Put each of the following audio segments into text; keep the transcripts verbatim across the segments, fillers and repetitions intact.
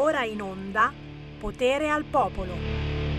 ora in onda Potere al Popolo.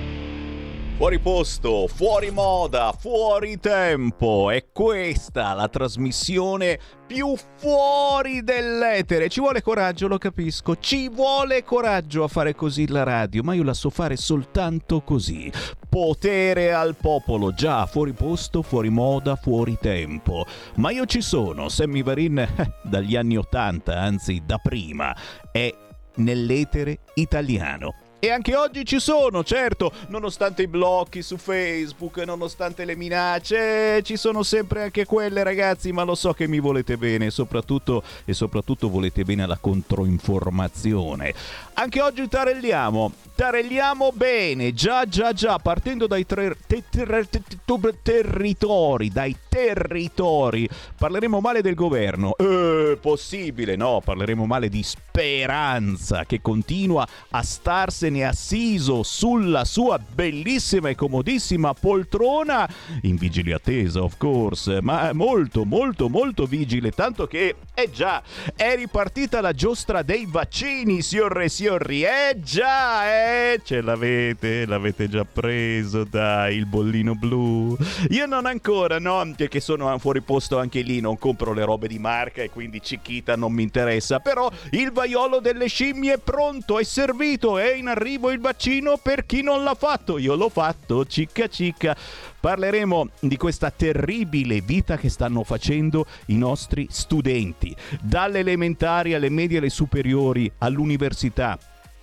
Fuori posto, fuori moda, fuori tempo. È questa la trasmissione più fuori dell'etere. Ci vuole coraggio, lo capisco. Ci vuole coraggio a fare così la radio, ma io la so fare soltanto così. Potere al popolo, già, fuori posto, fuori moda, fuori tempo. Ma io ci sono, Sammy Varin eh, dagli anni ottanta, anzi da prima, è nell'etere italiano. E anche oggi ci sono, certo, nonostante i blocchi su Facebook, nonostante le minacce, ci sono sempre anche quelle, ragazzi, ma lo so che mi volete bene, soprattutto e soprattutto volete bene alla controinformazione. Anche oggi tarelliamo, tarelliamo bene, già già già, partendo dai tre, te, ter, te, te, territori, dai territori. Parleremo male del governo, eh, possibile, no, parleremo male di Speranza, che continua a starsene assiso sulla sua bellissima e comodissima poltrona, in vigile attesa, of course, ma molto molto molto vigile, tanto che, eh già, è ripartita la giostra dei vaccini, signore e signori, eh già, eh, ce l'avete, l'avete già preso, dai, il bollino blu. Io non ancora, no, perché sono fuori posto anche lì, non compro le robe di marca e quindi Chiquita non mi interessa, però il vaiolo delle scimmie è pronto, è servito, è in arrivo il vaccino per chi non l'ha fatto. Io l'ho fatto, cicca cicca. Parleremo di questa terribile vita che stanno facendo i nostri studenti, dalle elementari alle medie alle superiori all'università,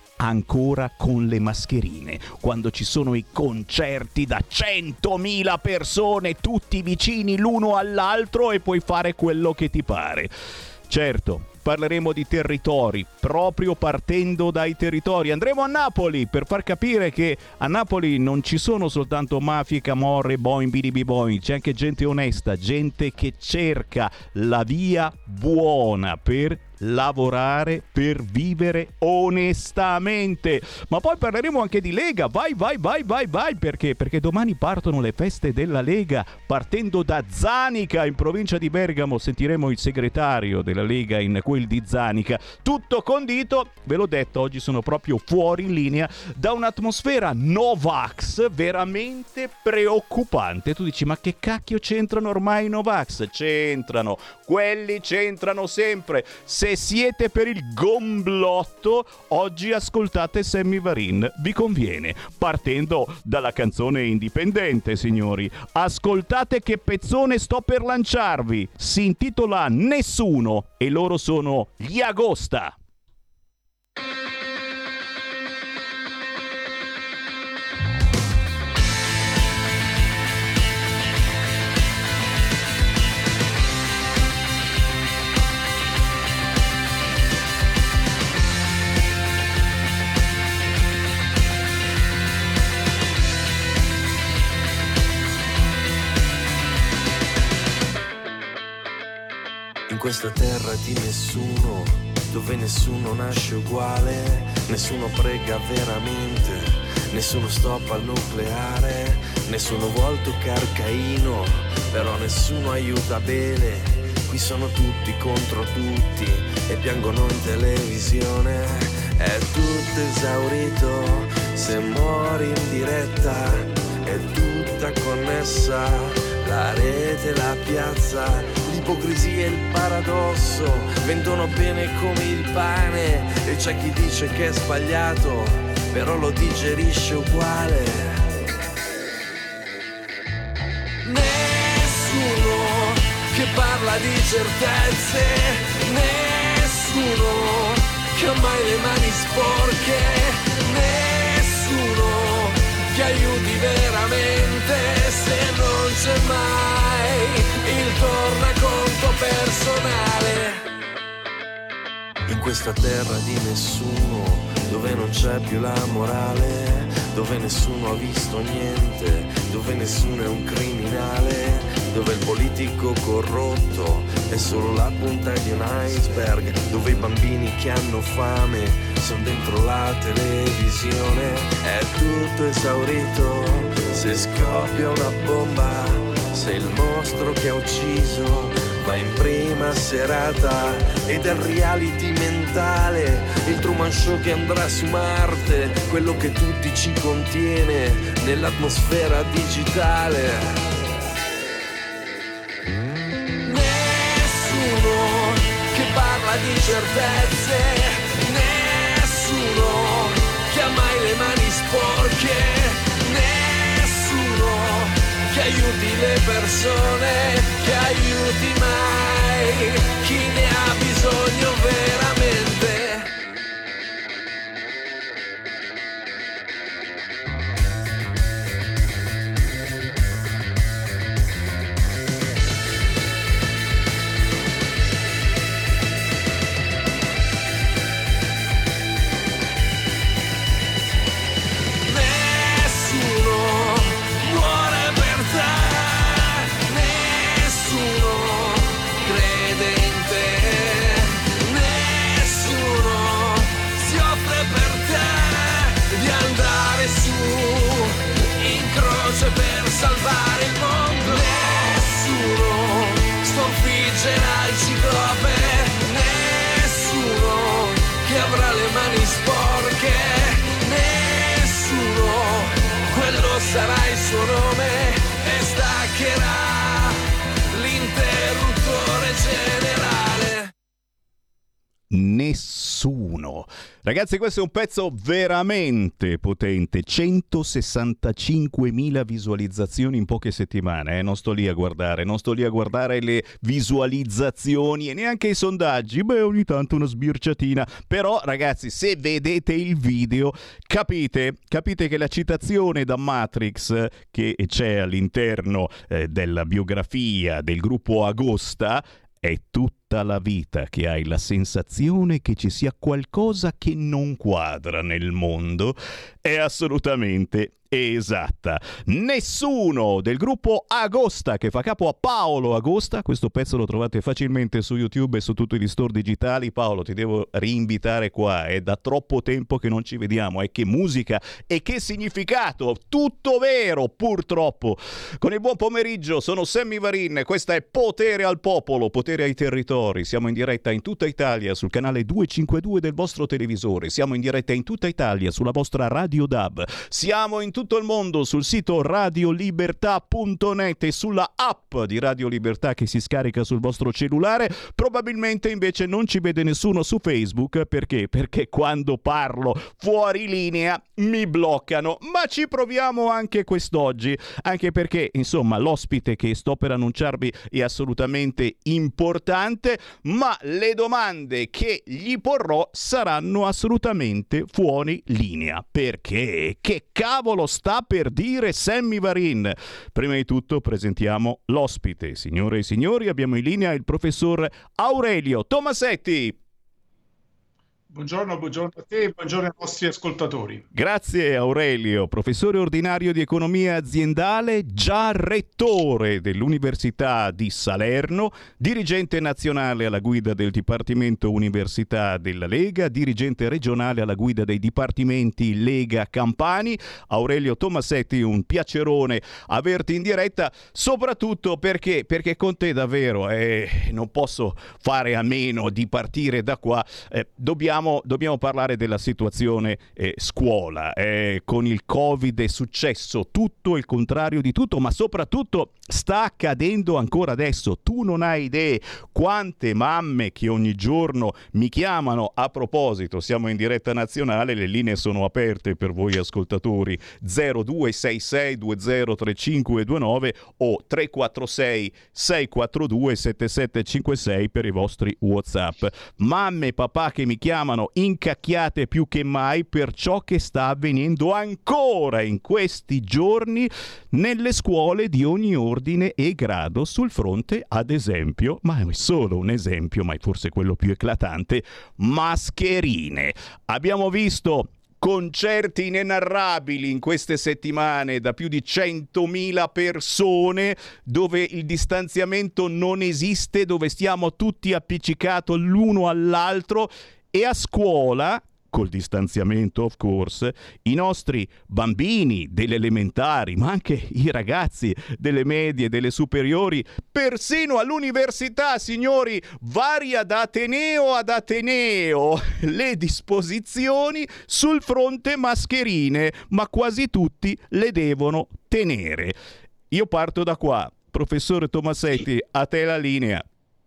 ancora con le mascherine, quando ci sono i concerti da centomila persone tutti vicini l'uno all'altro e puoi fare quello che ti pare. Certo, parleremo di territori, proprio partendo dai territori. Andremo a Napoli per far capire che a Napoli non ci sono soltanto mafie, camorre, boing, bidibi boing, c'è anche gente onesta, gente che cerca la via buona per lavorare, per vivere onestamente. Ma poi parleremo anche di Lega, vai vai vai vai vai, perché? Perché domani partono le feste della Lega, partendo da Zanica in provincia di Bergamo. Sentiremo il segretario della Lega in quel di Zanica, tutto condito, ve l'ho detto, oggi sono proprio fuori in linea da un'atmosfera Novax veramente preoccupante. Tu dici, ma che cacchio c'entrano ormai i Novax? C'entrano, quelli c'entrano sempre. Se siete per il gomblotto, oggi ascoltate Sammy Varin, vi conviene, partendo dalla canzone indipendente, signori. Ascoltate che pezzone sto per lanciarvi, si intitola Nessuno e loro sono gli Agosta. In questa terra di nessuno, dove nessuno nasce uguale, nessuno prega veramente, nessuno stoppa al nucleare, nessuno vuol toccare Caino, però nessuno aiuta bene. Qui sono tutti contro tutti e piangono in televisione. È tutto esaurito, se muori in diretta è tutta connessa, la rete, la piazza, l'ipocrisia e il paradosso vendono bene come il pane e c'è chi dice che è sbagliato, però lo digerisce uguale. Nessuno che parla di certezze, nessuno che ha mai le mani sporche, nessuno che aiuti veramente, se non c'è mai il tornaconto personale. In questa terra di nessuno, dove non c'è più la morale, dove nessuno ha visto niente, dove nessuno è un criminale, dove il politico corrotto è solo la punta di un iceberg, dove i bambini che hanno fame sono dentro la televisione. È tutto esaurito, se scoppia una bomba, se il mostro che ha ucciso ma in prima serata, e del reality mentale, il Truman Show che andrà su Marte, quello che tutti ci contiene nell'atmosfera digitale. Nessuno che parla di certezze, nessuno che ha mai le mani sporche, nessuno che aiuti le persone, che aiuti mai chi ne ha bisogno veramente. Per salvare il mondo, nessuno sconfiggerà il ciclope, nessuno che avrà le mani sporche, nessuno, quello sarà il suo nome e staccherà l'interruttore generale. Nessuno. Ragazzi, questo è un pezzo veramente potente, centosessantacinquemila visualizzazioni in poche settimane, eh? Non sto lì a guardare, non sto lì a guardare le visualizzazioni e neanche i sondaggi, beh ogni tanto una sbirciatina, però ragazzi se vedete il video capite, capite che la citazione da Matrix che c'è all'interno eh, della biografia del gruppo Agosta è tutta la vita che hai la sensazione che ci sia qualcosa che non quadra nel mondo. È assolutamente esatta. Nessuno del gruppo Agosta, che fa capo a Paolo Agosta. Questo pezzo lo trovate facilmente su YouTube e su tutti gli store digitali. Paolo, ti devo rinvitare qua, è da troppo tempo che non ci vediamo, e che musica e che significato, tutto vero purtroppo. Con il buon pomeriggio, sono Sammy Varin, questa è Potere al Popolo, potere ai territori. Siamo in diretta in tutta Italia sul canale duecentocinquantadue del vostro televisore, siamo in diretta in tutta Italia sulla vostra Radio D A B, siamo in tutto il mondo sul sito radio libertà punto net e sulla app di Radio Libertà che si scarica sul vostro cellulare. Probabilmente invece non ci vede nessuno su Facebook, perché? Perché quando parlo fuori linea mi bloccano, ma ci proviamo anche quest'oggi, anche perché insomma l'ospite che sto per annunciarvi è assolutamente importante, ma le domande che gli porrò saranno assolutamente fuori linea. Perché? Che cavolo sta per dire Sammy Varin? Prima di tutto presentiamo l'ospite. Signore e signori, abbiamo in linea il professor Aurelio Tomasetti. Buongiorno, buongiorno a te e buongiorno ai nostri ascoltatori. Grazie Aurelio, professore ordinario di economia aziendale, già rettore dell'Università di Salerno, dirigente nazionale alla guida del Dipartimento Università della Lega, dirigente regionale alla guida dei dipartimenti Lega Campani. Aurelio Tomasetti, un piacerone averti in diretta, soprattutto perché, perché con te davvero eh, non posso fare a meno di partire da qua, eh, dobbiamo Dobbiamo parlare della situazione eh, scuola. Eh, con il Covid è successo tutto il contrario di tutto, ma soprattutto sta accadendo ancora adesso. Tu non hai idee quante mamme che ogni giorno mi chiamano. A proposito, siamo in diretta nazionale, le linee sono aperte per voi ascoltatori, zero due sei sei due zero tre cinque due nove o tre quattro sei sei quattro due sette sette cinque sei per i vostri WhatsApp. Mamme e papà che mi chiamano incacchiate più che mai per ciò che sta avvenendo ancora in questi giorni nelle scuole di ogni ordine e grado sul fronte, ad esempio, ma è solo un esempio, ma è forse quello più eclatante, mascherine. Abbiamo visto concerti inenarrabili in queste settimane da più di centomila persone, dove il distanziamento non esiste, dove stiamo tutti appiccicati l'uno all'altro. E a scuola col distanziamento of course, i nostri bambini delle elementari, ma anche i ragazzi delle medie, delle superiori, persino all'università, signori, varia da ateneo ad ateneo le disposizioni sul fronte mascherine, ma quasi tutti le devono tenere. Io parto da qua. Professore Tomasetti, a te la linea.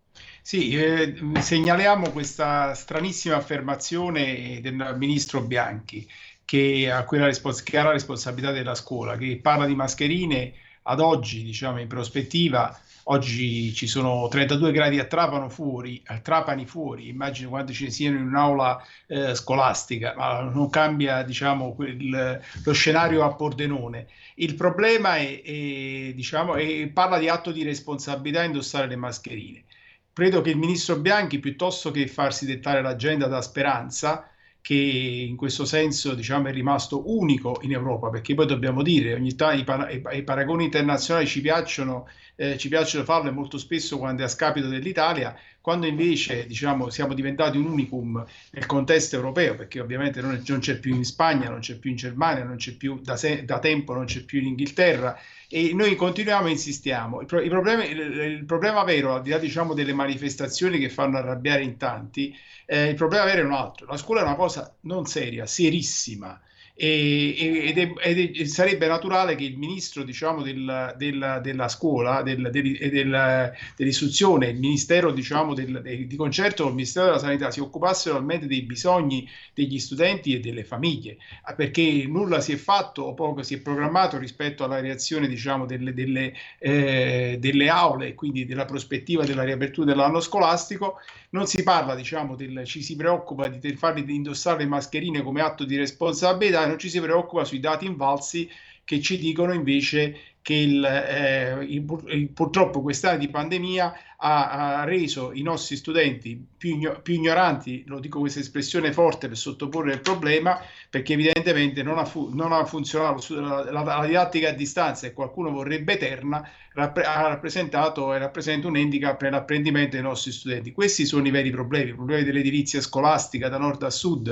Sì, eh, segnaliamo questa stranissima affermazione del ministro Bianchi che ha, quella respons- che ha la responsabilità della scuola, che parla di mascherine ad oggi, diciamo in prospettiva. Oggi ci sono trentadue gradi a Trapano fuori, a Trapani fuori, immagino quanto ci siano in un'aula eh, scolastica, ma non cambia, diciamo, quel, lo scenario a Pordenone. Il problema è, è, diciamo, è, parla di atto di responsabilità indossare le mascherine. Credo che il ministro Bianchi, piuttosto che farsi dettare l'agenda da Speranza, che in questo senso, diciamo, è rimasto unico in Europa, perché poi dobbiamo dire, ogni tanto i, para- i paragoni internazionali ci piacciono, eh, ci piacciono farlo, e molto spesso quando è a scapito dell'Italia, quando invece, diciamo, siamo diventati un unicum nel contesto europeo, perché ovviamente non, è, non c'è più in Spagna, non c'è più in Germania, non c'è più da, se- da tempo, non c'è più in Inghilterra, e noi continuiamo e insistiamo. Il, pro- i problemi, il, il problema vero, al di là, diciamo, delle manifestazioni che fanno arrabbiare in tanti, Eh, il problema vero è un altro. La scuola è una cosa non seria, serissima, e, e, ed, è, ed è, sarebbe naturale che il ministro, diciamo, del, del, della scuola del, del, del, dell'istruzione, il ministero, diciamo, del, di concerto con il ministero della sanità, si occupasse realmente dei bisogni degli studenti e delle famiglie, perché nulla si è fatto o poco si è programmato rispetto alla reazione, diciamo, delle, delle, eh, delle aule, quindi della prospettiva della riapertura dell'anno scolastico. Non si parla, diciamo, del, ci si preoccupa di farli indossare le mascherine come atto di responsabilità, e non ci si preoccupa sui dati invalsi che ci dicono invece che il, eh, il, il, purtroppo quest'anno di pandemia ha, ha reso i nostri studenti più, igno- più ignoranti, lo dico questa espressione forte per sottoporre il problema, perché evidentemente non ha, fu- non ha funzionato la, la, la didattica a distanza, e qualcuno vorrebbe eterna, rappre- ha rappresentato e rappresenta un handicap per l'apprendimento dei nostri studenti. Questi sono i veri problemi, i problemi dell'edilizia scolastica da nord a sud,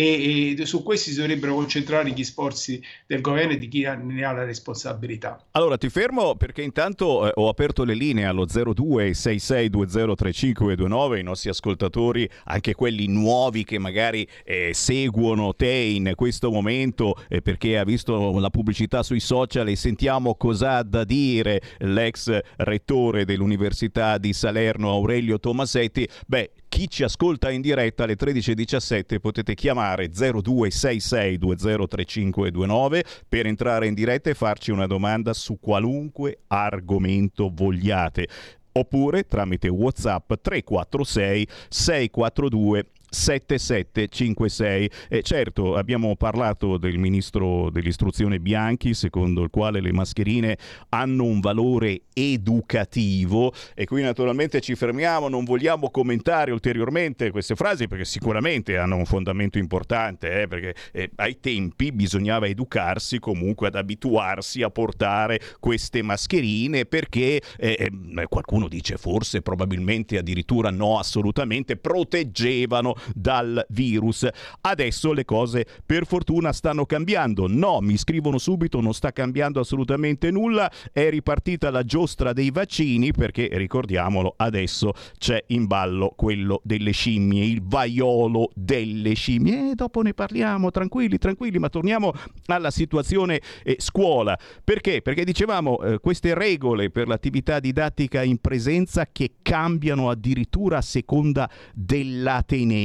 e, e su questi si dovrebbero concentrare gli sforzi del governo e di chi ne ha la responsabilità. Allora ti fermo perché intanto eh, ho aperto le linee allo zero due sei sei due zero tre cinque due nove, i nostri ascoltatori, anche quelli nuovi che magari eh, seguono te in questo momento eh, perché ha visto la pubblicità sui social, e sentiamo cosa ha da dire l'ex rettore dell'Università di Salerno Aurelio Tomasetti. Beh, chi ci ascolta in diretta alle tredici e diciassette potete chiamare zero due sei sei due zero tre cinque due nove per entrare in diretta e farci una domanda su qualunque argomento vogliate, oppure tramite WhatsApp tre quattro sei sei quattro due sette sette cinque sei. E certo, abbiamo parlato del ministro dell'istruzione Bianchi, secondo il quale le mascherine hanno un valore educativo, e qui naturalmente ci fermiamo, non vogliamo commentare ulteriormente queste frasi perché sicuramente hanno un fondamento importante, eh, perché eh, ai tempi bisognava educarsi comunque ad abituarsi a portare queste mascherine, perché eh, qualcuno dice forse, probabilmente, addirittura no, assolutamente proteggevano dal virus. Adesso le cose per fortuna stanno cambiando. No, mi scrivono subito, non sta cambiando assolutamente nulla, è ripartita la giostra dei vaccini, perché ricordiamolo, adesso c'è in ballo quello delle scimmie, il vaiolo delle scimmie, e dopo ne parliamo, tranquilli tranquilli, ma torniamo alla situazione eh, scuola. Perché? Perché dicevamo eh, queste regole per l'attività didattica in presenza che cambiano addirittura a seconda dell'ateneo,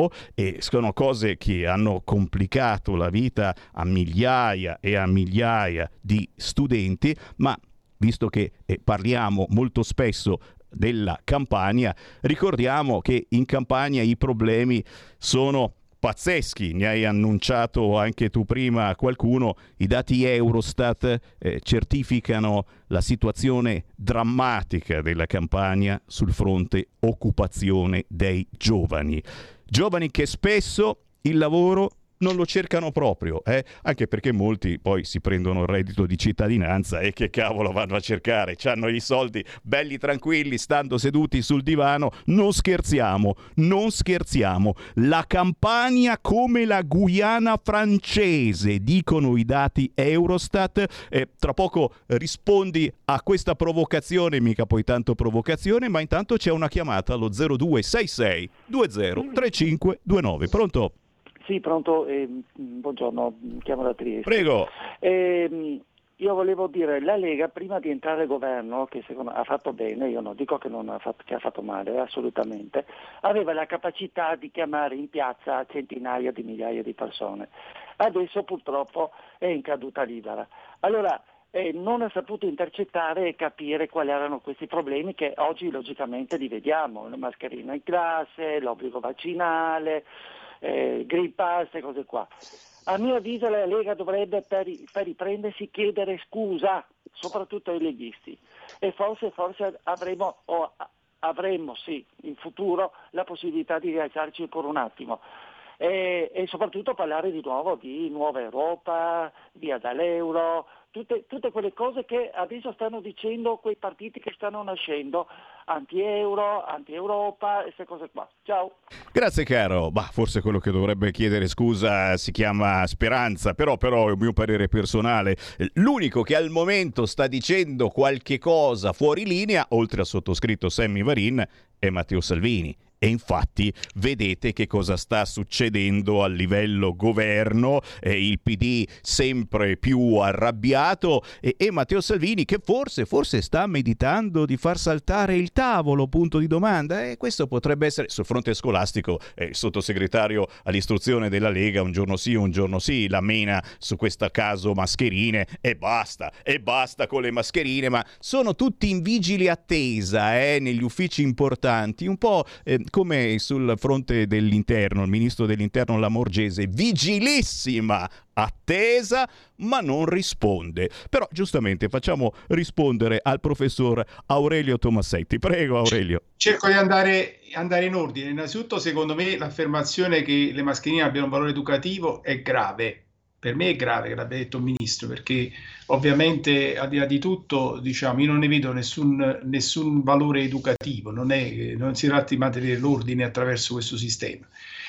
e sono cose che hanno complicato la vita a migliaia e a migliaia di studenti. Ma visto che eh, parliamo molto spesso della Campania, ricordiamo che in Campania i problemi sono pazzeschi, ne hai annunciato anche tu prima qualcuno. I dati Eurostat eh, certificano la situazione drammatica della Campania sul fronte occupazione dei giovani. Giovani che spesso il lavoro non lo cercano proprio, eh? Anche perché molti poi si prendono il reddito di cittadinanza e che cavolo vanno a cercare? C'hanno i soldi belli tranquilli, stando seduti sul divano. Non scherziamo, non scherziamo. La Campania come la Guyana francese, dicono i dati Eurostat. Eh, tra poco rispondi a questa provocazione, mica poi tanto provocazione, ma intanto c'è una chiamata allo zero due sei sei due zero tre cinque due nove. Pronto? Sì, pronto, eh, buongiorno, mi chiamo da Trieste. Prego. Eh, io volevo dire, la Lega prima di entrare al governo, che secondo me ha fatto bene, io non dico che, non ha fatto, che ha fatto male, assolutamente, aveva la capacità di chiamare in piazza centinaia di migliaia di persone. Adesso purtroppo è in caduta libera. Allora, eh, non ha saputo intercettare e capire quali erano questi problemi che oggi logicamente li vediamo, la mascherina in classe, l'obbligo vaccinale, Eh, Green Pass e cose qua. A mio avviso la Lega dovrebbe per, per riprendersi chiedere scusa, soprattutto ai leghisti, e forse, forse avremo, o avremo sì, in futuro la possibilità di rialzarci per un attimo e, e soprattutto parlare di nuovo di nuova Europa, via dall'euro, tutte, tutte quelle cose che adesso stanno dicendo quei partiti che stanno nascendo, anti-euro, anti-Europa e queste cose qua. Ciao. Grazie caro, bah, forse quello che dovrebbe chiedere scusa si chiama Speranza, però però è un mio parere personale. L'unico che al momento sta dicendo qualche cosa fuori linea, oltre al sottoscritto Sammy Varin, è Matteo Salvini. E infatti vedete che cosa sta succedendo a livello governo, eh, il P D sempre più arrabbiato e, e Matteo Salvini che forse, forse sta meditando di far saltare il tavolo, punto di domanda, e questo potrebbe essere sul fronte scolastico. Eh, il sottosegretario all'istruzione della Lega un giorno sì, un giorno sì, la mena su questo caso mascherine e basta, e basta con le mascherine, ma sono tutti in vigili attesa eh, negli uffici importanti, un po' eh, come sul fronte dell'interno, il ministro dell'interno Lamorgese, vigilissima attesa, ma non risponde. Però giustamente facciamo rispondere al professor Aurelio Tomassetti. Prego Aurelio. Cerco di andare, andare in ordine. Innanzitutto, secondo me, l'affermazione che le mascherine abbiano un valore educativo è grave. Per me è grave che l'abbia detto il ministro, perché ovviamente al di là di tutto, diciamo, io non ne vedo nessun, nessun valore educativo, non, è, non si tratta di mantenere l'ordine attraverso questo sistema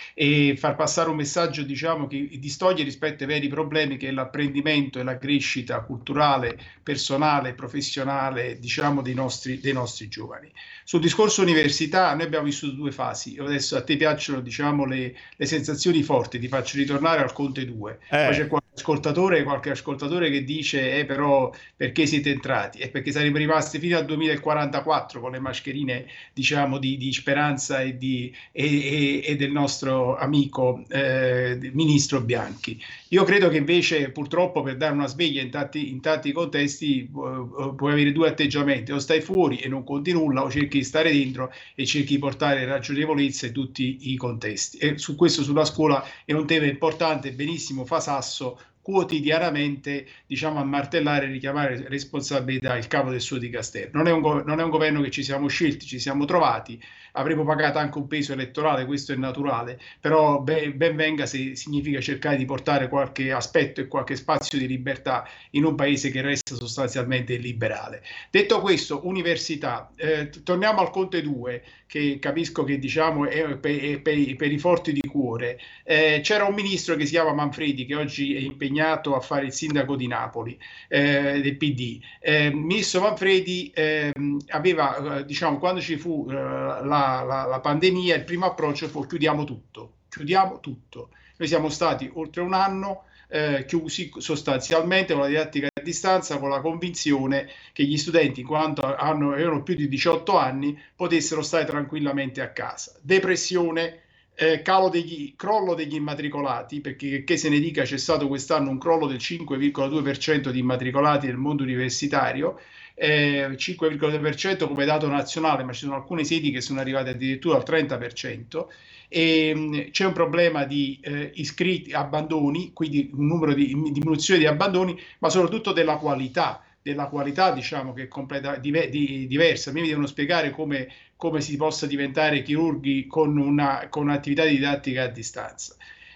e far passare un messaggio, diciamo, che distoglie rispetto ai veri problemi che è l'apprendimento e la crescita culturale, personale, professionale, diciamo, dei nostri, dei nostri giovani. Sul discorso università noi abbiamo vissuto due fasi. Adesso a te piacciono, diciamo, le, le sensazioni forti, ti faccio ritornare al Conte due. Eh. Poi c'è qualche ascoltatore, qualche ascoltatore che dice eh però perché siete entrati? È perché saremmo rimasti fino al duemilaquarantaquattro con le mascherine, diciamo, di, di Speranza e, di, e, e, e del nostro amico eh, ministro Bianchi. Io credo che invece purtroppo per dare una sveglia in tanti, in tanti contesti uh, puoi avere due atteggiamenti: o stai fuori e non conti nulla, o cerchi di stare dentro e cerchi di portare ragionevolezza in tutti i contesti. E su questo, sulla scuola, è un tema importante, benissimo fa Sasso quotidianamente, diciamo, a martellare e richiamare responsabilità il capo del suo dicastero. Non è un, go- non è un governo che ci siamo scelti, ci siamo trovati, avremo pagato anche un peso elettorale, questo è naturale, però ben, ben venga se significa cercare di portare qualche aspetto e qualche spazio di libertà in un paese che resta sostanzialmente liberale. Detto questo, università, eh, torniamo al Conte due, che capisco che, diciamo, è per, è per, per i forti di cuore. Eh, c'era un ministro che si chiama Manfredi, che oggi è impegnato a fare il sindaco di Napoli, eh, del P D. Eh, il ministro Manfredi eh, aveva, eh, diciamo, quando ci fu eh, la La, la, la pandemia, il primo approccio fu chiudiamo tutto, chiudiamo tutto. Noi siamo stati oltre un anno eh, chiusi sostanzialmente con la didattica a distanza, con la convinzione che gli studenti, in quanto hanno, avevano più di diciotto anni, potessero stare tranquillamente a casa. Depressione, eh, calo degli, crollo degli immatricolati, perché che se ne dica c'è stato quest'anno un crollo del cinque virgola due per cento di immatricolati nel mondo universitario, Eh, cinque virgola due per cento come dato nazionale, ma ci sono alcune sedi che sono arrivate addirittura al trenta per cento. E, mh, c'è un problema di eh, iscritti, abbandoni, quindi un numero di diminuzione di abbandoni, ma soprattutto della qualità, della qualità, diciamo, che è completa, dive, di, diversa. A me mi devono spiegare come, come si possa diventare chirurghi con una con un'attività di didattica a distanza.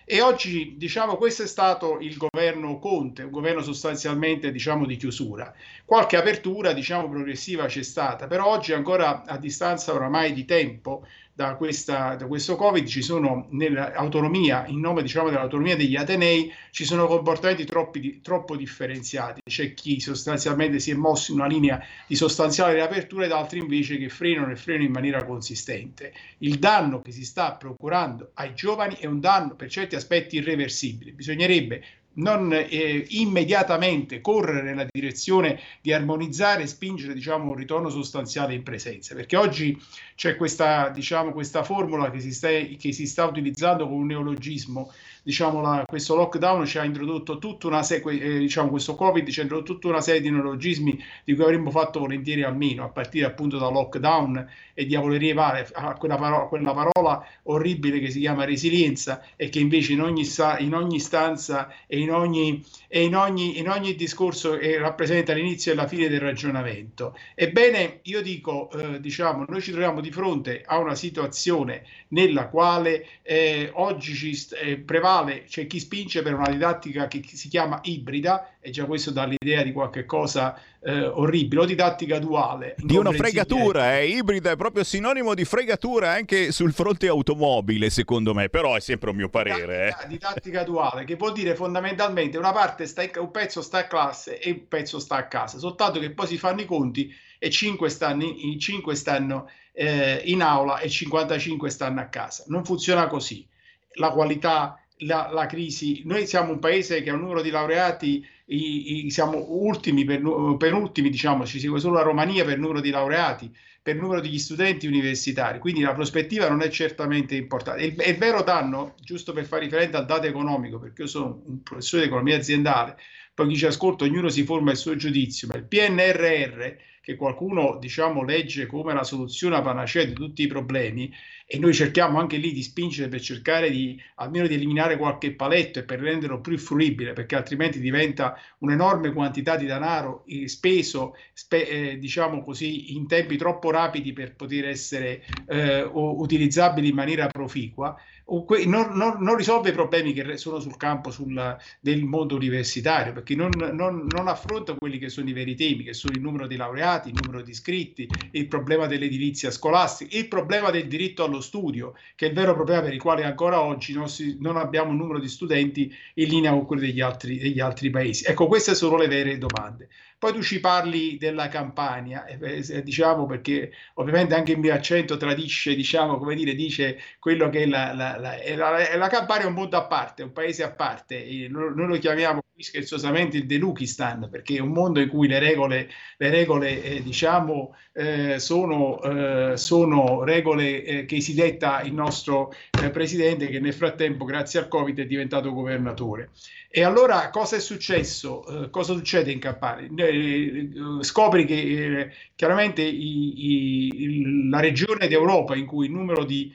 E oggi, diciamo, questo è stato il governo Conte, un governo sostanzialmente, diciamo, di chiusura. Qualche apertura, diciamo, progressiva c'è stata, però oggi ancora a distanza oramai di tempo da, questa, da questo Covid ci sono nell'autonomia, in nome, diciamo, dell'autonomia degli atenei, ci sono comportamenti troppi, troppo differenziati. C'è chi sostanzialmente si è mosso in una linea di sostanziale riapertura ed altri invece che frenano e frenano in maniera consistente. Il danno che si sta procurando ai giovani è un danno per certi aspetti irreversibile. Bisognerebbe non eh, immediatamente correre nella direzione di armonizzare e spingere, diciamo, un ritorno sostanziale in presenza, perché oggi c'è questa, diciamo, questa formula che si sta, che si sta utilizzando con un neologismo. Diciamo, la, questo lockdown ci ha introdotto tutta una serie, eh, diciamo, questo Covid ci ha introdotto tutta una serie di neologismi di cui avremmo fatto volentieri a meno, a partire appunto da lockdown e diavolerie varie, a quella parola, quella parola orribile che si chiama resilienza e che invece in ogni, sta, in ogni stanza e in ogni, e in ogni, in ogni discorso eh, rappresenta l'inizio e la fine del ragionamento. Ebbene, io dico, eh, diciamo, noi ci troviamo di fronte a una situazione nella quale eh, oggi ci eh, prevale, c'è chi spinge per una didattica che si chiama ibrida, e già questo dà l'idea di qualche cosa eh, orribile, o didattica duale. Di una fregatura, eh, ibrida è proprio sinonimo di fregatura anche sul fronte automobile, secondo me, però è sempre un mio parere. Didattica, eh. didattica duale, che vuol dire fondamentalmente una parte sta in, un pezzo sta a classe e un pezzo sta a casa, soltanto che poi si fanno i conti e cinque stanno, i cinque stanno eh, in aula e cinquantacinque stanno a casa. Non funziona così. La qualità, la, la crisi, noi siamo un paese che ha un numero di laureati, i, i, siamo ultimi, per, penultimi, diciamo, ci segue solo la Romania per numero di laureati, per numero degli studenti universitari, quindi la prospettiva non è certamente importante. Il, il vero danno, giusto per fare riferimento al dato economico, perché io sono un professore di economia aziendale, poi chi ci ascolta, ognuno si forma il suo giudizio, ma il P N R R, che qualcuno, diciamo, legge come la soluzione a panacea di tutti i problemi, e noi cerchiamo anche lì di spingere per cercare di almeno di eliminare qualche paletto e per renderlo più fruibile, perché altrimenti diventa un'enorme quantità di denaro speso, spe, eh, diciamo così, in tempi troppo rapidi per poter essere eh, utilizzabili in maniera proficua. Non, non, non risolve i problemi che sono sul campo sul, del mondo universitario, perché non, non, non affronta quelli che sono i veri temi, che sono il numero di laureati, il numero di iscritti, il problema dell'edilizia scolastica, il problema del diritto allo studio, che è il vero problema per il quale ancora oggi non, si, non abbiamo un numero di studenti in linea con quelli degli altri, degli altri paesi. Ecco, queste sono le vere domande. Poi tu ci parli della Campania, eh, diciamo, perché ovviamente anche il mio accento tradisce, diciamo, come dire, dice quello che è la, la, la, la, la Campania è un mondo a parte, un paese a parte, e noi, noi lo chiamiamo qui scherzosamente il Delukistan, perché è un mondo in cui le regole, le regole eh, diciamo, eh, sono, eh, sono regole eh, che si detta il nostro eh, presidente, che nel frattempo, grazie al Covid, è diventato governatore. E allora cosa è successo? Eh, cosa succede in Campania? Eh, scopri che eh, chiaramente i, i, la regione d'Europa in cui il numero di,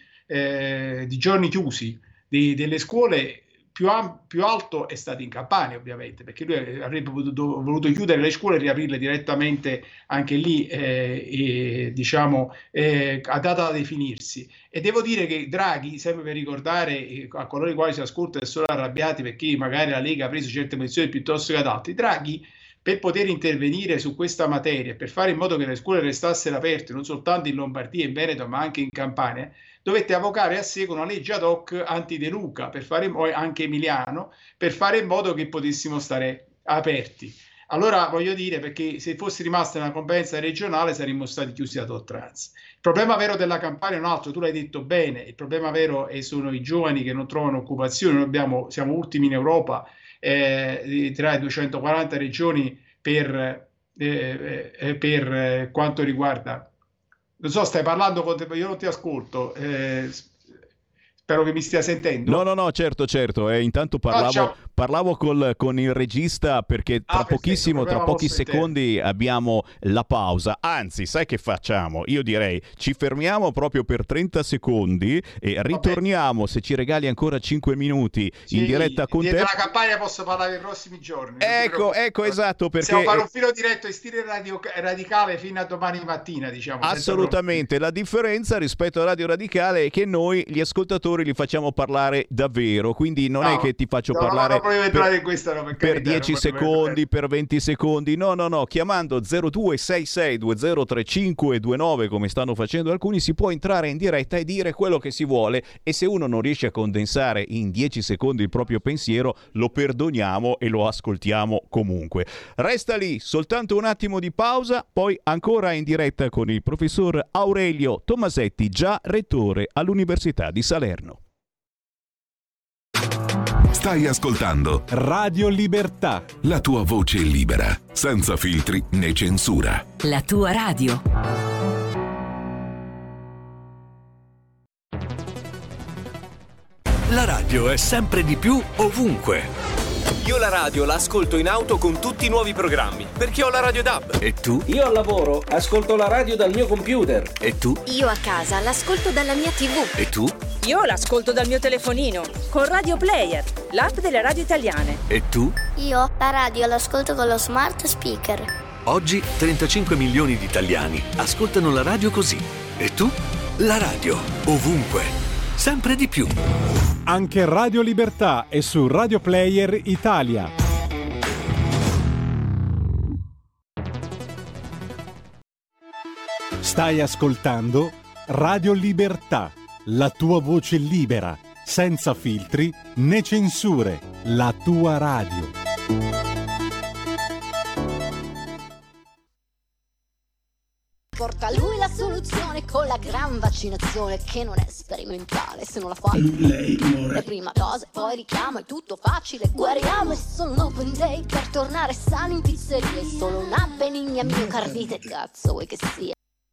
eh, di giorni chiusi di, delle scuole più, am- più alto è stato in Campania, ovviamente, perché lui avrebbe voluto, voluto chiudere le scuole e riaprirle direttamente anche lì, eh, e, diciamo, eh, a data da definirsi. E devo dire che Draghi, sempre per ricordare eh, a coloro i quali si ascoltano e sono arrabbiati perché magari la Lega ha preso certe posizioni piuttosto che ad altri, Draghi, per poter intervenire su questa materia, per fare in modo che le scuole restassero aperte non soltanto in Lombardia e in Veneto, ma anche in Campania, dovette avvocare a sé con una legge ad hoc anti-De Luca, per fare, anche Emiliano, per fare in modo che potessimo stare aperti. Allora voglio dire, perché se fosse rimasta una competenza regionale saremmo stati chiusi ad oltranza. Il problema vero della Campania è un altro, tu l'hai detto bene, il problema vero è, sono i giovani che non trovano occupazione. Noi abbiamo, siamo ultimi in Europa, eh, tra le duecentoquaranta regioni per, eh, eh, per eh, quanto riguarda, non so, stai parlando con te, io non ti ascolto, eh, spero che mi stia sentendo. No, no, no, certo, certo. E intanto parlavo, ah, parlavo col, con il regista, perché tra ah, pochissimo, tra pochi secondi intero. Abbiamo la pausa. Anzi, sai che facciamo? Io direi ci fermiamo proprio per trenta secondi e ritorniamo, se ci regali ancora cinque minuti, sì, in diretta con te. Della Campania posso parlare nei prossimi giorni. Ecco, ecco, esatto, perché possiamo fare un filo diretto in stile radio, radicale fino a domani mattina, diciamo. Assolutamente. La differenza rispetto a Radio Radicale è che noi, gli ascoltatori, professori li facciamo parlare davvero, quindi non no, è che ti faccio no, parlare no, no, per, in questa, no, per, per carità, dieci secondi, per venti secondi, no no no, chiamando zero due sei sei due zero tre cinque due nove come stanno facendo alcuni si può entrare in diretta e dire quello che si vuole, e se uno non riesce a condensare in dieci secondi il proprio pensiero lo perdoniamo e lo ascoltiamo comunque. Resta lì, soltanto un attimo di pausa, poi ancora in diretta con il professor Aurelio Tomasetti, già rettore all'Università di Salerno. Stai ascoltando Radio Libertà, la tua voce libera, senza filtri né censura. La tua radio. La radio è sempre di più ovunque. Io la radio la ascolto in auto con tutti i nuovi programmi, perché ho la Radio D A B. E tu? Io al lavoro ascolto la radio dal mio computer. E tu? Io a casa l'ascolto dalla mia tivù. E tu? Io l'ascolto dal mio telefonino, con Radio Player, l'app delle radio italiane. E tu? Io la radio l'ascolto con lo smart speaker. Oggi trentacinque milioni di italiani ascoltano la radio così. E tu? La radio, ovunque, sempre di più. Anche Radio Libertà è su Radio Player Italia. Stai ascoltando Radio Libertà, la tua voce libera, senza filtri né censure, la tua radio. Porta lui la soluzione con la gran vaccinazione che non è sperimentale, se non la fa è prima dose, poi richiamo, è tutto facile, guariamo, e sono l'open day per tornare sani in pizzeria, è solo una benigna miocardite, cazzo vuoi che sia?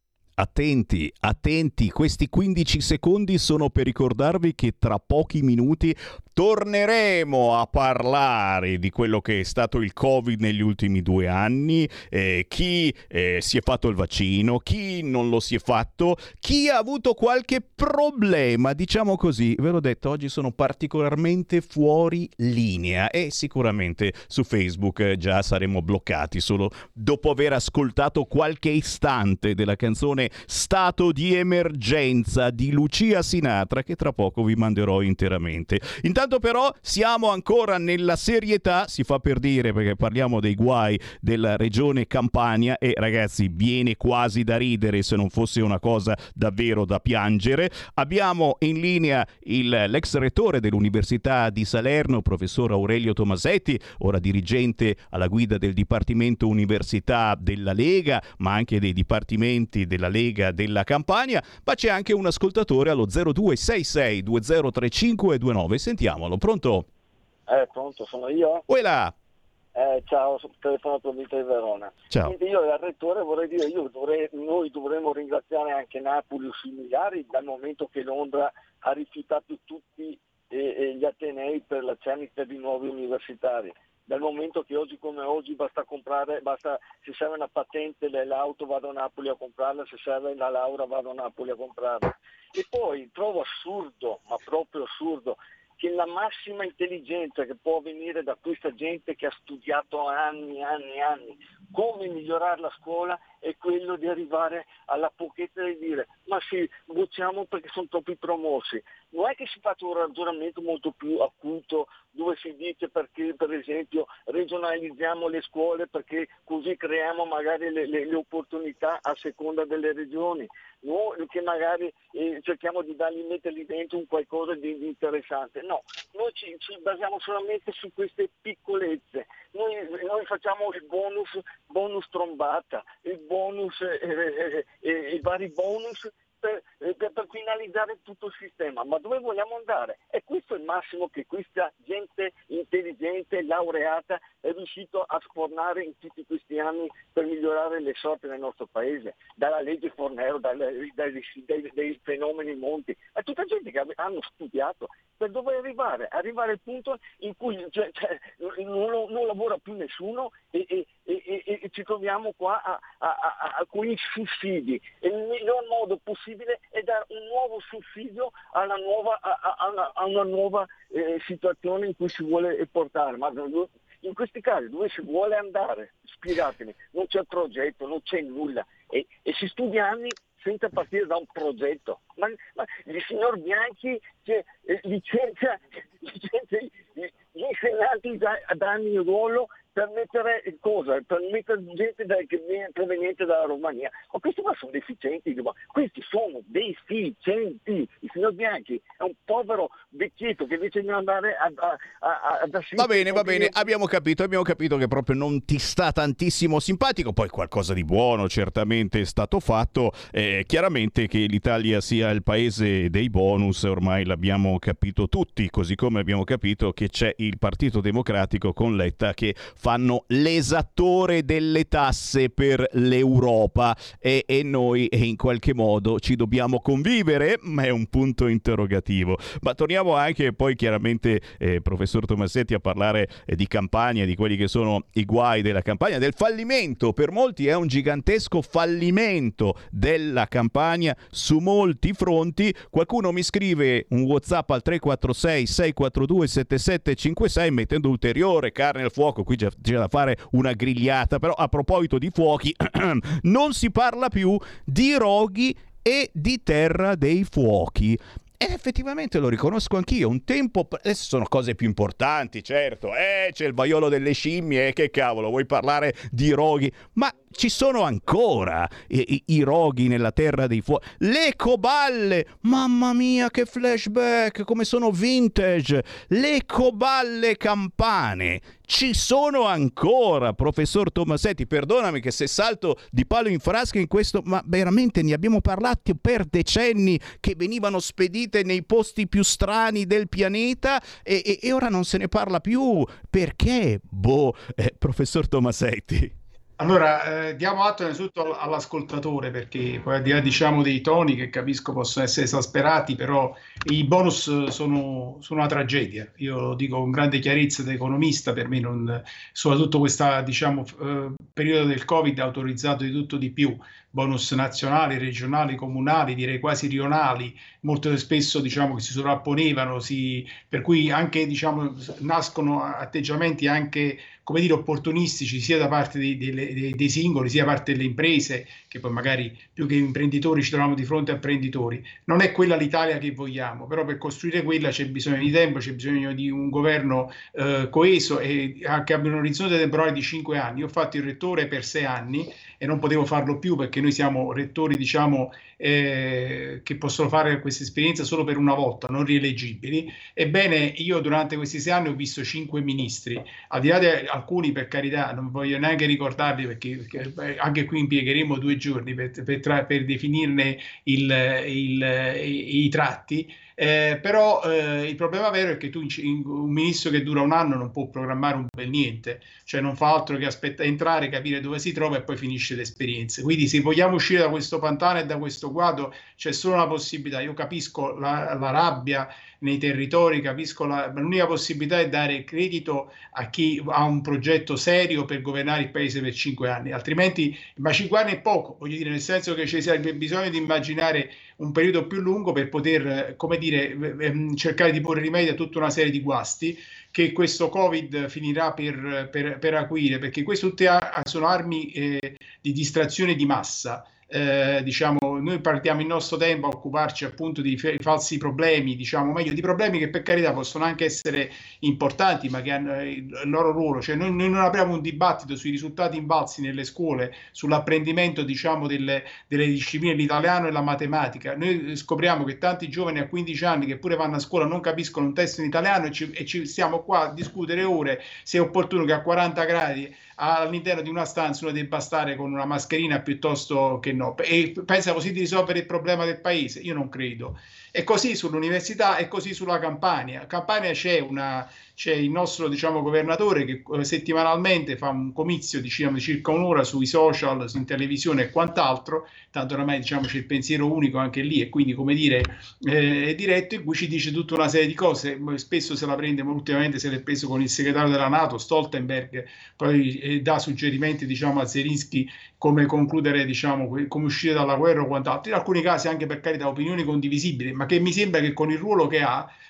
Attenti, attenti, questi quindici secondi sono per ricordarvi che tra pochi minuti torneremo a parlare di quello che è stato il Covid negli ultimi due anni, eh, chi eh, si è fatto il vaccino, chi non lo si è fatto, chi ha avuto qualche problema, diciamo così. Ve l'ho detto, oggi sono particolarmente fuori linea e sicuramente su Facebook eh, già saremo bloccati solo dopo aver ascoltato qualche istante della canzone Stato di emergenza di Lucia Sinatra, che tra poco vi manderò interamente. Intanto però siamo ancora nella serietà, si fa per dire, perché parliamo dei guai della regione Campania e ragazzi viene quasi da ridere se non fosse una cosa davvero da piangere. Abbiamo in linea il, l'ex rettore dell'Università di Salerno, professor Aurelio Tomasetti, ora dirigente alla guida del Dipartimento Università della Lega, ma anche dei dipartimenti della Lega della Campania, ma c'è anche un ascoltatore allo zero due sei sei due zero tre cinque due nove. Sentiamolo, pronto? Eh, pronto, sono io? Uela! Eh, ciao, telefono provincia di Verona. Ciao. Quindi io al rettore vorrei dire, io dovrei, noi dovremmo ringraziare anche Napoli sui miliari, dal momento che Londra ha rifiutato tutti eh, eh, gli atenei per la cernita di nuovi universitari. Dal momento che oggi come oggi basta comprare, basta, se serve una patente dell'auto vado a Napoli a comprarla, se serve la laurea vado a Napoli a comprarla. E poi trovo assurdo, ma proprio assurdo, che la massima intelligenza che può venire da questa gente che ha studiato anni, anni, anni, come migliorare la scuola è quello di arrivare alla pochezza di dire ma sì, bocciamo perché sono troppi promossi. Non è che si faccia un ragionamento molto più acuto dove si dice perché per esempio regionalizziamo le scuole perché così creiamo magari le, le, le opportunità a seconda delle regioni, noi che magari eh, cerchiamo di dargli, mettergli dentro un qualcosa di, di interessante. No, noi ci, ci basiamo solamente su queste piccolezze. Noi, noi facciamo il bonus, bonus trombata, il bonus, eh, eh, eh, i vari bonus per, eh, per finalizzare tutto il sistema. Ma dove vogliamo andare? E questo è il massimo che questa gente intelligente, laureata, è riuscito a sfornare in tutti questi anni per migliorare le sorti del nostro paese, dalla legge Fornero, dai, dai, dai, dai fenomeni Monti, è tutta gente che hanno studiato per dove arrivare, arrivare al punto in cui cioè, cioè, non, non lavora più nessuno e, e, e, e ci troviamo qua a, a, a, a, con i sussidi. E il miglior modo possibile è dare un nuovo sussidio alla nuova, a, a, una, a una nuova eh, situazione in cui si vuole portare. Ma in questi casi dove si vuole andare? Spiegatemi, non c'è progetto, non c'è nulla e, e si studia anni senza partire da un progetto. Ma, ma il signor Bianchi che eh, licenzia, licenzia gli insegnanti da, da anni in ruolo per mettere cosa? Per mettere gente da, che viene proveniente dalla Romania. Ma questi qua sono deficienti, ma questi sono deficienti. Il signor Bianchi è un povero vecchietto che invece di andare a, a, a, ad Va bene, va bene, abbiamo capito, abbiamo capito che proprio non ti sta tantissimo simpatico, poi qualcosa di buono certamente è stato fatto, eh, chiaramente che l'Italia sia il paese dei bonus ormai l'abbiamo capito tutti, così come abbiamo capito che c'è il Partito Democratico con Letta che fanno l'esattore delle tasse per l'Europa e, e noi e in qualche modo ci dobbiamo convivere, ma è un punto interrogativo. Ma torniamo anche poi chiaramente, eh, professor Tomasetti, a parlare eh, di campagna, di quelli che sono i guai della campagna, del fallimento. Per molti è un gigantesco fallimento della campagna su molti fronti. Qualcuno mi scrive un WhatsApp al tre quattro sei sei quattro due sette sette cinque sei mettendo ulteriore carne al fuoco. Qui c'è da fare una grigliata, però a proposito di fuochi non si parla più di roghi e di terra dei fuochi. E effettivamente lo riconosco anch'io, un tempo, adesso sono cose più importanti, certo, eh, c'è il vaiolo delle scimmie, eh, che cavolo, vuoi parlare di roghi? Ma ci sono ancora i, i, i roghi nella terra dei fuochi, le coballe, mamma mia che flashback, come sono vintage, le coballe campane, ci sono ancora, professor Tomasetti, perdonami che se salto di palo in frasca in questo, ma veramente ne abbiamo parlato per decenni che venivano spedite nei posti più strani del pianeta e, e, e ora non se ne parla più, perché? Boh, eh, professor Tomasetti. Allora, eh, diamo atto innanzitutto all'ascoltatore, perché poi al di là, diciamo, dei toni che capisco possono essere esasperati, però i bonus sono, sono una tragedia. Io lo dico con grande chiarezza da economista, per me non, soprattutto questo, diciamo, eh, periodo del Covid ha autorizzato di tutto di più. Bonus nazionali, regionali, comunali, direi quasi rionali, molto spesso, diciamo, che si sovrapponevano, si, per cui anche, diciamo, nascono atteggiamenti anche, come dire, opportunistici sia da parte dei, dei, dei singoli, sia da parte delle imprese, che poi magari più che imprenditori ci troviamo di fronte a imprenditori. Non è quella l'Italia che vogliamo, però per costruire quella c'è bisogno di tempo, c'è bisogno di un governo eh, coeso e che abbia un orizzonte temporale di cinque anni. Io ho fatto il rettore per sei anni e non potevo farlo più perché noi siamo rettori, diciamo, eh, che possono fare questa esperienza solo per una volta, non rieleggibili. Ebbene, io durante questi sei anni ho visto cinque ministri, al di là di alcuni, per carità, non voglio neanche ricordarli perché, perché anche qui impiegheremo due giorni per, per, tra, per definirne il, il, i, i tratti. Eh, però eh, il problema vero è che tu in, un ministro che dura un anno non può programmare un bel niente, cioè non fa altro che aspetta, entrare, capire dove si trova e poi finisce l'esperienza. Quindi se vogliamo uscire da questo pantano e da questo guado c'è solo una possibilità. Io capisco la, la rabbia nei territori, capisco la, l'unica possibilità è dare credito a chi ha un progetto serio per governare il paese per cinque anni, altrimenti, ma cinque anni è poco, voglio dire, nel senso che ci sarebbe bisogno di immaginare un periodo più lungo per poter, come dire, cercare di porre rimedio a tutta una serie di guasti che questo Covid finirà per, per, per acuire, perché queste tutte sono armi eh, di distrazione di massa. Eh, diciamo, noi partiamo il nostro tempo a occuparci appunto di f- falsi problemi, diciamo meglio, di problemi che per carità possono anche essere importanti, ma che hanno il loro ruolo. Cioè noi, noi non apriamo un dibattito sui risultati invalsi nelle scuole, sull'apprendimento, diciamo, delle, delle discipline, l'italiano e la matematica. Noi scopriamo che tanti giovani a quindici anni che pure vanno a scuola non capiscono un testo in italiano e ci, e ci stiamo qua a discutere ore se è opportuno che a quaranta gradi all'interno di una stanza uno debba stare con una mascherina piuttosto che no, e pensa così di risolvere il problema del paese? Io non credo. E così sull'università e così sulla Campania. A Campania c'è, una, c'è il nostro, diciamo, governatore che settimanalmente fa un comizio, diciamo, di circa un'ora sui social, in televisione e quant'altro, tanto oramai, diciamo, c'è il pensiero unico anche lì e quindi, come dire, eh, è diretto, in cui ci dice tutta una serie di cose. Spesso se la prende, ma ultimamente se l'è preso con il segretario della NATO, Stoltenberg, poi eh, dà suggerimenti, diciamo, a Zelensky come concludere, diciamo, come uscire dalla guerra o quant'altro. In alcuni casi anche, per carità, opinioni condivisibili, ma che mi sembra che con il ruolo che ha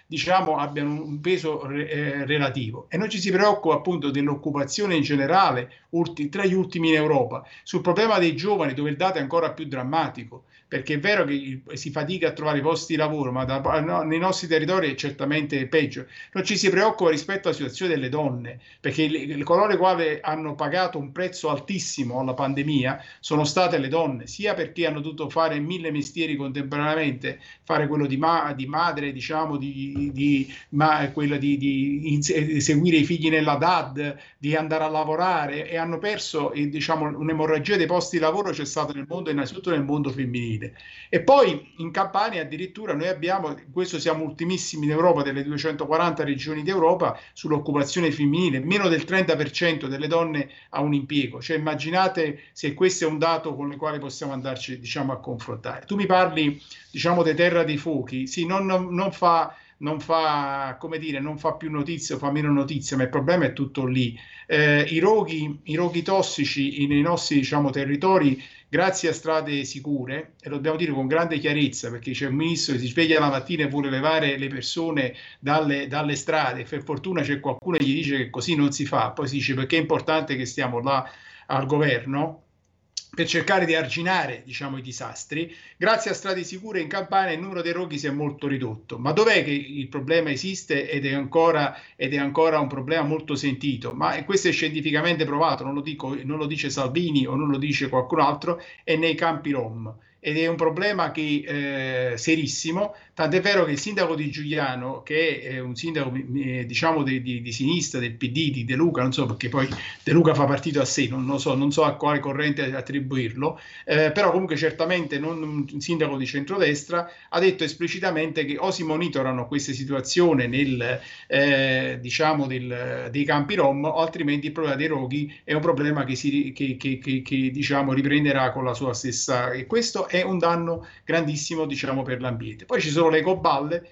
diciamo abbiano un peso eh, relativo, e non ci si preoccupa appunto dell'occupazione in generale, ulti, tra gli ultimi in Europa. Sul problema dei giovani, dove il dato è ancora più drammatico, perché è vero che si fatica a trovare posti di lavoro, ma da, no, nei nostri territori è certamente peggio. Non ci si preoccupa rispetto alla situazione delle donne, perché le, coloro i quali hanno pagato un prezzo altissimo alla pandemia sono state le donne, sia perché hanno dovuto fare mille mestieri contemporaneamente, fare quello di, ma, di madre, diciamo, di, di, ma, quello di, di in, seguire i figli nella D A D, di andare a lavorare, e hanno perso, e, diciamo, un'emorragia dei posti di lavoro c'è stata nel mondo, innanzitutto nel mondo femminile. E poi in Campania addirittura noi abbiamo, questo siamo ultimissimi in Europa, delle duecentoquaranta regioni d'Europa sull'occupazione femminile, meno del trenta per cento delle donne ha un impiego. Cioè immaginate se questo è un dato con il quale possiamo andarci, diciamo, a confrontare. Tu mi parli, diciamo, di Terra dei Fuochi, sì, non, non, non fa... non fa, come dire, non fa più notizia o fa meno notizia, ma il problema è tutto lì. Eh, i roghi, i roghi tossici nei nostri, diciamo, territori, grazie a Strade Sicure, e lo dobbiamo dire con grande chiarezza, perché c'è un ministro che si sveglia la mattina e vuole levare le persone dalle, dalle strade, per fortuna c'è qualcuno che gli dice che così non si fa, poi si dice perché è importante che stiamo là al governo per cercare di arginare, diciamo, i disastri. Grazie a Strade Sicure in Campania il numero dei roghi si è molto ridotto. Ma dov'è che il problema esiste ed è ancora, ed è ancora un problema molto sentito? Ma questo è scientificamente provato, non lo dico, non lo dice Salvini o non lo dice qualcun altro, è nei campi Rom. Ed è un problema che eh, serissimo, tant'è vero che il sindaco di Giuliano, che è un sindaco eh, diciamo di, di, di sinistra, del P D, di De Luca, non so perché poi De Luca fa partito a sé, non lo so, non so a quale corrente attribuirlo, eh, però comunque certamente non un sindaco di centrodestra, ha detto esplicitamente che o si monitorano queste situazioni nel, eh, diciamo del, dei campi Rom, o altrimenti il problema dei roghi è un problema che, si, che, che, che, che diciamo riprenderà con la sua stessa... E questo è un danno grandissimo, diciamo, per l'ambiente. Poi ci sono le ecoballe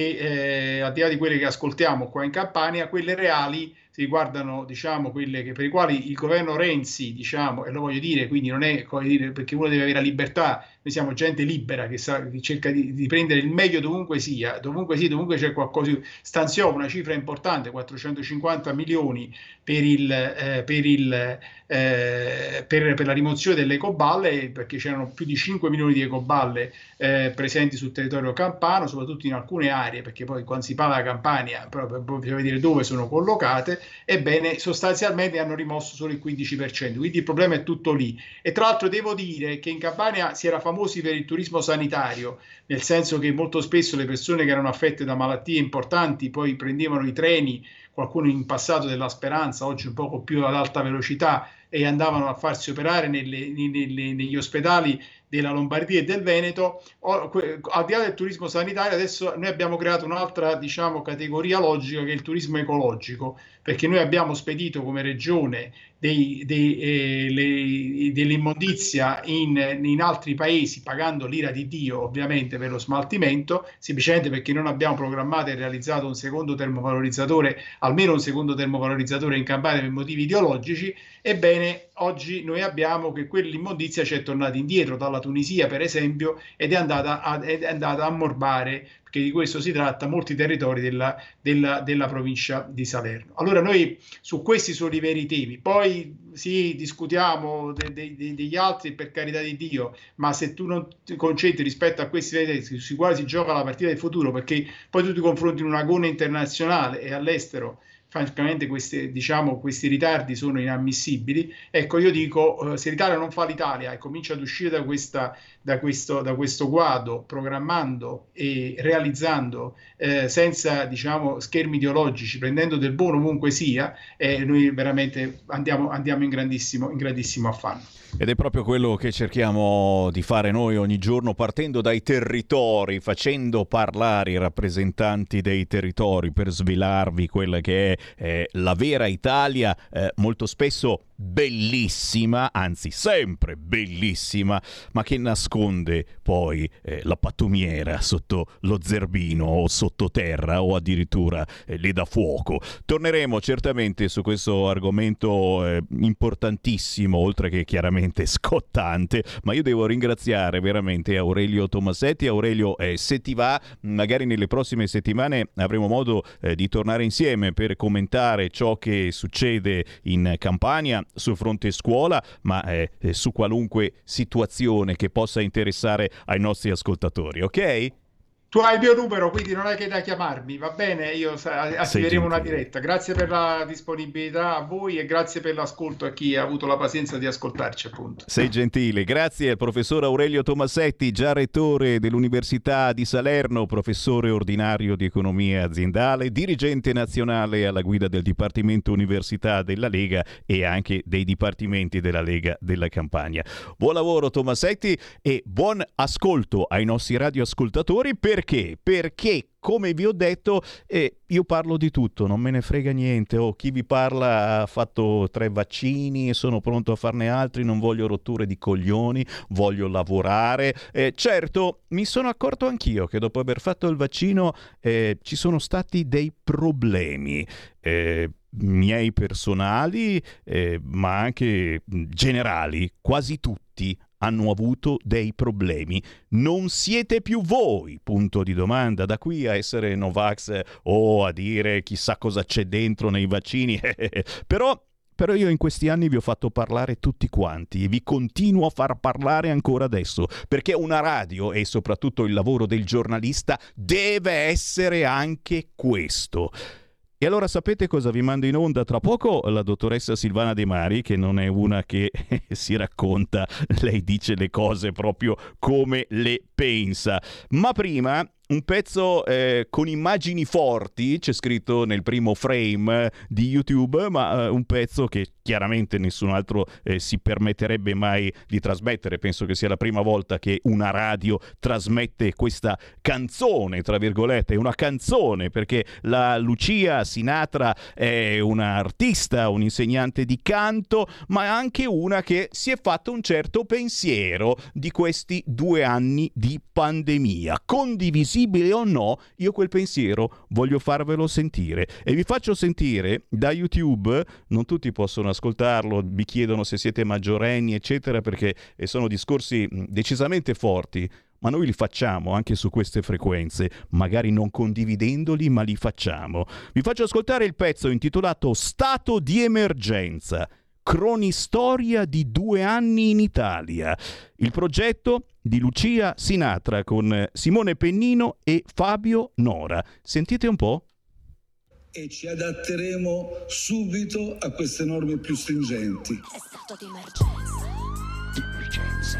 che, eh, al di là di quelle che ascoltiamo qua in Campania, quelle reali si riguardano, diciamo, quelle che, per i quali il governo Renzi, diciamo, e lo voglio dire, quindi non è, come dire, perché uno deve avere la libertà, noi siamo gente libera che, sa, che cerca di, di prendere il meglio dovunque sia, dovunque sia, dovunque c'è qualcosa, stanziò una cifra importante, quattrocentocinquanta milioni per, il, eh, per, il, eh, per, per la rimozione delle ecoballe, perché c'erano più di cinque milioni di ecoballe eh, presenti sul territorio campano, soprattutto in alcune aree, perché poi quando si parla della Campania proprio bisogna vedere dove sono collocate. Ebbene, sostanzialmente hanno rimosso solo il quindici per cento, quindi il problema è tutto lì. E tra l'altro devo dire che in Campania si era famosi per il turismo sanitario, nel senso che molto spesso le persone che erano affette da malattie importanti poi prendevano i treni, qualcuno in passato della Speranza, oggi un poco più ad alta velocità, e andavano a farsi operare nelle, nelle, negli ospedali della Lombardia e del Veneto. O, que, al di là del turismo sanitario, adesso noi abbiamo creato un'altra, diciamo, categoria logica, che è il turismo ecologico, perché noi abbiamo spedito come regione dei, dei, eh, le, dell'immondizia in, in altri paesi, pagando l'ira di Dio ovviamente per lo smaltimento, semplicemente perché non abbiamo programmato e realizzato un secondo termovalorizzatore, almeno un secondo termovalorizzatore in Campania per motivi ideologici. Ebbene, oggi noi abbiamo che quell'immondizia ci è tornata indietro dalla Tunisia, per esempio, ed è andata a, è andata a ammorbare, perché di questo si tratta, molti territori della, della, della provincia di Salerno. Allora noi su questi sono i veri temi, poi sì, discutiamo de, de, de, degli altri, per carità di Dio, ma se tu non ti concentri rispetto a questi temi sui quali si gioca la partita del futuro, perché poi tu ti confronti in un agone internazionale e all'estero, francamente questi, diciamo, questi ritardi sono inammissibili. Ecco, io dico, eh, se l'Italia non fa l'Italia e comincia ad uscire da, questa, da, questo, da questo guado, programmando e realizzando eh, senza, diciamo, schermi ideologici, prendendo del buono ovunque sia, eh, noi veramente andiamo, andiamo in grandissimo, in grandissimo affanno. Ed è proprio quello che cerchiamo di fare noi ogni giorno, partendo dai territori, facendo parlare i rappresentanti dei territori per svelarvi quella che è eh, la vera Italia, eh, molto spesso bellissima, anzi sempre bellissima, ma che nasconde poi eh, la pattumiera sotto lo zerbino o sottoterra o addirittura eh, lì da fuoco. Torneremo certamente su questo argomento eh, importantissimo, oltre che chiaramente scottante, ma io devo ringraziare veramente Aurelio Tomasetti. Aurelio, eh, se ti va, magari nelle prossime settimane avremo modo eh, di tornare insieme per commentare ciò che succede in Campania sul fronte scuola, ma eh, su qualunque situazione che possa interessare ai nostri ascoltatori, ok? Tu hai il mio numero, quindi non hai che da chiamarmi, va bene? Io attiveremo una diretta. Grazie per la disponibilità a voi e grazie per l'ascolto a chi ha avuto la pazienza di ascoltarci, appunto. Sei gentile. Grazie al professor Aurelio Tomasetti, già rettore dell'Università di Salerno, professore ordinario di economia aziendale, dirigente nazionale alla guida del Dipartimento Università della Lega e anche dei dipartimenti della Lega della Campania. Buon lavoro Tomasetti e buon ascolto ai nostri radioascoltatori. Per Perché? Perché, come vi ho detto, eh, io parlo di tutto, non me ne frega niente. Oh, chi vi parla ha fatto tre vaccini e sono pronto a farne altri, non voglio rotture di coglioni, voglio lavorare. Eh, certo, mi sono accorto anch'io che dopo aver fatto il vaccino eh, ci sono stati dei problemi. Eh, miei personali, eh, ma anche generali, quasi tutti hanno avuto dei problemi. Non siete più voi, punto di domanda. Da qui a essere Novax o a dire chissà cosa c'è dentro nei vaccini. Però Però io in questi anni vi ho fatto parlare tutti quanti e vi continuo a far parlare ancora adesso, perché una radio e soprattutto il lavoro del giornalista deve essere anche questo. E allora sapete cosa vi mando in onda tra poco? La dottoressa Silvana De Mari, che non è una che si racconta, lei dice le cose proprio come le pensa. Ma prima un pezzo eh, con immagini forti, c'è scritto nel primo frame eh, di YouTube, ma eh, un pezzo che chiaramente nessun altro eh, si permetterebbe mai di trasmettere. Penso che sia la prima volta che una radio trasmette questa canzone, tra virgolette, una canzone, perché la Lucia Sinatra è un'artista, un insegnante di canto, ma anche una che si è fatto un certo pensiero di questi due anni di pandemia. Condivisibile o no, io quel pensiero voglio farvelo sentire e vi faccio sentire da YouTube. Non tutti possono ascoltarlo, mi chiedono se siete maggiorenni eccetera, perché sono discorsi decisamente forti, ma noi li facciamo anche su queste frequenze, magari non condividendoli, ma li facciamo. Vi faccio ascoltare il pezzo intitolato Stato di emergenza, cronistoria di due anni in Italia. Il progetto di Lucia Sinatra con Simone Pennino e Fabio Nora. Sentite un po'. E ci adatteremo subito a queste norme più stringenti. È stato di emergenza. Di emergenza.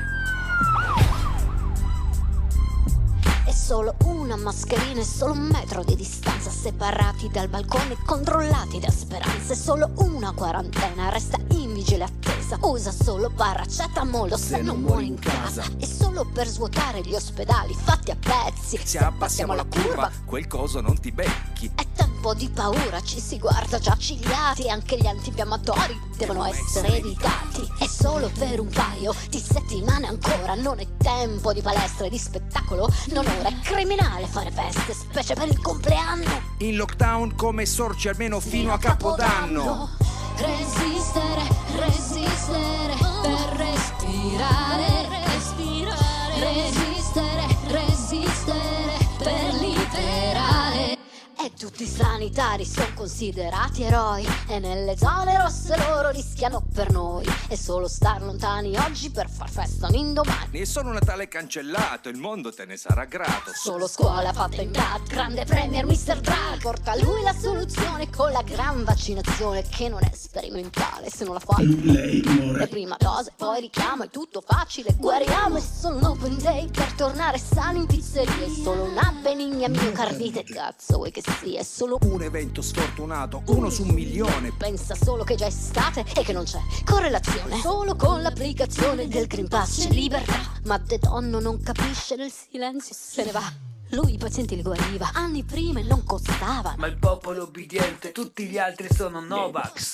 È solo una mascherina e solo un metro di distanza, separati dal balcone, controllati da speranze. Solo una quarantena, resta in vigile attesa. Usa solo paracetamolo se, se non muori in casa. E solo per svuotare gli ospedali fatti a pezzi. Se abbassiamo la curva, quel coso non ti becchi. È tempo di paura, ci si guarda già accigliati. Anche gli antinfiammatori devono essere evitati. È solo per un paio di settimane ancora. Non è tempo di palestra e di spettacolo. Non ora è criminale fare feste, specie per il compleanno. In lockdown come sorci almeno fino, fino a Capodanno. Capodanno. Resistere, resistere per respirare, respirare. Resistere, resistere per liberare. E tutti i sanitari sono considerati eroi e nelle zone rosse loro rischiano per noi. E solo star lontani oggi per far festa un indomani. E solo Natale cancellato, il mondo te ne sarà grato. Solo scuola fatta in grad, grande premier mister Drag. Porta lui la soluzione con la gran vaccinazione, che non è sperimentale se non la fai. Lei muore. E prima dose, poi richiamo, è tutto facile, guariamo. E solo un open day per tornare sani in pizzeria. È solo una benigna miocardite, cazzo vuoi che sia? È solo un evento sfortunato, uno su un milione. Pensa solo che già è estate e che non c'è correlazione. Solo con l'applicazione del Green Pass c'è libertà. Ma De Donno non capisce, nel silenzio se ne va. Lui i pazienti li guariva, anni prima e non costava. Ma il popolo obbediente, tutti gli altri sono Novax.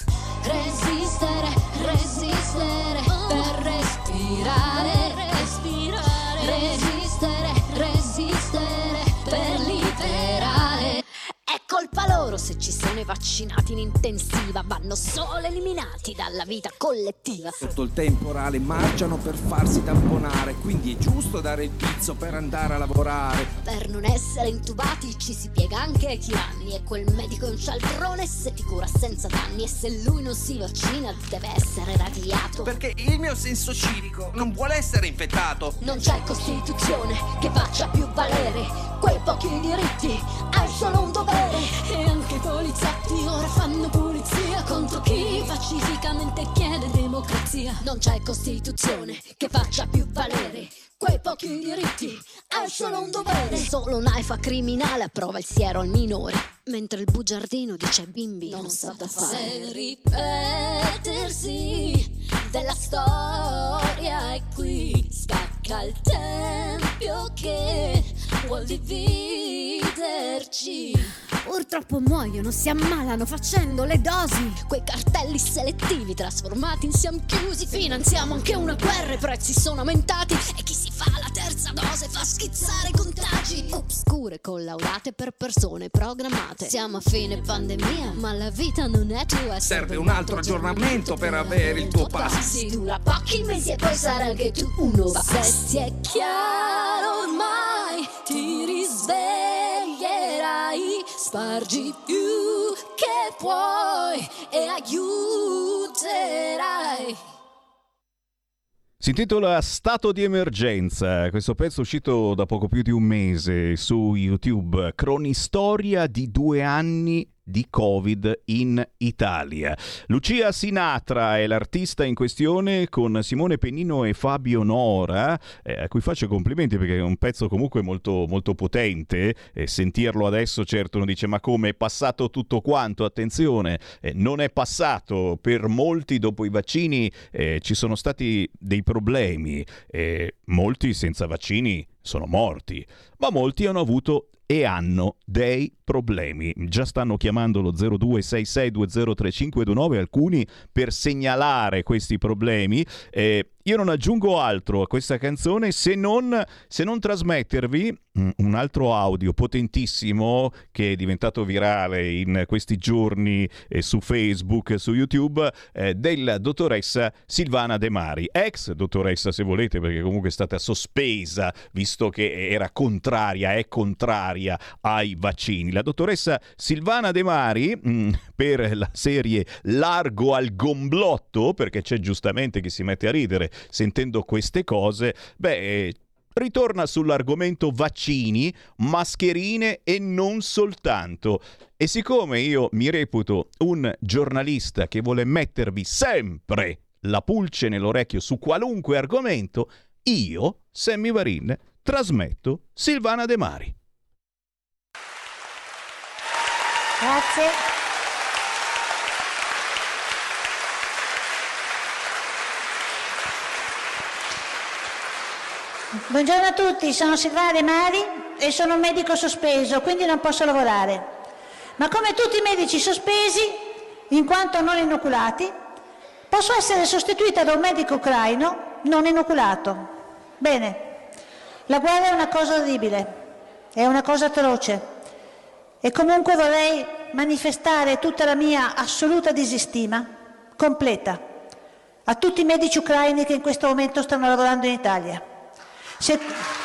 resistere, resistere per respirare, respirare, resistere, resistere per liberare. È colpa loro se ci sono i vaccinati in intensiva, vanno solo eliminati dalla vita collettiva. Sotto il temporale marciano per farsi tamponare, quindi è giusto dare il pizzo per andare a lavorare. Per non essere intubati ci si piega anche ai tiranni, e quel medico è un cialtrone se ti cura senza danni, e se lui non si vaccina deve essere radiato. Perché il mio senso civico non vuole essere infettato. Non c'è Costituzione che faccia più valere quei pochi diritti, hai solo un dovere. E anche i poliziotti ora fanno pulizia contro chi pacificamente chiede democrazia. Non c'è Costituzione che faccia più valere quei pochi diritti, hai solo un dovere. Solo un'aifa criminale approva il siero al minore, mentre il bugiardino dice ai bimbi non sa da fare. Se ripetersi della storia è qui, scacca il tempio che vuol dividerci. Purtroppo muoiono, si ammalano facendo le dosi. Quei cartelli selettivi trasformati in siamo chiusi. Finanziamo anche una guerra, i prezzi sono aumentati, e chi si fa la terza dose fa schizzare i contagi. Obscure collaudate per persone programmate. Siamo a fine pandemia, ma la vita non è tua. Serve un altro aggiornamento per avere il tuo pass. Si dura pochi mesi e poi sarà anche tu uno va. Se ti è chiaro ormai ti risveglierai, spargi più che puoi e aiuterai. Si intitola Stato di emergenza, questo pezzo è uscito da poco più di un mese su YouTube, cronistoria di due anni di Covid in Italia. Lucia Sinatra è l'artista in questione, con Simone Pennino e Fabio Nora, eh, a cui faccio complimenti perché è un pezzo comunque molto, molto potente. Eh, sentirlo adesso certo uno dice ma come, è passato tutto quanto? Attenzione, eh, non è passato. Per molti dopo i vaccini eh, ci sono stati dei problemi, eh, molti senza vaccini sono morti, ma molti hanno avuto e hanno dei problemi. Già stanno chiamando lo zero due sei sei due zero tre cinque due nove alcuni per segnalare questi problemi. Eh, io non aggiungo altro a questa canzone se non, se non trasmettervi un altro audio potentissimo che è diventato virale in questi giorni eh, su Facebook e su YouTube, eh, della dottoressa Silvana De Mari, ex dottoressa se volete, perché comunque è stata sospesa visto che era contraria, è contraria ai vaccini. La dottoressa Silvana De Mari mh, per la serie Largo al gomblotto, perché c'è giustamente chi si mette a ridere sentendo queste cose, beh, ritorna sull'argomento vaccini, mascherine e non soltanto. E siccome io mi reputo un giornalista che vuole mettervi sempre la pulce nell'orecchio su qualunque argomento, io, Sammy Varin, trasmetto Silvana De Mari. Grazie. Buongiorno a tutti, sono Silvana De Mari e sono un medico sospeso, quindi non posso lavorare. Ma come tutti i medici sospesi, in quanto non inoculati, posso essere sostituita da un medico ucraino non inoculato. Bene, la guerra è una cosa orribile, è una cosa atroce, e comunque vorrei manifestare tutta la mia assoluta disistima, completa, a tutti i medici ucraini che in questo momento stanno lavorando in Italia. Se...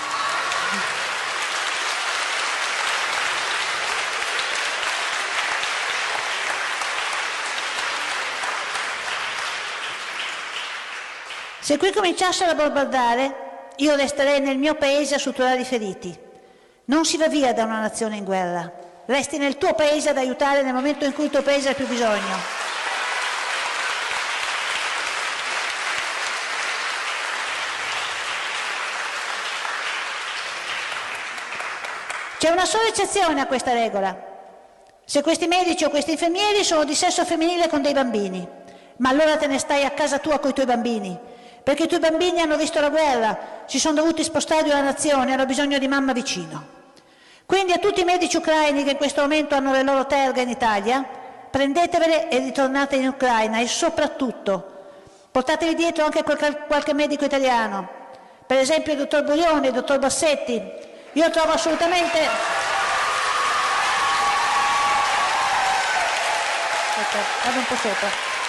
Se qui cominciassero a bombardare, io resterei nel mio paese a suturare i feriti. Non si va via da una nazione in guerra, resti nel tuo paese ad aiutare nel momento in cui il tuo paese ha più bisogno. C'è una sola eccezione a questa regola: se questi medici o questi infermieri sono di sesso femminile con dei bambini, ma allora te ne stai a casa tua con i tuoi bambini, perché i tuoi bambini hanno visto la guerra, si sono dovuti spostare da una nazione, hanno bisogno di mamma vicino. Quindi a tutti i medici ucraini che in questo momento hanno le loro terghe in Italia, prendetevele e ritornate in Ucraina e soprattutto portatevi dietro anche qualche, qualche medico italiano, per esempio il dottor Burioni, il dottor Bassetti. Io trovo assolutamente... Aspetta, vado un po' sopra.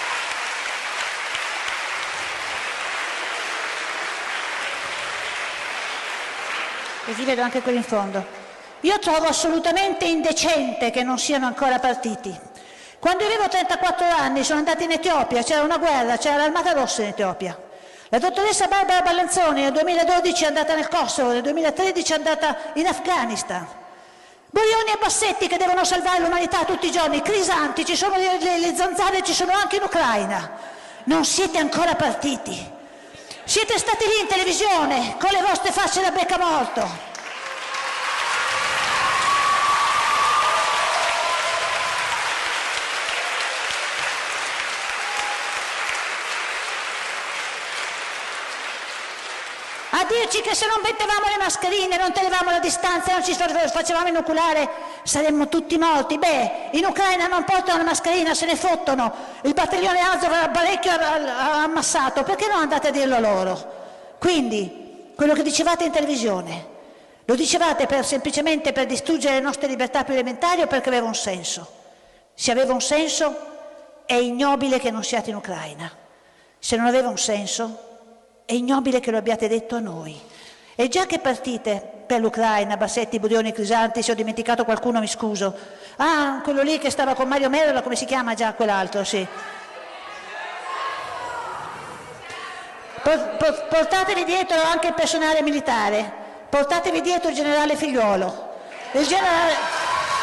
Così vedo anche quelli in fondo. Io trovo assolutamente indecente che non siano ancora partiti. Quando io avevo trentaquattro anni sono andata in Etiopia, c'era una guerra, c'era l'Armata Rossa in Etiopia. La dottoressa Barbara Ballanzoni nel duemiladodici è andata nel Kosovo, nel duemilatredici è andata in Afghanistan. Burioni e Bassetti che devono salvare l'umanità tutti i giorni, Crisanti, ci sono le, le, le zanzare, ci sono anche in Ucraina. Non siete ancora partiti. Siete stati lì in televisione con le vostre facce da beccamorto. A dirci che se non mettevamo le mascherine, non tenevamo la distanza, non ci facevamo inoculare, saremmo tutti morti. Beh, in Ucraina non portano la mascherina, se ne fottono. Il battaglione Azov era parecchio ammassato, perché non andate a dirlo a loro? Quindi, quello che dicevate in televisione, lo dicevate per, semplicemente per distruggere le nostre libertà più elementari o perché aveva un senso? Se aveva un senso, è ignobile che non siate in Ucraina. Se non aveva un senso, è ignobile che lo abbiate detto a noi. E già che partite per l'Ucraina, Bassetti, Burioni, Crisanti, se ho dimenticato qualcuno mi scuso. Ah, quello lì che stava con Mario Merola, come si chiama già quell'altro, sì. Portatevi dietro anche il personale militare, portatevi dietro il generale Figliuolo. Il generale...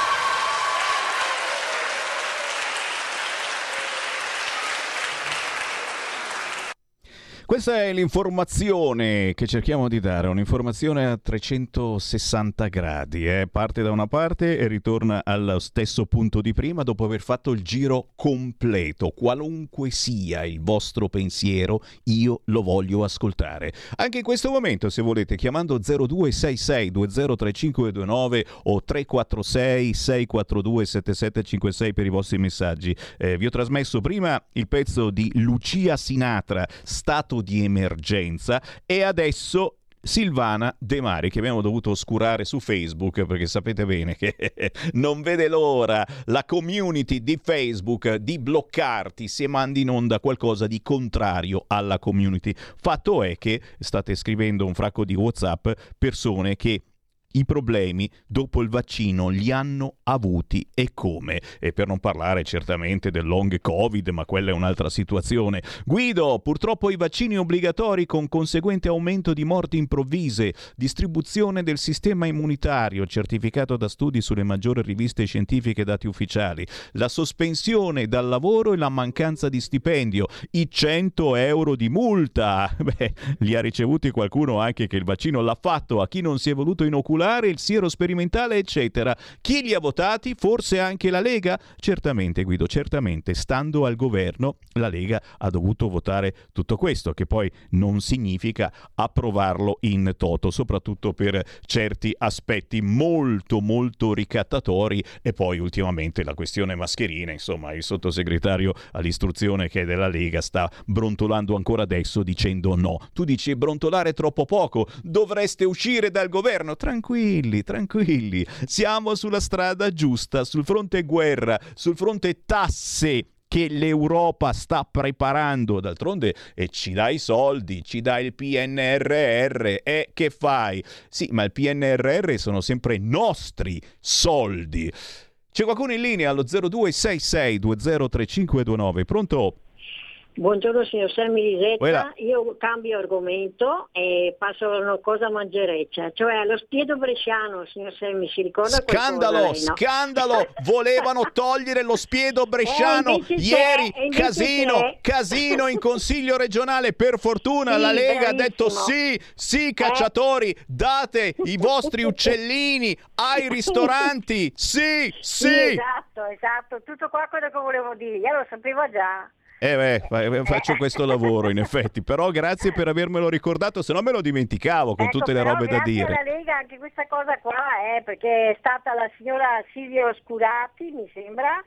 Questa è l'informazione che cerchiamo di dare, un'informazione a trecentosessanta gradi, eh? Parte da una parte e ritorna allo stesso punto di prima dopo aver fatto il giro completo. Qualunque sia il vostro pensiero, io lo voglio ascoltare. Anche in questo momento, se volete, chiamando zero due sei sei due zero tre cinque due nove o tre quattro sei sei quattro due sette sette cinque sei per i vostri messaggi. Eh, vi ho trasmesso prima il pezzo di Lucia Sinatra, Stato di emergenza, e adesso Silvana De Mari, che abbiamo dovuto oscurare su Facebook perché sapete bene che non vede l'ora la community di Facebook di bloccarti se mandi in onda qualcosa di contrario alla community. Fatto è che state scrivendo un fracco di WhatsApp persone che i problemi dopo il vaccino li hanno avuti e come, e per non parlare certamente del long covid, ma quella è un'altra situazione. Guido, purtroppo i vaccini obbligatori con conseguente aumento di morti improvvise, distribuzione del sistema immunitario certificato da studi sulle maggiori riviste scientifiche e dati ufficiali, la sospensione dal lavoro e la mancanza di stipendio, i cento euro di multa. Beh, li ha ricevuti qualcuno anche che il vaccino l'ha fatto, a chi non si è voluto inoculare il siero sperimentale, eccetera. Chi li ha votati? Forse anche la Lega? Certamente, Guido, certamente, stando al governo, la Lega ha dovuto votare tutto questo, che poi non significa approvarlo in toto, soprattutto per certi aspetti molto molto ricattatori. E poi ultimamente la questione mascherine, insomma, il sottosegretario all'istruzione che è della Lega sta brontolando ancora adesso dicendo no. Tu dici brontolare troppo poco, dovreste uscire dal governo. Tranquillo. Tranquilli, tranquilli, siamo sulla strada giusta, sul fronte guerra, sul fronte tasse che l'Europa sta preparando, d'altronde e ci dai i soldi, ci dai il P N R R, e che fai? Sì, ma il P N R R sono sempre nostri soldi. C'è qualcuno in linea allo zero due sei sei due zero tre cinque due nove, pronto? Buongiorno signor Sammy Lisetta, Quella. Io cambio argomento e passo a una cosa mangereccia, cioè allo spiedo bresciano, signor Sammy, si ricorda Scandalo, qualcosa, no? scandalo, volevano togliere lo spiedo bresciano eh, ieri, c'è, casino, c'è. casino in consiglio regionale, per fortuna Sì, la Lega ha bravissimo. detto sì, sì cacciatori, date i vostri uccellini ai ristoranti, sì, sì. Sì, esatto, esatto, tutto qua quello che volevo dire, io lo sapevo già. Eh beh, faccio questo lavoro in effetti, però grazie per avermelo ricordato, se no me lo dimenticavo con ecco, tutte le robe da dire. Grazie alla Lega anche questa cosa qua, eh, perché è stata la signora Silvia Oscurati, mi sembra,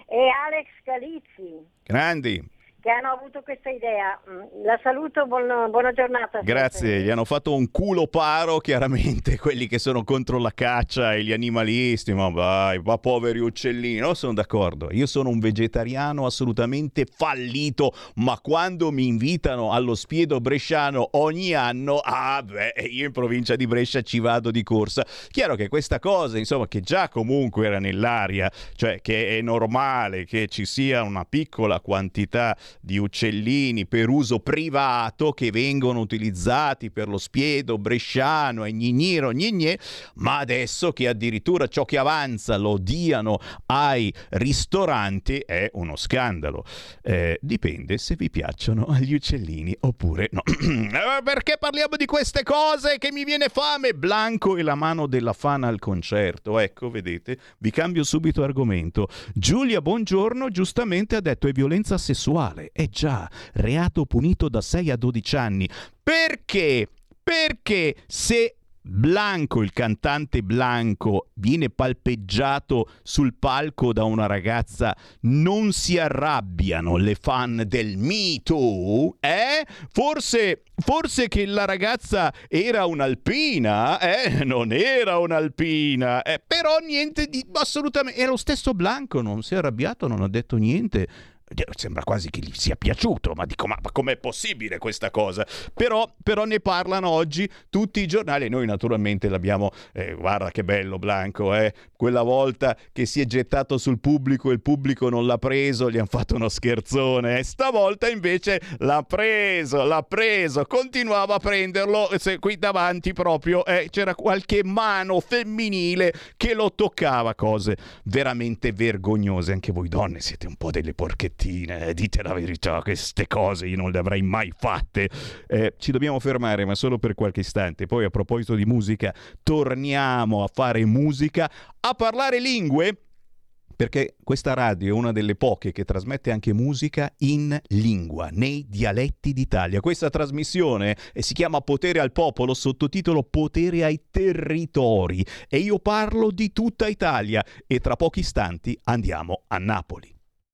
e Alex Galizzi, Grandi. che hanno avuto questa idea. La saluto, buona, buona giornata. Grazie, sempre. Gli hanno fatto un culo paro chiaramente quelli che sono contro la caccia e gli animalisti, ma vai, ma poveri uccellini. No, sono d'accordo, io sono un vegetariano assolutamente fallito, ma quando mi invitano allo Spiedo Bresciano ogni anno, ah beh, io in provincia di Brescia ci vado di corsa. Chiaro che questa cosa, insomma, che già comunque era nell'aria, cioè che è normale che ci sia una piccola quantità di uccellini per uso privato che vengono utilizzati per lo Spiedo Bresciano e gnigniro gnignè, ma adesso che addirittura ciò che avanza lo diano ai ristoranti è uno scandalo. Eh, dipende se vi piacciono gli uccellini oppure no. Perché parliamo di queste cose che mi viene fame? Blanco e la mano della Fana al concerto. Ecco, vedete, vi cambio subito argomento. Giulia, buongiorno, giustamente ha detto è violenza sessuale. È già reato punito da sei a dodici anni. Perché? Perché se Blanco, il cantante Blanco, viene palpeggiato sul palco da una ragazza, non si arrabbiano le fan del Me Too? Eh? Forse, forse che la ragazza era un'alpina? Eh? Non era un'alpina. Eh? Però niente di assolutamente... Era lo stesso Blanco, non si è arrabbiato, non ha detto niente. Sembra quasi che gli sia piaciuto, ma dico, ma, ma com'è possibile questa cosa? Però, però ne parlano oggi tutti i giornali e noi naturalmente l'abbiamo, eh, guarda che bello Blanco, eh? Quella volta che si è gettato sul pubblico e il pubblico non l'ha preso, gli hanno fatto uno scherzone, e stavolta invece l'ha preso, l'ha preso, continuava a prenderlo, se qui davanti proprio eh, c'era qualche mano femminile che lo toccava, cose veramente vergognose. Anche voi donne siete un po' delle porchettine. Dite la verità, queste cose io non le avrei mai fatte. Eh, ci dobbiamo fermare, ma solo per qualche istante. Poi a proposito di musica, torniamo a fare musica, a parlare lingue, perché questa radio è una delle poche che trasmette anche musica in lingua, nei dialetti d'Italia. Questa trasmissione eh, si chiama Potere al Popolo, sottotitolo Potere ai Territori, e io parlo di tutta Italia e tra pochi istanti andiamo a Napoli.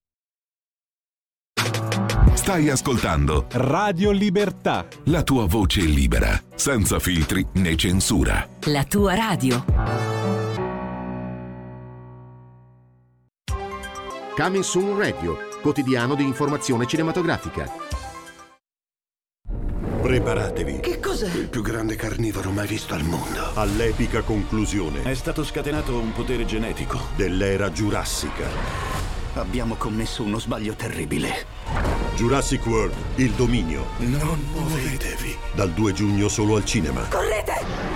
Stai ascoltando Radio Libertà, la tua voce libera, senza filtri né censura. La tua radio. Coming Soon Radio, quotidiano di informazione cinematografica. Preparatevi. Che cos'è? Il più grande carnivoro mai visto al mondo. All'epica conclusione. È stato scatenato un potere genetico dell'era giurassica. Abbiamo commesso uno sbaglio terribile. Jurassic World, il dominio. Non muovetevi. Dal due giugno solo al cinema. Correte!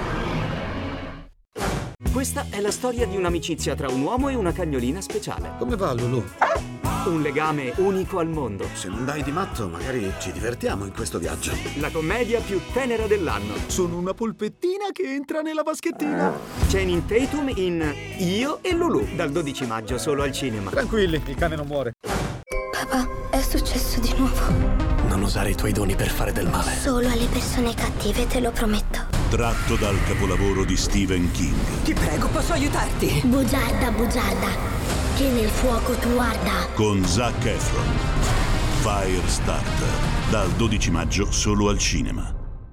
Questa è la storia di un'amicizia tra un uomo e una cagnolina speciale. Come va, Lulu? Un legame unico al mondo. Se non dai di matto, magari ci divertiamo in questo viaggio. La commedia più tenera dell'anno. Sono una polpettina che entra nella vaschettina. Channing Tatum in Io e Lulu, dal dodici maggio solo al cinema. Tranquilli, il cane non muore. Papà, è successo di nuovo. Non usare i tuoi doni per fare del male. Solo alle persone cattive, te lo prometto. Tratto dal capolavoro di Stephen King. Ti prego, posso aiutarti? Bugiarda, bugiarda, che nel fuoco tu arda. Con Zac Efron. Firestarter. Dal dodici maggio solo al cinema.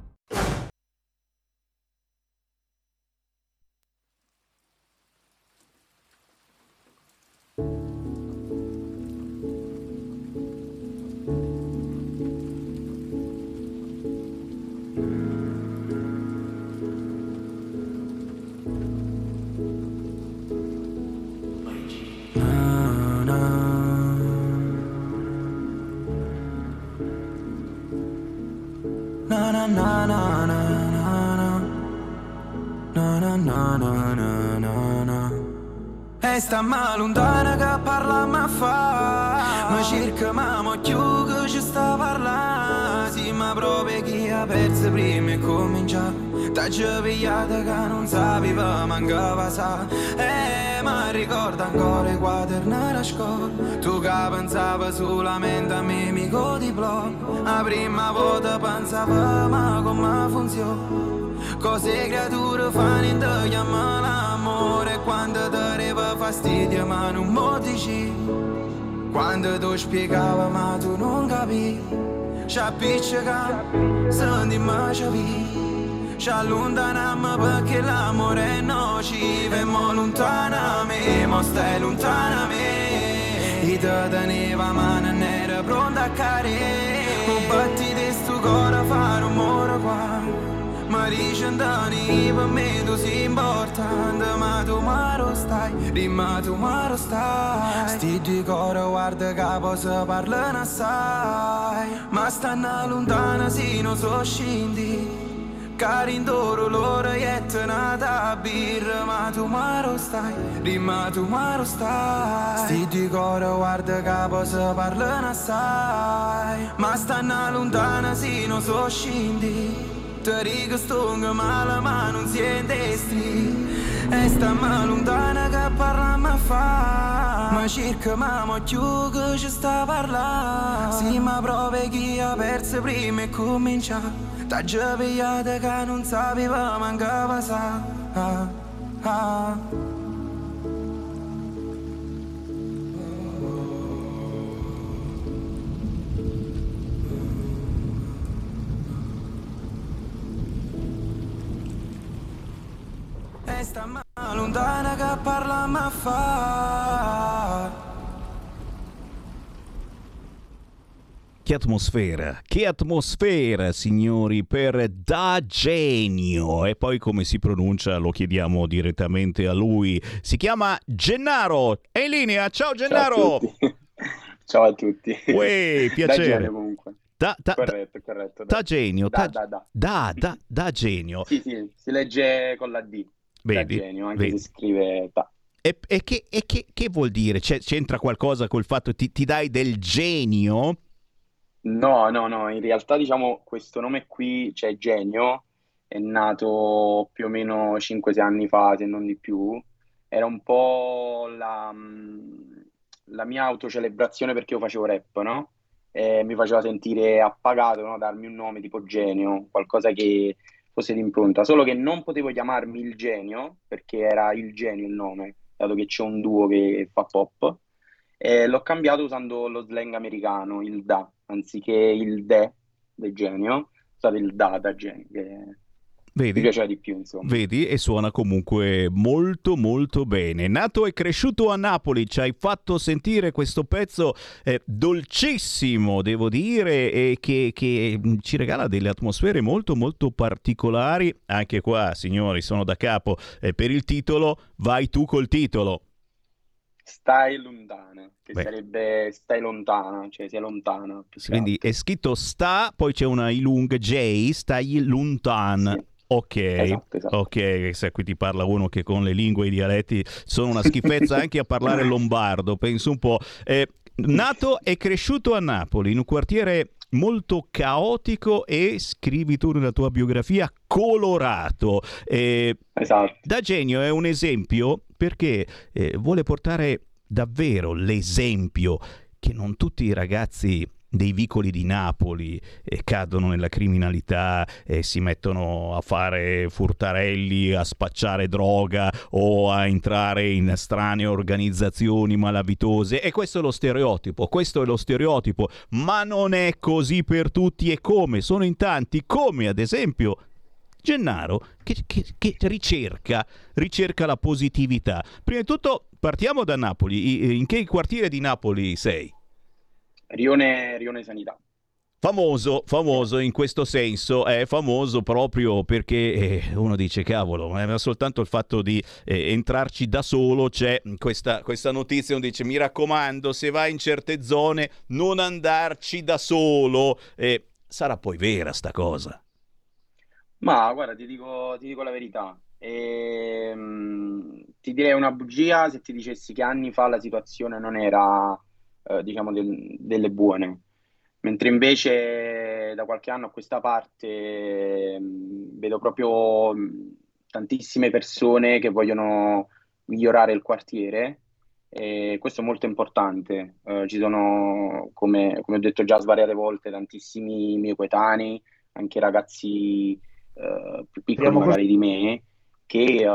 E sta ma lontana che parla ma fa. Ma cerca ma mo' più che ci sta parlando. Sì, ma ma proprio chi ha perso prima e comincia. T'hai pigliata che non sapeva mancava sa. Eh, ma ricorda ancora i quaderni a scuola. Tu che pensava solamente a me amico di blog. La prima volta pensava ma come funziona. Cose creature fanno in te chiama l'amore. Quando ti arriva fastidio ma non mo dici. Quando tu spiegava ma tu non capivi. C'appiccica, senti ma capivi. Ci allontaniamo perché l'amore è nocivo. E mo lontana me, mo stai lontana me. E te teneva mano e era pronta a cadere. Un batti di sto cuore a fare un muro qua. Ma dice Antoni, per me tu sei importante. Ma tu maro stai, dimma tu maro stai. Sti due cuori guarda che posso parlare assai. Ma stanno lontano se non so scendi. Cari indoro loro e nata birra. Ma tu maro stai, dimma tu maro stai. Sti due cuori guarda che posso parlare assai. Ma stanno lontano se non so scendi. Ti dico stonga male ma non siete stri. E sta ma lontana che parla ma fa. Ma cerca ma mo più che ci sta parlando. Sì ma proprio chi ha perso prima e comincia. T'ha già pigliata che non sapeva mancava sa. Ah, ah. E sta ma lontana che parla ma fa. Che atmosfera, che atmosfera, signori, per Da Genio. E poi come si pronuncia lo chiediamo direttamente a lui. Si chiama Gennaro. È in linea. Ciao Gennaro. Ciao a tutti. Ciao a tutti. Uè, piacere. Da Genio comunque. Da, da, corretto, corretto. Da Genio. Da, da, da, da. Da, da, da Genio. Sì, sì, si legge con la D. Vedi, Da Genio, anche vedi. si scrive da. E, e, che, e che, che vuol dire? C'è, c'entra qualcosa col fatto ti, ti dai del genio? No, no, no, in realtà diciamo questo nome qui, cioè Genio, è nato più o meno cinque sei anni fa, se non di più. Era un po' la, la mia autocelebrazione perché io facevo rap, no? E mi faceva sentire appagato, no? Darmi un nome tipo Genio, qualcosa che fosse d'impronta. Solo che non potevo chiamarmi il Genio, perché era il Genio il nome, dato che c'è un duo che fa pop. E l'ho cambiato usando lo slang americano, il da, anziché il de del genio, usate il da da genio, che Vedi? mi piaceva di più, insomma. Vedi? E suona comunque molto molto bene. Nato e cresciuto a Napoli, ci hai fatto sentire questo pezzo eh, dolcissimo, devo dire, e che, che ci regala delle atmosfere molto molto particolari. Anche qua, signori, sono da capo. Eh, per il titolo, vai tu col titolo. Stai lontana, che Beh. sarebbe stai lontana, cioè sei lontana. più che Quindi è scritto sta, poi c'è una ilung J, stai lontan. Sì. Ok, Esatto, esatto. ok, se qui ti parla uno che con le lingue e i dialetti sono una schifezza anche a parlare lombardo, penso un po'. Eh, nato e cresciuto a Napoli, in un quartiere molto caotico e, scrivi tu nella tua biografia, colorato. Eh, Esatto. Da Genio è un esempio perché eh, vuole portare davvero l'esempio che non tutti i ragazzi dei vicoli di Napoli eh, cadono nella criminalità e si mettono a fare furtarelli, a spacciare droga o a entrare in strane organizzazioni malavitose. E questo è lo stereotipo, questo è lo stereotipo, ma non è così per tutti. E come? Sono in tanti, come ad esempio Gennaro, che, che, che ricerca, ricerca la positività. Prima di tutto partiamo da Napoli. In che quartiere di Napoli sei? Rione, Rione Sanità. Famoso, famoso in questo senso, è famoso proprio perché eh, uno dice cavolo, ma soltanto il fatto di eh, entrarci da solo, c'è questa, questa notizia, uno dice mi raccomando, se vai in certe zone non andarci da solo, eh, sarà poi vera sta cosa. Ma guarda, ti dico, ti dico la verità. Ehm, ti direi una bugia se ti dicessi che anni fa la situazione non era, eh, diciamo, del- delle buone. mentre invece da qualche anno a questa parte mh, vedo proprio mh, tantissime persone che vogliono migliorare il quartiere, e questo è molto importante. Eh, ci sono, come, come ho detto già svariate volte, tantissimi miei coetanei, anche ragazzi eh, più piccoli Abbiamo magari di me, che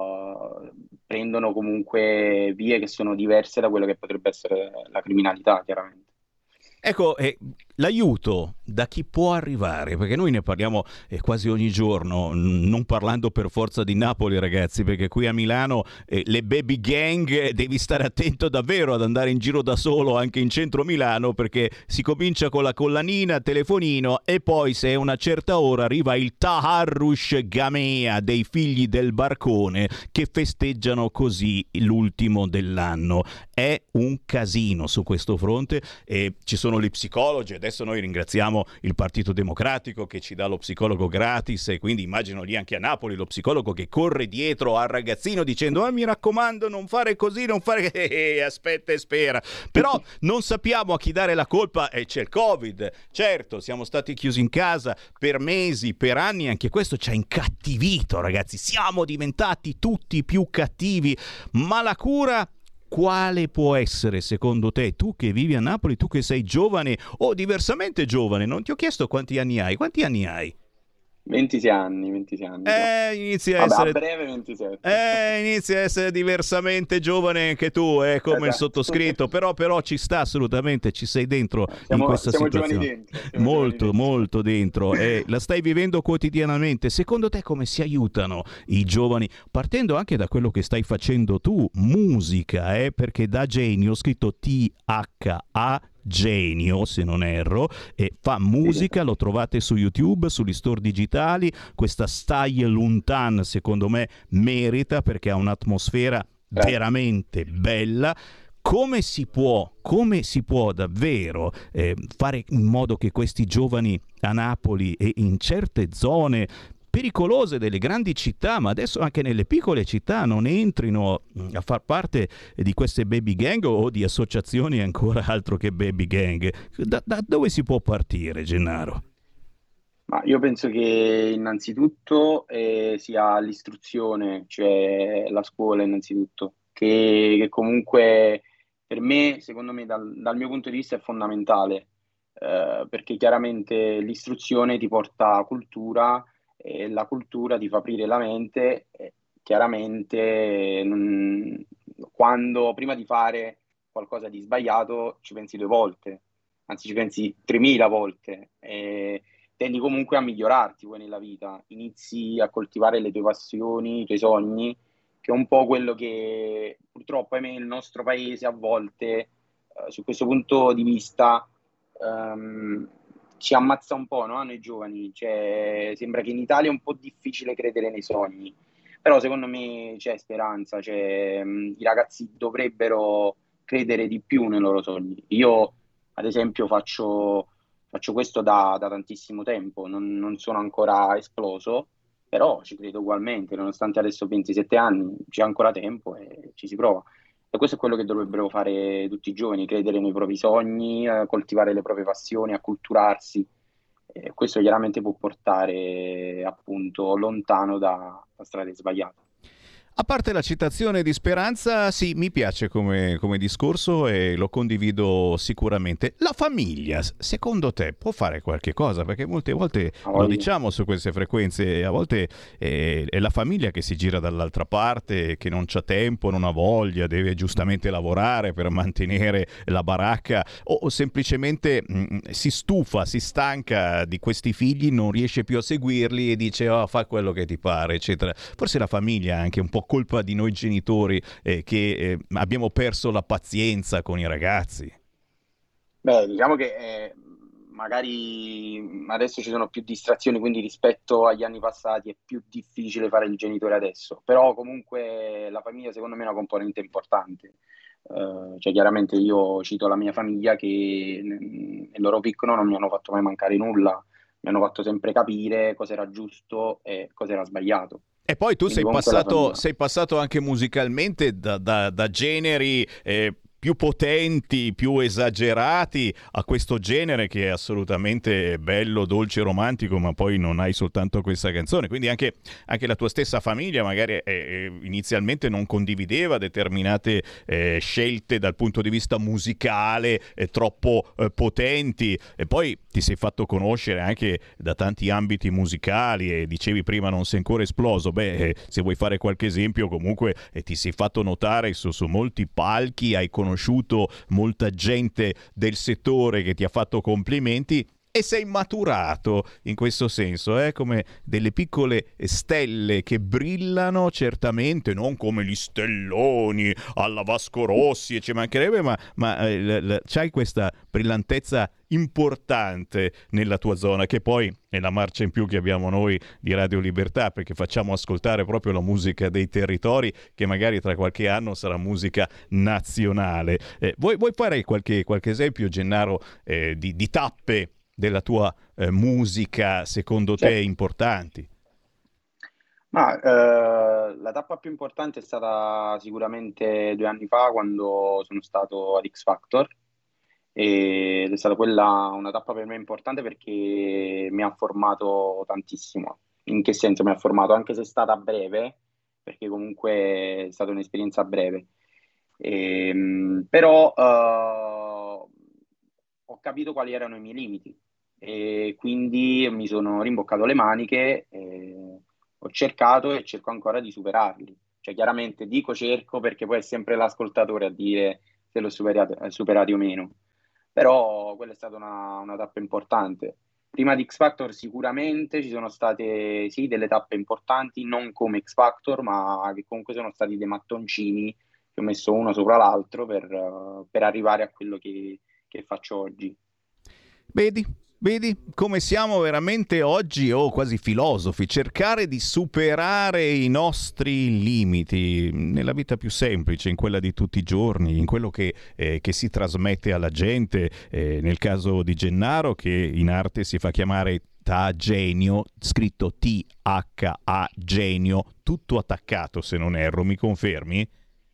eh, prendono comunque vie che sono diverse da quello che potrebbe essere la criminalità, chiaramente. Ecco, eh, l'aiuto da chi può arrivare, perché noi ne parliamo eh, quasi ogni giorno, n- non parlando per forza di Napoli, ragazzi, perché qui a Milano eh, le baby gang eh, devi stare attento davvero ad andare in giro da solo anche in centro Milano, perché si comincia con la collanina, telefonino, e poi se è una certa ora arriva il Taharrush Gamea dei figli del barcone che festeggiano così l'ultimo dell'anno. È un casino su questo fronte, e ci sono gli psicologi. Adesso noi ringraziamo il Partito Democratico che ci dà lo psicologo gratis, e quindi immagino lì anche a Napoli lo psicologo che corre dietro al ragazzino dicendo: ah, mi raccomando, non fare così, non fare eh, aspetta e spera. Però non sappiamo a chi dare la colpa, e c'è il Covid. Certo, siamo stati chiusi in casa per mesi, per anni, anche questo ci ha incattivito, ragazzi, siamo diventati tutti più cattivi, ma la cura quale può essere secondo te? Tu che vivi a Napoli, tu che sei giovane o diversamente giovane, non ti ho chiesto quanti anni hai, quanti anni hai? ventisei anni, ventisei anni. Eh, inizia a Vabbè, essere... a breve ventisette. Eh, inizia a essere diversamente giovane anche tu, eh, come esatto. il sottoscritto, però, però ci sta assolutamente, ci sei dentro siamo, in questa siamo situazione. Dentro, siamo molto, molto dentro, e la stai vivendo quotidianamente. Secondo te come si aiutano i giovani? Partendo anche da quello che stai facendo tu, musica, eh, perché da Genio, scritto T H A Genio se non erro, e fa musica, lo trovate su YouTube, sugli store digitali. Questa Style Luntan secondo me merita, perché ha un'atmosfera veramente bella. Come si può, come si può davvero eh, fare in modo che questi giovani a Napoli e in certe zone pericolose delle grandi città, ma adesso anche nelle piccole città, non entrino a far parte di queste baby gang o di associazioni ancora altro che baby gang? Da, da dove si può partire, Gennaro? Ma io penso che innanzitutto eh, sia l'istruzione, cioè la scuola innanzitutto, che, che comunque per me, secondo me, dal, dal mio punto di vista è fondamentale, eh, perché chiaramente l'istruzione ti porta cultura, e la cultura ti fa aprire la mente. E chiaramente non, quando prima di fare qualcosa di sbagliato ci pensi due volte, anzi ci pensi tremila volte, e tendi comunque a migliorarti poi nella vita, inizi a coltivare le tue passioni, i tuoi sogni, che è un po' quello che purtroppo ahimè il nostro paese a volte eh, su questo punto di vista um, ci ammazza un po', no? Noi giovani, cioè, sembra che in Italia è un po' difficile credere nei sogni, però secondo me c'è speranza, cioè, mh, i ragazzi dovrebbero credere di più nei loro sogni. Io ad esempio faccio, faccio questo da, da tantissimo tempo, non, non sono ancora esploso, però ci credo ugualmente, nonostante adesso ho ventisette anni, c'è ancora tempo e ci si prova. E questo è quello che dovrebbero fare tutti i giovani, credere nei propri sogni, eh, coltivare le proprie passioni, acculturarsi. E questo chiaramente può portare appunto lontano da, da strade sbagliate. A parte la citazione di Speranza, sì, mi piace come, come discorso e lo condivido sicuramente. La famiglia, secondo te, può fare qualche cosa? Perché molte volte oh, lo diciamo su queste frequenze, a volte è, è la famiglia che si gira dall'altra parte, che non c'ha tempo, non ha voglia, deve giustamente lavorare per mantenere la baracca, o, o semplicemente mh, si stufa, si stanca di questi figli, non riesce più a seguirli e dice oh, fa quello che ti pare, eccetera. Forse la famiglia è anche un po' colpa di noi genitori eh, che eh, abbiamo perso la pazienza con i ragazzi. Beh, diciamo che eh, magari adesso ci sono più distrazioni, quindi rispetto agli anni passati è più difficile fare il genitore adesso, però comunque la famiglia secondo me è una componente importante. Uh, cioè chiaramente io cito la mia famiglia che nel loro piccolo non mi hanno fatto mai mancare nulla, mi hanno fatto sempre capire cosa era giusto e cosa era sbagliato. E poi tu sei passato, sei passato anche musicalmente da, da, da generi eh, più potenti, più esagerati a questo genere che è assolutamente bello, dolce, romantico, ma poi non hai soltanto questa canzone. Quindi anche, anche la tua stessa famiglia magari eh, inizialmente non condivideva determinate eh, scelte dal punto di vista musicale eh, troppo eh, potenti, e poi ti sei fatto conoscere anche da tanti ambiti musicali e dicevi prima non sei ancora esploso. Beh, eh, se vuoi fare qualche esempio, comunque eh, ti sei fatto notare su, su molti palchi, hai conosciuto molta gente del settore che ti ha fatto complimenti e sei maturato in questo senso, eh? Come delle piccole stelle che brillano, certamente non come gli stelloni alla Vasco Rossi e ci mancherebbe, ma, ma eh, l- l- c'hai questa brillantezza importante nella tua zona, che poi è la marcia in più che abbiamo noi di Radio Libertà, perché facciamo ascoltare proprio la musica dei territori, che magari tra qualche anno sarà musica nazionale. Eh, vuoi, vuoi fare qualche, qualche esempio, Gennaro, eh, di, di tappe della tua eh, musica secondo te Certo. importanti? Ma eh, la tappa più importante è stata sicuramente due anni fa, quando sono stato ad X Factor, ed è stata quella una tappa per me importante perché mi ha formato tantissimo. In che senso mi ha formato? Anche se è stata breve, perché comunque è stata un'esperienza breve. Ehm, però eh, ho capito quali erano i miei limiti e quindi mi sono rimboccato le maniche, e ho cercato e cerco ancora di superarli. Cioè, chiaramente dico cerco perché poi è sempre l'ascoltatore a dire se l'ho superati, superati o meno. Però quella è stata una, una tappa importante. Prima di X Factor sicuramente ci sono state sì delle tappe importanti, non come X Factor, ma che comunque sono stati dei mattoncini che ho messo uno sopra l'altro per, uh, per arrivare a quello che, che faccio oggi. Vedi? Vedi come siamo veramente oggi, o oh, quasi filosofi, cercare di superare i nostri limiti nella vita più semplice, in quella di tutti i giorni, in quello che, eh, che si trasmette alla gente, eh, nel caso di Gennaro, che in arte si fa chiamare Ta Genio, scritto T H A Genio, tutto attaccato se non erro, mi confermi?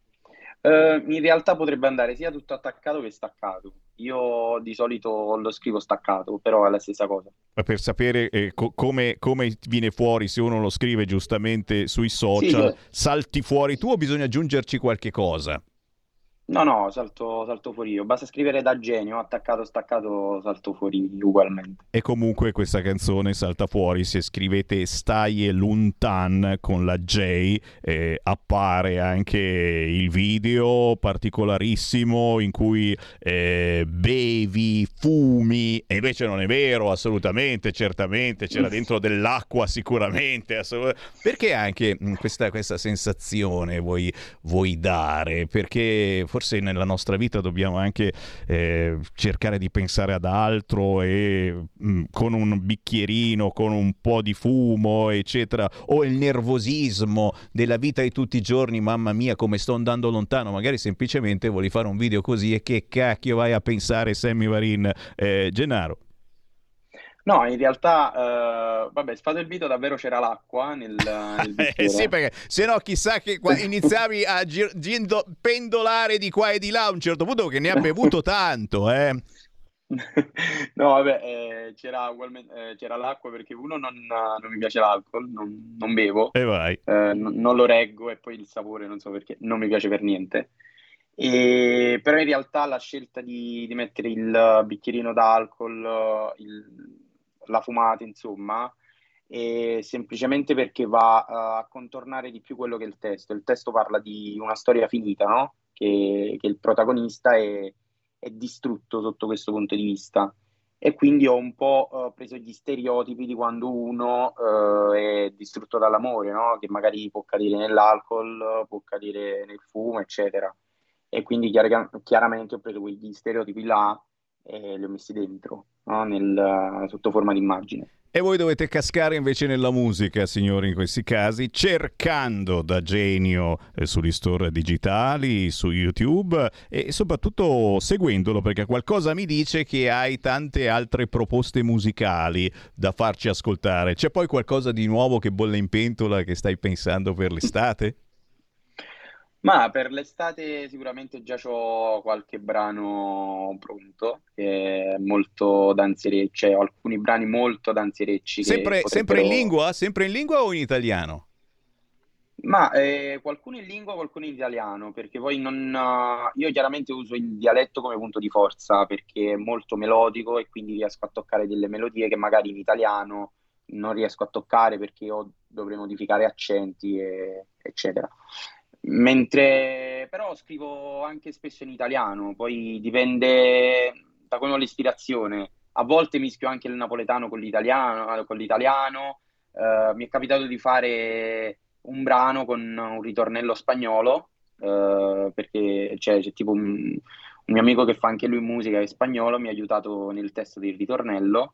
Uh, in realtà potrebbe andare sia tutto attaccato che staccato. Io di solito lo scrivo staccato, però è la stessa cosa. Per sapere eh, co- come, come viene fuori, se uno lo scrive giustamente sui social, sì, salti fuori tu o bisogna aggiungerci qualche cosa? No, no, salto, salto fuori io. Basta scrivere Da Genio, attaccato, staccato, salto fuori ugualmente. E comunque questa canzone salta fuori se scrivete Stai e Luntan con la J, eh, appare anche il video particolarissimo in cui eh, bevi, fumi, e invece non è vero, assolutamente, certamente, c'era dentro dell'acqua sicuramente, assolut- perché anche questa, questa sensazione vuoi, vuoi dare? Perché forse nella nostra vita dobbiamo anche eh, cercare di pensare ad altro e mh, con un bicchierino, con un po' di fumo, eccetera, o il nervosismo della vita di tutti i giorni, mamma mia come sto andando lontano, magari semplicemente vuoi fare un video così e che cacchio vai a pensare, Sammy Varin? eh, Gennaro? No, in realtà, uh, vabbè, sfato il video, davvero c'era l'acqua nel, nel eh sì, perché se no chissà che qua iniziavi a gir- gindo- pendolare di qua e di là a un certo punto, che ne ha bevuto tanto, eh. No, vabbè, eh, c'era, ugualmente, eh, c'era l'acqua perché uno non, non mi piace l'alcol, non, non bevo, e vai. Eh, n- non lo reggo, e poi il sapore, non so perché, non mi piace per niente. E, però in realtà la scelta di, di mettere il bicchierino d'alcol, il la fumata, insomma, è semplicemente perché va uh, a contornare di più quello che è il testo. Il testo parla di una storia finita, no? Che, che il protagonista è, è distrutto sotto questo punto di vista. E quindi ho un po' uh, preso gli stereotipi di quando uno uh, è distrutto dall'amore, no? Che magari può cadere nell'alcol, può cadere nel fumo, eccetera. E quindi chiar- chiaramente ho preso quegli stereotipi là e li ho messi dentro, no? Nel, sotto forma di immagine. E voi dovete cascare invece nella musica, signori, in questi casi, cercando Da Genio eh, sugli store digitali, su YouTube, e soprattutto seguendolo, perché qualcosa mi dice che hai tante altre proposte musicali da farci ascoltare. C'è poi qualcosa di nuovo che bolle in pentola che stai pensando per l'estate? Ma per l'estate sicuramente già c'ho qualche brano pronto, che è molto danzereccio, cioè ho alcuni brani molto danzerecci che Sempre, sempre in potrebbero... lingua? Sempre in lingua o in italiano? Ma eh, qualcuno in lingua, qualcuno in italiano, perché poi non, eh, io chiaramente uso il dialetto come punto di forza perché è molto melodico e quindi riesco a toccare delle melodie che magari in italiano non riesco a toccare perché io dovrei modificare accenti, e- eccetera. Mentre però scrivo anche spesso in italiano, poi dipende da come ho l'ispirazione. A volte mischio anche il napoletano con l'italiano, con l'italiano. Eh, mi è capitato di fare un brano con un ritornello spagnolo, eh, perché c'è, c'è tipo un, un mio amico che fa anche lui musica, è spagnolo, mi ha aiutato nel testo del ritornello,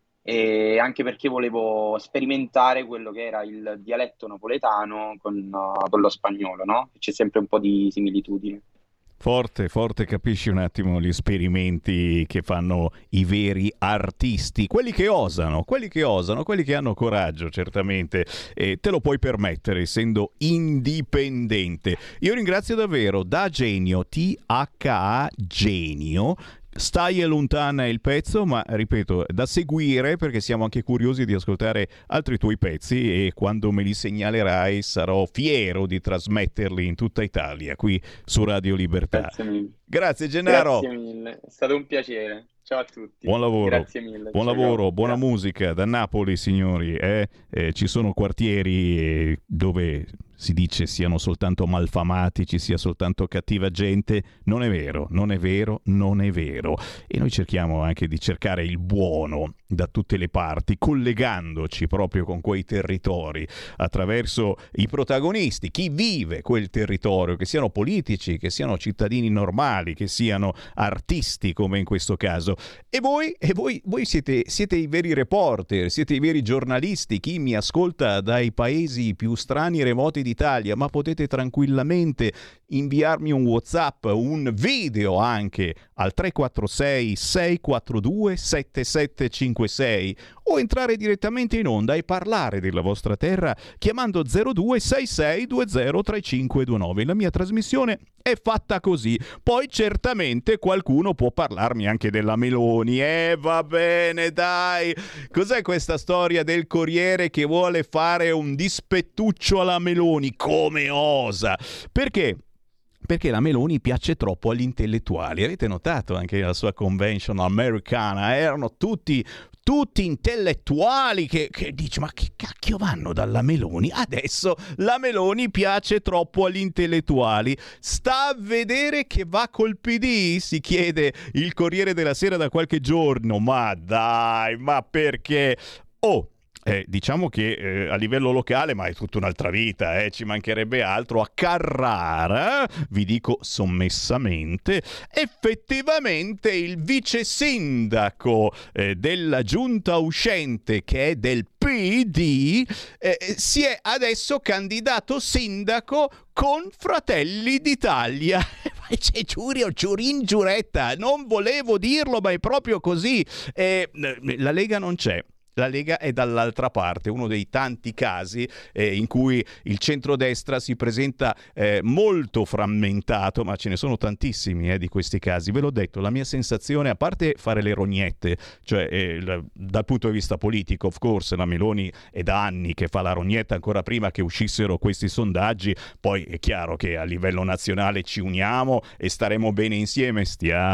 e anche perché volevo sperimentare quello che era il dialetto napoletano con, uh, con lo spagnolo, no? C'è sempre un po' di similitudine. Forte, forte, capisci un attimo gli esperimenti che fanno i veri artisti, quelli che osano, quelli che osano, quelli che hanno coraggio, certamente, e te lo puoi permettere essendo indipendente. Io ringrazio davvero Da Genio, T H A Genio. Stai lontana il pezzo, ma ripeto, da seguire perché siamo anche curiosi di ascoltare altri tuoi pezzi e quando me li segnalerai sarò fiero di trasmetterli in tutta Italia qui su Radio Libertà. Grazie mille. Grazie Gennaro. Grazie mille, è stato un piacere. Ciao a tutti. Buon lavoro. Grazie mille. Buon Ciao. lavoro, buona Grazie. musica da Napoli, signori. Eh? Eh, ci sono quartieri eh, dove si dice siano soltanto malfamati, ci sia soltanto cattiva gente. Non è vero, non è vero, non è vero. E noi cerchiamo anche di cercare il buono da tutte le parti, collegandoci proprio con quei territori attraverso i protagonisti, chi vive quel territorio, che siano politici, che siano cittadini normali, che siano artisti come in questo caso. E voi, e voi, voi siete, siete i veri reporter, siete i veri giornalisti, chi mi ascolta dai paesi più strani e remoti d'Italia, ma potete tranquillamente inviarmi un WhatsApp, un video anche al tre quattro sei sei quattro due sette sette cinque sei o entrare direttamente in onda e parlare della vostra terra chiamando zero due sei sei due zero tre cinque due nove. La mia trasmissione è fatta così. Poi certamente qualcuno può parlarmi anche della Meloni. Eh, va bene, dai. Cos'è questa storia del Corriere che vuole fare un dispettuccio alla Meloni? Come osa? Perché? Perché la Meloni piace troppo agli intellettuali. Avete notato anche la sua convention americana? Erano tutti, tutti intellettuali che, che dice ma che cacchio vanno dalla Meloni? Adesso la Meloni piace troppo agli intellettuali. Sta a vedere che va col P D? Si chiede il Corriere della Sera da qualche giorno. Ma dai, ma perché? Oh! Eh, diciamo che eh, a livello locale, ma è tutta un'altra vita, eh, ci mancherebbe altro, a Carrara, vi dico sommessamente, effettivamente il vice sindaco eh, della giunta uscente, che è del P D, eh, si è adesso candidato sindaco con Fratelli d'Italia. C'è Giurio, Giurin Giuretta, non volevo dirlo, ma è proprio così. Eh, la Lega non c'è. La Lega è dall'altra parte, uno dei tanti casi eh, in cui il centrodestra si presenta eh, molto frammentato, ma ce ne sono tantissimi eh, di questi casi. Ve l'ho detto, la mia sensazione, a parte fare le rognette, cioè eh, l- dal punto di vista politico, of course, la Meloni è da anni che fa la rognetta ancora prima che uscissero questi sondaggi, poi è chiaro che a livello nazionale ci uniamo e staremo bene insieme,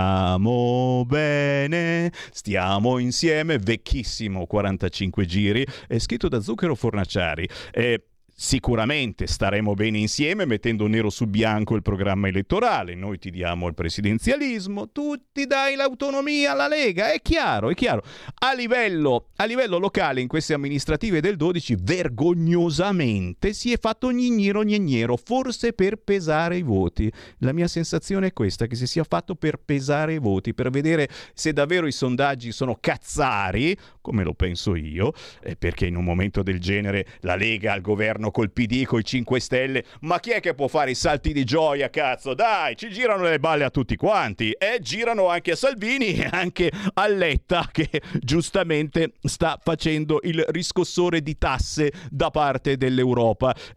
stiamo bene, stiamo insieme, vecchissimo, quarantacinque giri, è scritto da Zucchero Fornaciari. Eh, Sicuramente staremo bene insieme mettendo nero su bianco il programma elettorale. Noi ti diamo il presidenzialismo, tu ti dai l'autonomia alla Lega, è chiaro, è chiaro. A livello, a livello locale, in queste amministrative del dodici, vergognosamente si è fatto gnignero gnignero, forse per pesare i voti. La mia sensazione è questa, che si sia fatto per pesare i voti, per vedere se davvero i sondaggi sono cazzari, come lo penso io, eh, perché in un momento del genere la Lega al governo col P D, coi cinque Stelle, ma chi è che può fare i salti di gioia, cazzo? Dai, ci girano le balle a tutti quanti, e girano anche a Salvini e anche a Letta, che giustamente sta facendo il riscossore di tasse da parte dell'Europa. E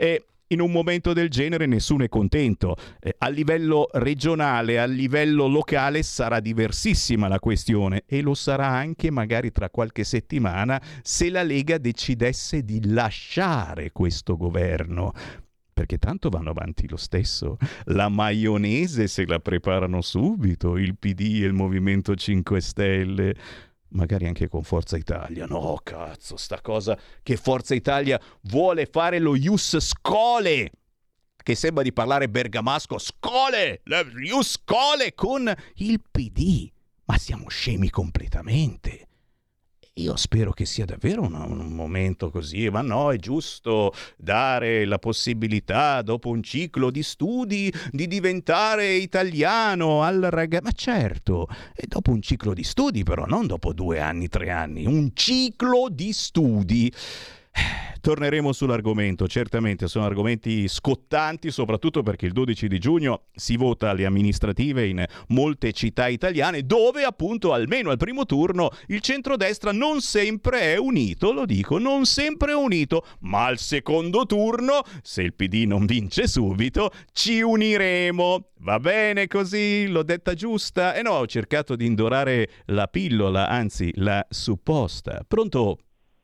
In un momento del genere nessuno è contento. Eh, a livello regionale, a livello locale sarà diversissima la questione e lo sarà anche magari tra qualche settimana se la Lega decidesse di lasciare questo governo. Perché tanto vanno avanti lo stesso. La maionese se la preparano subito, il P D e il Movimento cinque Stelle. Magari anche con Forza Italia. No, cazzo, sta cosa che Forza Italia vuole fare lo Ius Scholae, che sembra di parlare bergamasco. Scholae, Ius Scholae con il P D. Ma siamo scemi completamente. Io spero che sia davvero un, un momento così, ma no, è giusto dare la possibilità dopo un ciclo di studi di diventare italiano al ragazzo. Ma certo, e dopo un ciclo di studi però, non dopo due anni, tre anni, un ciclo di studi. Torneremo sull'argomento, certamente sono argomenti scottanti, soprattutto perché il dodici di giugno si vota alle amministrative in molte città italiane dove appunto almeno al primo turno il centrodestra non sempre è unito, lo dico, non sempre è unito, ma al secondo turno, se il P D non vince subito, ci uniremo. Va bene così? L'ho detta giusta? E no, ho cercato di indorare la pillola, anzi la supposta. Pronto?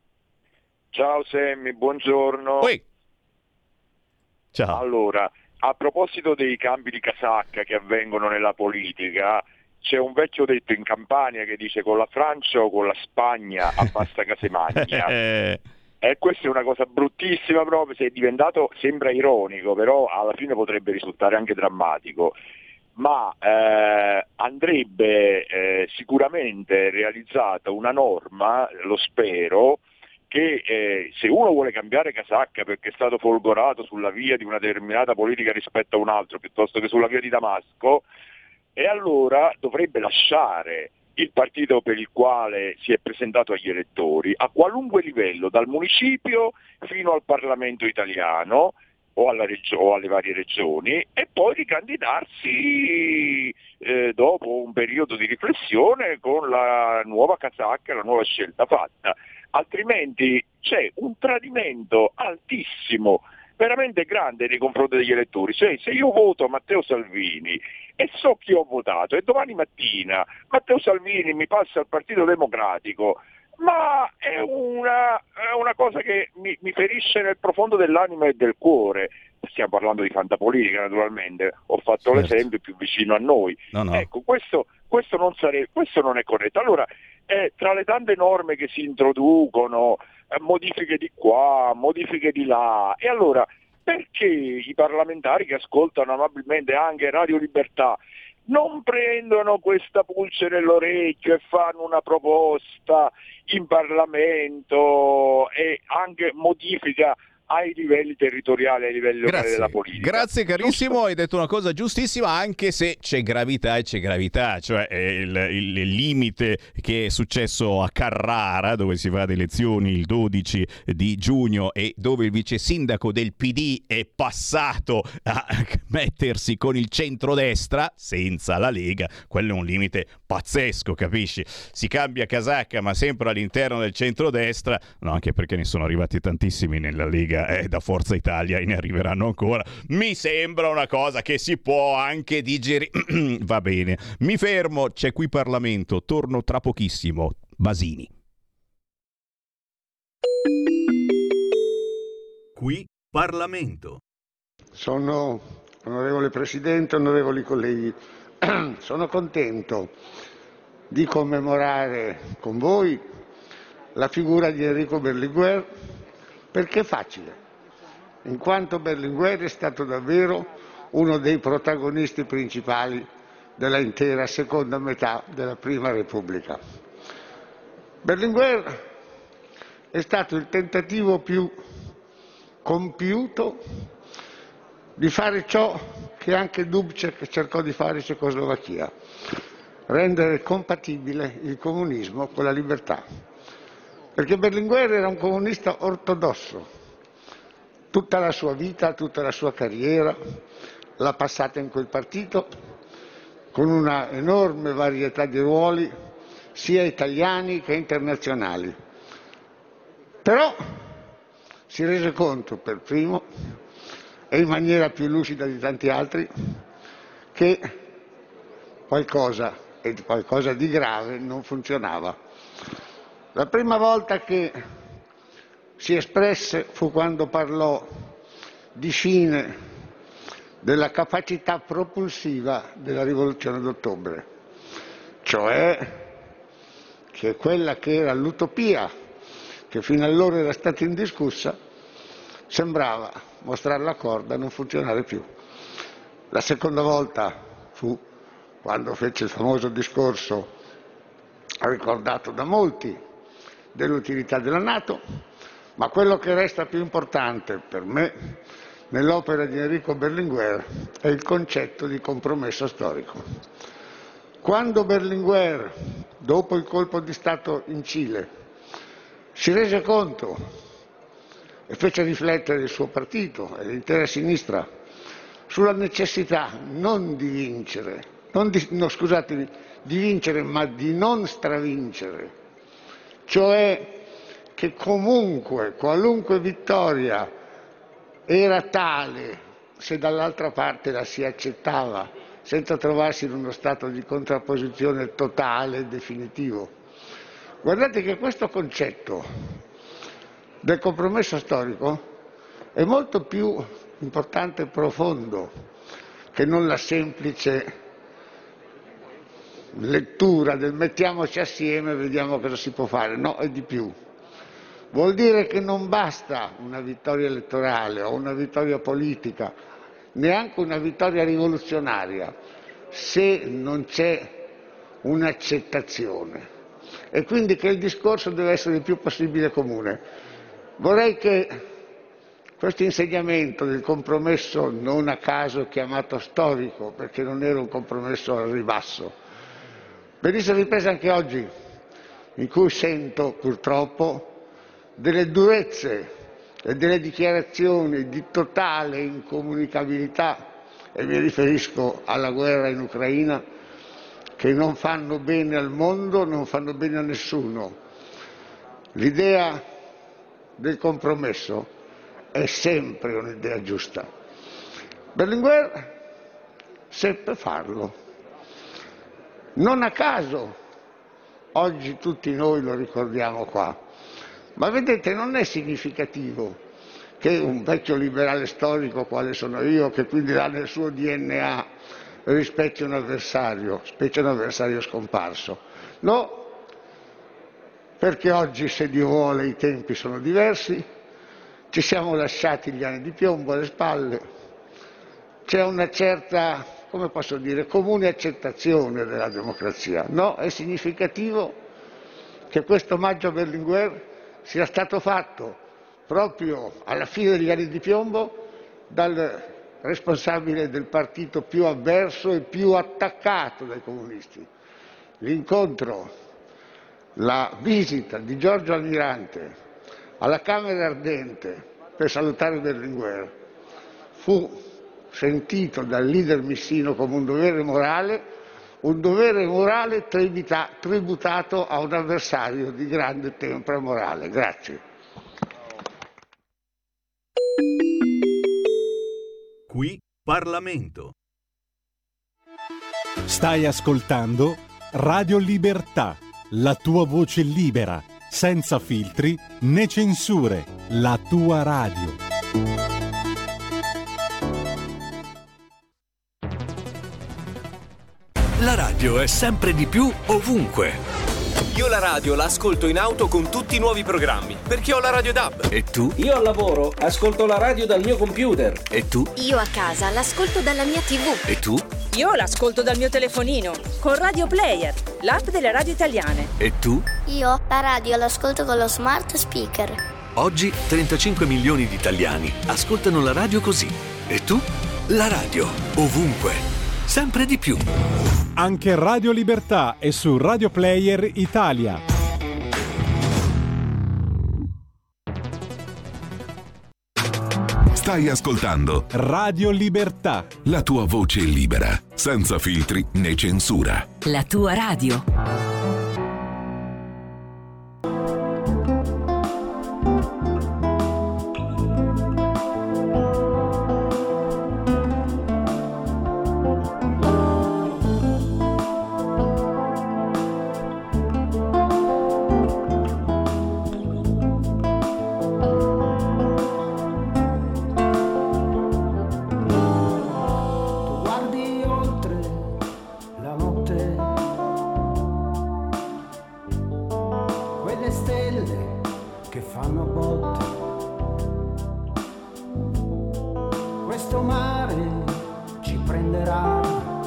Ciao Sammy, buongiorno. Oi. Ciao. Allora, a proposito dei cambi di casacca che avvengono nella politica, c'è un vecchio detto in Campania che dice con la Francia o con la Spagna abbassa Casemagna. E questa è una cosa bruttissima proprio, se è diventato, sembra ironico, però alla fine potrebbe risultare anche drammatico. Ma eh, andrebbe eh, sicuramente realizzata una norma, lo spero, che eh, se uno vuole cambiare casacca perché è stato folgorato sulla via di una determinata politica rispetto a un altro piuttosto che sulla via di Damasco, e allora dovrebbe lasciare il partito per il quale si è presentato agli elettori a qualunque livello, dal municipio fino al Parlamento italiano o, alla regio- o alle varie regioni, e poi ricandidarsi eh, dopo un periodo di riflessione con la nuova casacca, la nuova scelta fatta. Altrimenti c'è un tradimento altissimo, veramente grande nei confronti degli elettori. Cioè, se io voto Matteo Salvini e so chi ho votato e domani mattina Matteo Salvini mi passa al Partito Democratico, ma è una, è una cosa che mi, mi ferisce nel profondo dell'anima e del cuore. Stiamo parlando di fantapolitica naturalmente, ho fatto certo. l'esempio più vicino a noi. No, no. Ecco, questo, questo, non sarebbe, questo non è corretto. Allora, eh, tra le tante norme che si introducono, eh, modifiche di qua, modifiche di là, e allora perché i parlamentari che ascoltano amabilmente anche Radio Libertà non prendono questa pulce nell'orecchio e fanno una proposta in Parlamento e anche modifica ai livelli territoriali, ai livelli locali Grazie. della politica? Grazie carissimo, Giusto. Hai detto una cosa giustissima, anche se c'è gravità e c'è gravità, cioè il, il, il limite che è successo a Carrara, dove si va ad elezioni il dodici di giugno e dove il vice sindaco del P D è passato a mettersi con il centrodestra senza la Lega. Quello è un limite pazzesco, capisci? Si cambia casacca ma sempre all'interno del centrodestra, no, anche perché ne sono arrivati tantissimi nella Lega eh, da Forza Italia e ne arriveranno ancora. Mi sembra una cosa che si può anche digerire. Va bene, mi fermo, c'è qui Parlamento, torno tra pochissimo. Basini. Qui Parlamento. Sono, onorevole Presidente, onorevoli colleghi, sono contento di commemorare con voi la figura di Enrico Berlinguer, perché è facile, in quanto Berlinguer è stato davvero uno dei protagonisti principali della intera seconda metà della Prima Repubblica. Berlinguer è stato il tentativo più compiuto di fare ciò che anche Dubček cercò di fare in Cecoslovacchia, rendere compatibile il comunismo con la libertà. Perché Berlinguer era un comunista ortodosso, tutta la sua vita, tutta la sua carriera l'ha passata in quel partito, con una enorme varietà di ruoli, sia italiani che internazionali. Però si rese conto per primo, e in maniera più lucida di tanti altri, che qualcosa, e qualcosa di grave, non funzionava. La prima volta che si espresse fu quando parlò di fine della capacità propulsiva della rivoluzione d'ottobre, cioè che quella che era l'utopia, che fino allora era stata indiscussa, sembrava mostrare la corda e non funzionare più. La seconda volta fu quando fece il famoso discorso ricordato da molti dell'utilità della NATO, ma quello che resta più importante per me nell'opera di Enrico Berlinguer è il concetto di compromesso storico. Quando Berlinguer, dopo il colpo di Stato in Cile, si rese conto e fece riflettere il suo partito e l'intera sinistra sulla necessità non di vincere, non di, no, scusatemi, di vincere ma di non stravincere, cioè che comunque qualunque vittoria era tale se dall'altra parte la si accettava senza trovarsi in uno stato di contrapposizione totale e definitivo. Guardate che questo concetto del compromesso storico è molto più importante e profondo che non la semplice lettura del mettiamoci assieme e vediamo cosa si può fare. No, è di più. Vuol dire che non basta una vittoria elettorale o una vittoria politica, neanche una vittoria rivoluzionaria, se non c'è un'accettazione. E quindi che il discorso deve essere il più possibile comune. Vorrei che questo insegnamento del compromesso, non a caso chiamato storico, perché non era un compromesso al ribasso, venisse ripreso anche oggi, in cui sento purtroppo delle durezze e delle dichiarazioni di totale incomunicabilità, e mi riferisco alla guerra in Ucraina, che non fanno bene al mondo, non fanno bene a nessuno. L'idea del compromesso è sempre un'idea giusta. Berlinguer seppe farlo. Non a caso oggi tutti noi lo ricordiamo qua. Ma vedete, non è significativo che un vecchio liberale storico, quale sono io, che quindi ha nel suo D N A rispetti un avversario, specie un avversario scomparso. No, perché oggi, se Dio vuole, i tempi sono diversi, ci siamo lasciati gli anni di piombo alle spalle, c'è una certa, come posso dire, comune accettazione della democrazia. No, è significativo che questo omaggio a Berlinguer sia stato fatto proprio alla fine degli anni di piombo dal responsabile del partito più avverso e più attaccato dai comunisti. L'incontro, la visita di Giorgio Almirante alla Camera Ardente per salutare Berlinguer fu sentito dal leader missino come un dovere morale, un dovere morale tribita, tributato a un avversario di grande tempra morale. Grazie. Qui Parlamento. Stai ascoltando Radio Libertà, la tua voce libera, senza filtri né censure, la tua radio. La radio è sempre di più ovunque. Io la radio la ascolto in auto con tutti i nuovi programmi, perché ho la radio D A B. E tu? Io al lavoro ascolto la radio dal mio computer. E tu? Io a casa l'ascolto dalla mia tivù. E tu? Io l'ascolto dal mio telefonino, con Radio Player, l'app delle radio italiane. E tu? Io la radio l'ascolto con lo smart speaker. Oggi trentacinque milioni di italiani ascoltano la radio così. E tu? La radio, ovunque, sempre di più. Anche Radio Libertà è su Radio Player Italia. Stai ascoltando Radio Libertà, la tua voce libera, senza filtri né censura. La tua radio. le stelle che fanno botte. Questo mare ci prenderà,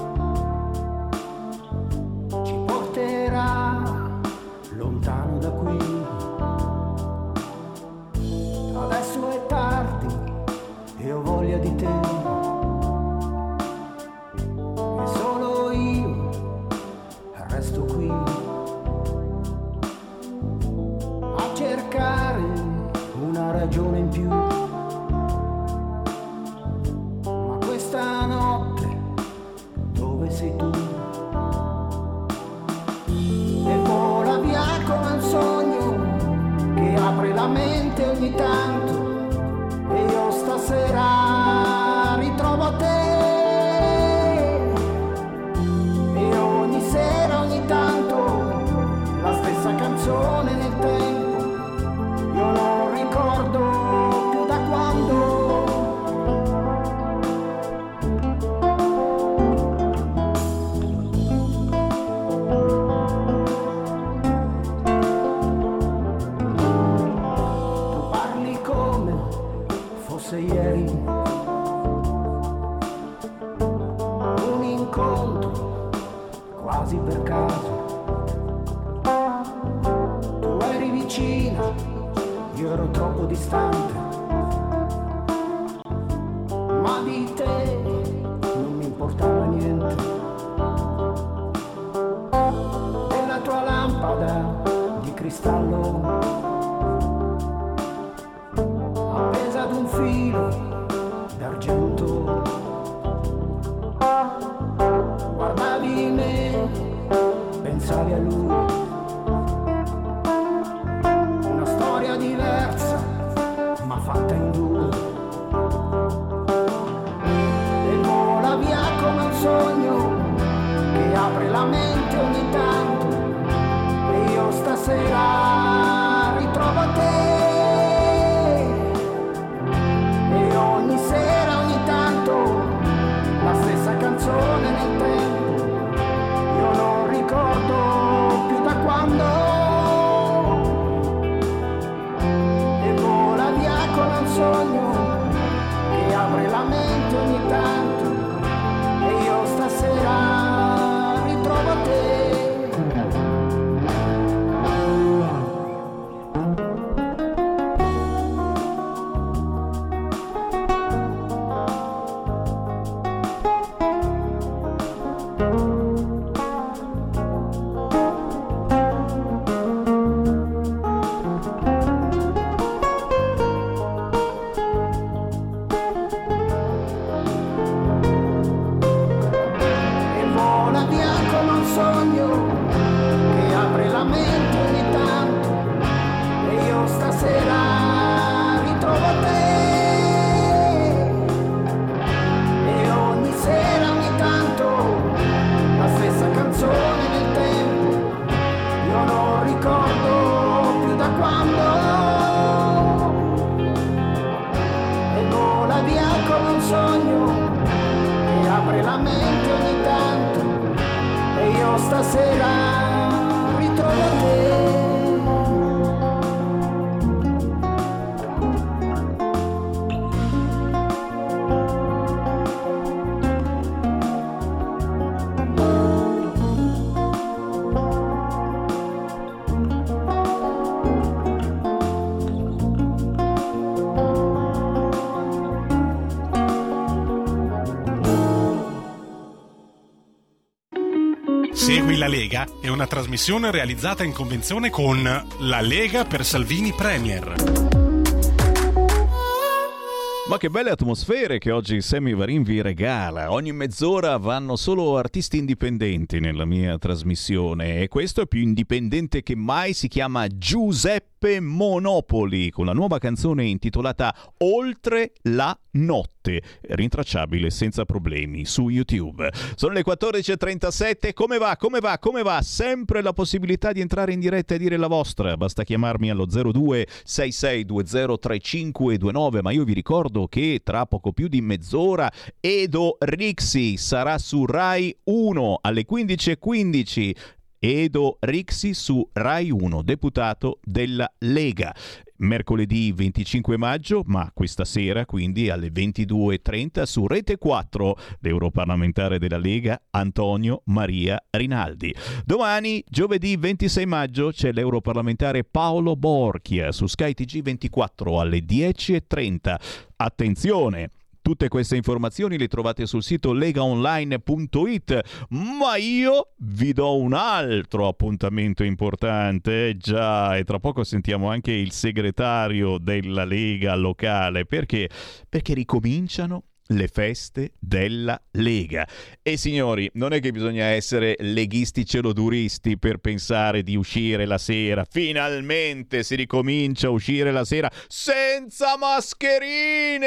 ci porterà lontano da qui. Adesso è tardi e ho voglia di te, e solo io resto qui a cercare una ragione in più. Ma questa notte dove sei tu? E vola via come un sogno che apre la mente ogni tanto, e io stasera ritrovo te. E ogni sera, ogni tanto, la stessa canzone nel tempo. Io non ricordo più da quando. Tu parli come fosse ieri, un incontro quasi per caso. Tu eri vicina, io ero troppo distante, ma di te non mi importava niente. Della tua lampada di cristallo appesa ad un filo d'argento, guardavi me, pensavi a lui, una storia diversa ma fatta in due. E vola via come un sogno che apre la mente ogni tanto, e io stasera ritrovo te. E ogni sera, ogni tanto, la stessa canzone nel tempo. Io non ricordo più da quando. E vola via come un sogno che apre la mente ogni tanto, e io stasera ritrovo te. E vola via come un sogno che apre la mente ogni tanto, e io stasera ritrovo te. E ogni sera, ogni tanto, la stessa canzone nel tempo. Io non ricordo più da quando. E vola via come un sogno che apre la mente ogni tanto, e io stasera ritrovo te. Segui la Lega è una trasmissione realizzata in convenzione con La Lega per Salvini Premier. Ma che belle atmosfere che oggi Sammy Varin vi regala. Ogni mezz'ora vanno solo artisti indipendenti nella mia trasmissione, e questo è più indipendente che mai. Si chiama Giuseppe Monopoli, con la nuova canzone intitolata Oltre la notte, rintracciabile senza problemi su YouTube. Sono le quattordici e trentasette. Come va? Come va? Come va? Sempre la possibilità di entrare in diretta e dire la vostra. Basta chiamarmi allo zero due sei sei due zero tre cinque due nove, ma io vi ricordo che tra poco più di mezz'ora Edo Rixi sarà su Rai uno alle quindici e quindici. Edo Rixi su Rai uno, deputato della Lega. Mercoledì venticinque maggio, ma questa sera quindi alle ventidue e trenta su Rete quattro, l'europarlamentare della Lega Antonio Maria Rinaldi. Domani, giovedì ventisei maggio, c'è l'europarlamentare Paolo Borchia su Sky T G ventiquattro alle dieci e trenta. Attenzione! Tutte queste informazioni le trovate sul sito legaonline punto it, ma io vi do un altro appuntamento importante. Già, e tra poco sentiamo anche il segretario della Lega locale. Perché? Perché ricominciano le feste della Lega. E signori, non è che bisogna essere leghisti celoduristi per pensare di uscire la sera. Finalmente si ricomincia a uscire la sera senza mascherine.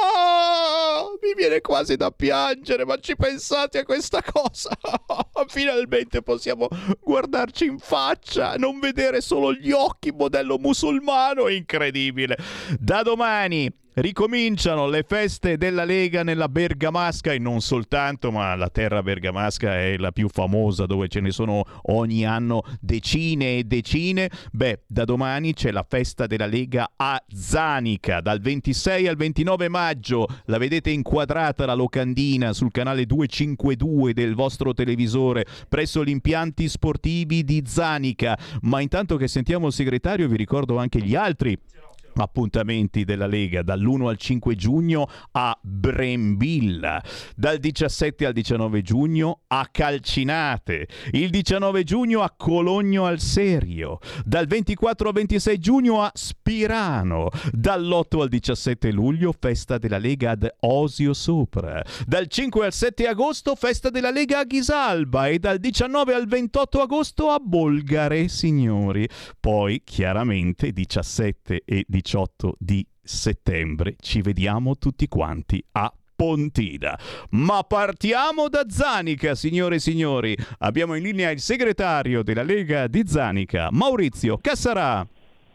Ah, mi viene quasi da piangere, ma ci pensate a questa cosa? Finalmente possiamo guardarci in faccia, non vedere solo gli occhi modello musulmano. Incredibile. Da domani ricominciano le feste della Lega nella Bergamasca, e non soltanto, ma la terra bergamasca è la più famosa, dove ce ne sono ogni anno decine e decine. Beh, da domani c'è la festa della Lega a Zanica, dal ventisei al ventinove maggio. La vedete inquadrata la locandina sul canale duecentocinquantadue del vostro televisore, presso gli impianti sportivi di Zanica. Ma intanto che sentiamo il segretario, vi ricordo anche gli altri appuntamenti della Lega. Dall'primo al cinque giugno a Brembilla, dal diciassette al diciannove giugno a Calcinate, il diciannove giugno a Cologno al Serio, dal ventiquattro al ventisei giugno a Spirano, dall'otto al diciassette luglio festa della Lega ad Osio Sopra, dal cinque al sette agosto festa della Lega a Ghisalba e dal diciannove al ventotto agosto a Bolgare, signori. Poi chiaramente diciassette e diciotto di settembre ci vediamo tutti quanti a Pontina. Ma partiamo da Zanica, signore e signori. Abbiamo in linea il segretario della Lega di Zanica, Maurizio Cassarà.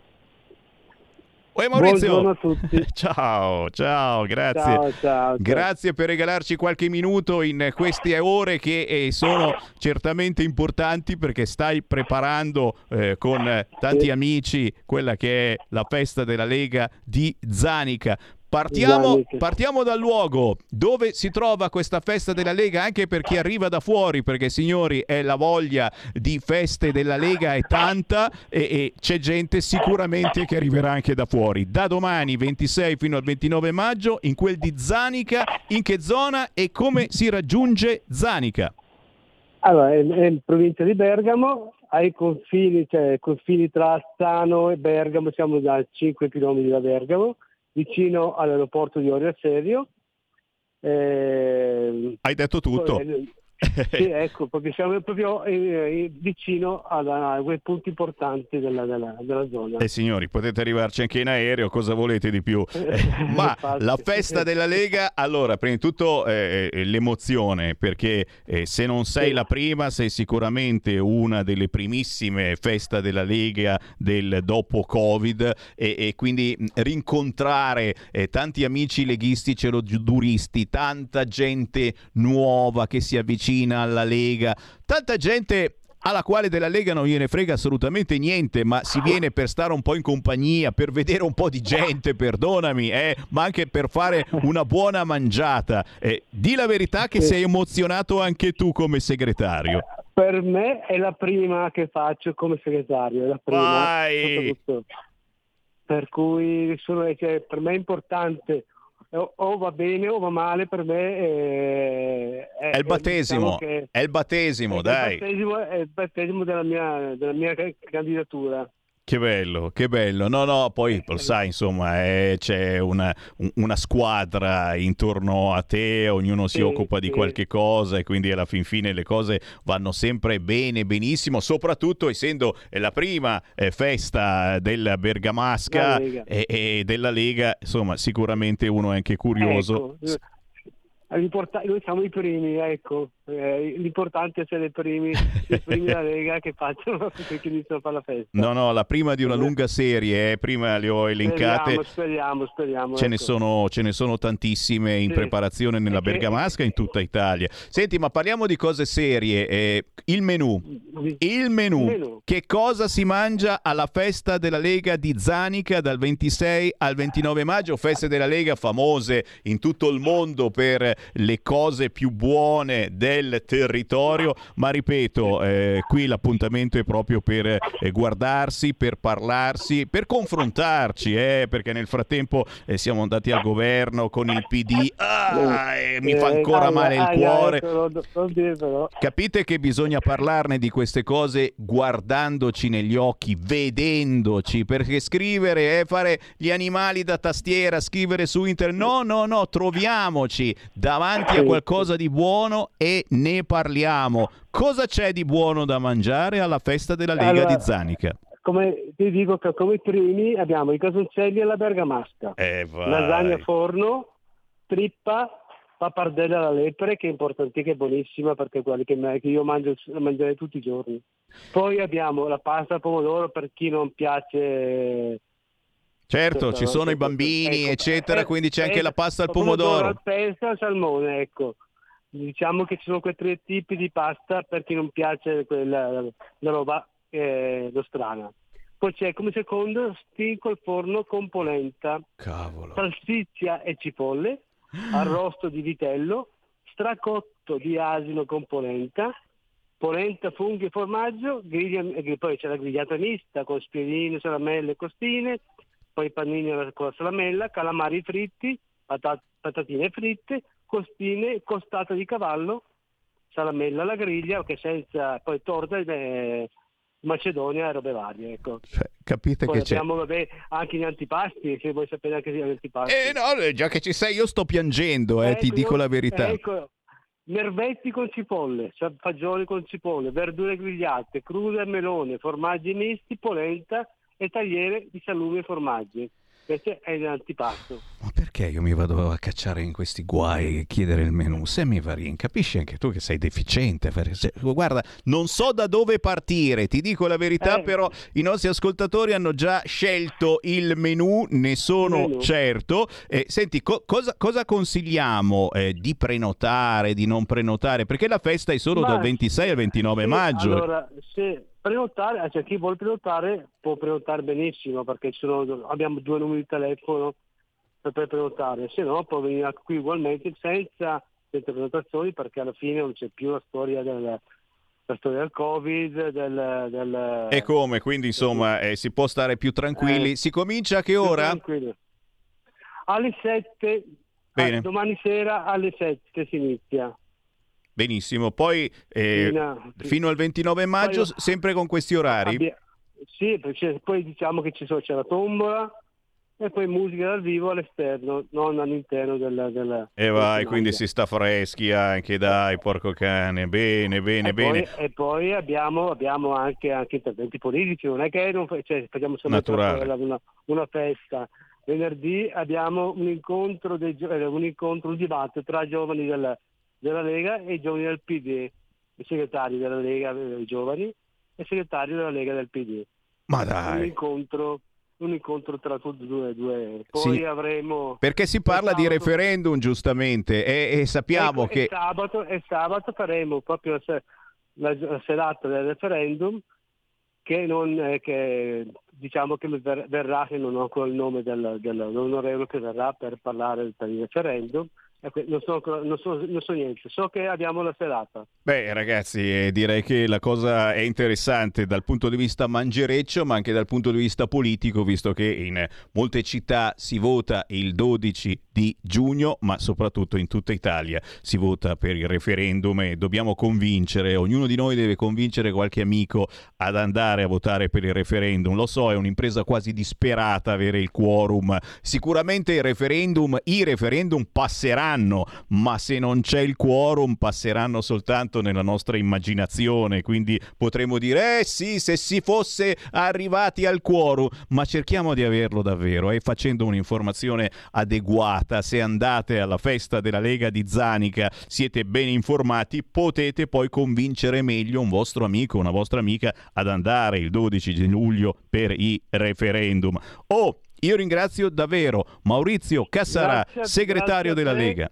Oi Maurizio. Buongiorno a tutti. Ciao, ciao, grazie. Ciao, ciao, ciao. Grazie per regalarci qualche minuto in queste ore che eh, sono certamente importanti, perché stai preparando eh, con eh, tanti Sì. amici quella che è la festa della Lega di Zanica. Partiamo, partiamo dal luogo dove si trova questa festa della Lega, anche per chi arriva da fuori, perché signori è la voglia di feste della Lega è tanta e, e c'è gente sicuramente che arriverà anche da fuori. Da domani ventisei fino al ventinove maggio in quel di Zanica, in che zona e come si raggiunge Zanica? Allora, è, è in provincia di Bergamo, ai confini, cioè confini tra Astano e Bergamo, siamo da cinque chilometri da Bergamo, vicino all'aeroporto di Orio al Serio. Eh, Hai detto tutto. Poi, sì, ecco, perché siamo proprio eh, vicino a, a quei punti importanti della, della, della zona. Eh signori, potete arrivarci anche in aereo, cosa volete di più? Eh, ma la festa della Lega, allora, prima di tutto eh, l'emozione, perché eh, se non sei la prima, sei sicuramente una delle primissime feste della Lega del dopo Covid, e, e quindi rincontrare eh, tanti amici leghisti celoduristi, tanta gente nuova che si avvicina alla Lega, tanta gente alla quale della Lega non gliene frega assolutamente niente, ma si viene per stare un po' in compagnia, per vedere un po' di gente, perdonami, eh, ma anche per fare una buona mangiata. Eh, di la verità che sei emozionato anche tu come segretario. Per me è la prima che faccio come segretario, è la prima. Vai! Per cui sono, cioè, per me è importante. O, o va bene o va male, per me è, è, è il battesimo, diciamo che è il battesimo, è dai. Il battesimo, è il battesimo della mia, della mia candidatura. Che bello, che bello. No, no, poi lo sai, insomma, eh, c'è una, una squadra intorno a te, ognuno si sì, occupa sì. di qualche cosa, e quindi alla fin fine le cose vanno sempre bene, benissimo, soprattutto essendo la prima eh, festa della Bergamasca e, e della Lega, insomma, sicuramente uno è anche curioso. Ecco. Noi siamo i primi, ecco, eh, l'importante è essere i primi, i primi della Lega che facciano, che iniziano a fare la festa. No, no, la prima di una lunga serie, eh. Prima le ho elencate. Speriamo, speriamo, speriamo. Ce, ecco. ne sono, ce ne sono tantissime in sì. preparazione nella Perché... Bergamasca in tutta Italia. Senti, ma parliamo di cose serie. Eh, il menù. Il menù. Il menù. Che cosa si mangia alla festa della Lega di Zanica dal ventisei al ventinove maggio? Feste della Lega famose in tutto il mondo per le cose più buone del territorio, ma ripeto, eh, qui l'appuntamento è proprio per eh, guardarsi, per parlarsi, per confrontarci, eh, perché nel frattempo eh, siamo andati al governo con il P D, ah, eh, mi fa ancora male il cuore. Capite che bisogna parlarne di queste cose guardandoci negli occhi, vedendoci, perché scrivere, eh, fare gli animali da tastiera, scrivere su internet, no, no, no, troviamoci davanti a qualcosa di buono e ne parliamo. Cosa c'è di buono da mangiare alla festa della Lega allora, di Zanica? Come ti dico che come primi abbiamo i casoncelli alla bergamasca, eh lasagna a forno, trippa, pappardella alla lepre, che è importante, che è buonissima, perché è quella che, che io mangio, mangerei tutti i giorni. Poi abbiamo la pasta al pomodoro per chi non piace. Certo, ci sono i bambini, ecco, eccetera, eh, quindi c'è anche eh, la pasta al pomodoro. Al pesce, al salmone, ecco. Diciamo che ci sono quei tre tipi di pasta per chi non piace quella la roba eh, nostrana. Poi c'è come secondo stinco al forno con polenta, cavolo, salsiccia e cipolle, arrosto di vitello, stracotto di asino con polenta, polenta, funghi e formaggio, griglia, poi c'è la grigliata mista con spiedine, salamelle e costine, poi panini con la salamella, calamari fritti, patat- patatine fritte, costine, costata di cavallo, salamella alla griglia, che senza poi torta eh, Macedonia e robe varie, ecco. Cioè, capite poi che abbiamo c'è vabbè, anche gli antipasti, se vuoi sapere anche gli antipasti. Eh no, già che ci sei io sto piangendo, eh, ecco, ti dico la verità. Ecco, mervetti con cipolle, cioè fagioli con cipolle, verdure grigliate, crude e melone, formaggi misti, polenta e tagliere di salumi e formaggi. Questo è l'antipasto. Ma perché io mi vado a cacciare in questi guai e chiedere il menù? Sammy Varin, capisci anche tu che sei deficiente. Guarda, non so da dove partire, ti dico la verità, eh. però i nostri ascoltatori hanno già scelto il menù, ne sono menù. certo. Eh, senti, co- cosa, cosa consigliamo eh, di prenotare, di non prenotare? Perché la festa è solo Ma, dal ventisei al ventinove sì, maggio. Allora, se prenotare, cioè chi vuole prenotare può prenotare benissimo, perché ci sono, abbiamo due numeri di telefono per, per prenotare, se no può venire qui ugualmente senza, senza prenotazioni, perché alla fine non c'è più la storia del, la storia del Covid, del, del e come, quindi insomma eh, si può stare più tranquilli. Eh, si comincia a che ora? Alle sette. Bene. Ah, domani sera alle sette si inizia. Benissimo, poi eh, fino, fino al ventinove maggio poi, sempre con questi orari? Abbia, sì, perché poi diciamo che ci sono, c'è la tombola e poi musica dal vivo all'esterno, non all'interno della... della e vai, quindi si sta freschi anche, dai, porco cane, bene, bene, e bene. Poi, e poi abbiamo, abbiamo anche, anche interventi politici, non è che non, cioè, facciamo solo una, una festa. Venerdì abbiamo un incontro, dei, un incontro, un dibattito tra giovani della della Lega e i giovani del P D, i segretari della Lega dei giovani e i segretari della Lega del P D. Ma dai! Un incontro, un incontro tra tutti e due, due. Poi sì. avremo... Perché si parla di referendum, giustamente, e, e sappiamo ecco, che... E sabato, e sabato faremo proprio la, la, la serata del referendum, che non eh, che diciamo che ver, verrà, che non ho ancora il nome del, dell'onorevole che verrà per parlare del referendum. Non so, non, so, non so niente, so che abbiamo la serata. Beh ragazzi, eh, direi che la cosa è interessante dal punto di vista mangereccio, ma anche dal punto di vista politico, visto che in molte città si vota il dodici di giugno, ma soprattutto in tutta Italia si vota per il referendum e dobbiamo convincere, ognuno di noi deve convincere qualche amico ad andare a votare per il referendum. Lo so, è un'impresa quasi disperata avere il quorum. Sicuramente il referendum, i referendum passeranno passeranno, ma se non c'è il quorum passeranno soltanto nella nostra immaginazione, quindi potremmo dire eh sì, se si fosse arrivati al quorum, ma cerchiamo di averlo davvero e facendo un'informazione adeguata. Se andate alla festa della Lega di Zanica, siete ben informati, potete poi convincere meglio un vostro amico, una vostra amica ad andare il dodici di luglio per i referendum. Oh, io ringrazio davvero Maurizio Cassarà, Grazie, segretario grazie a della te. Lega.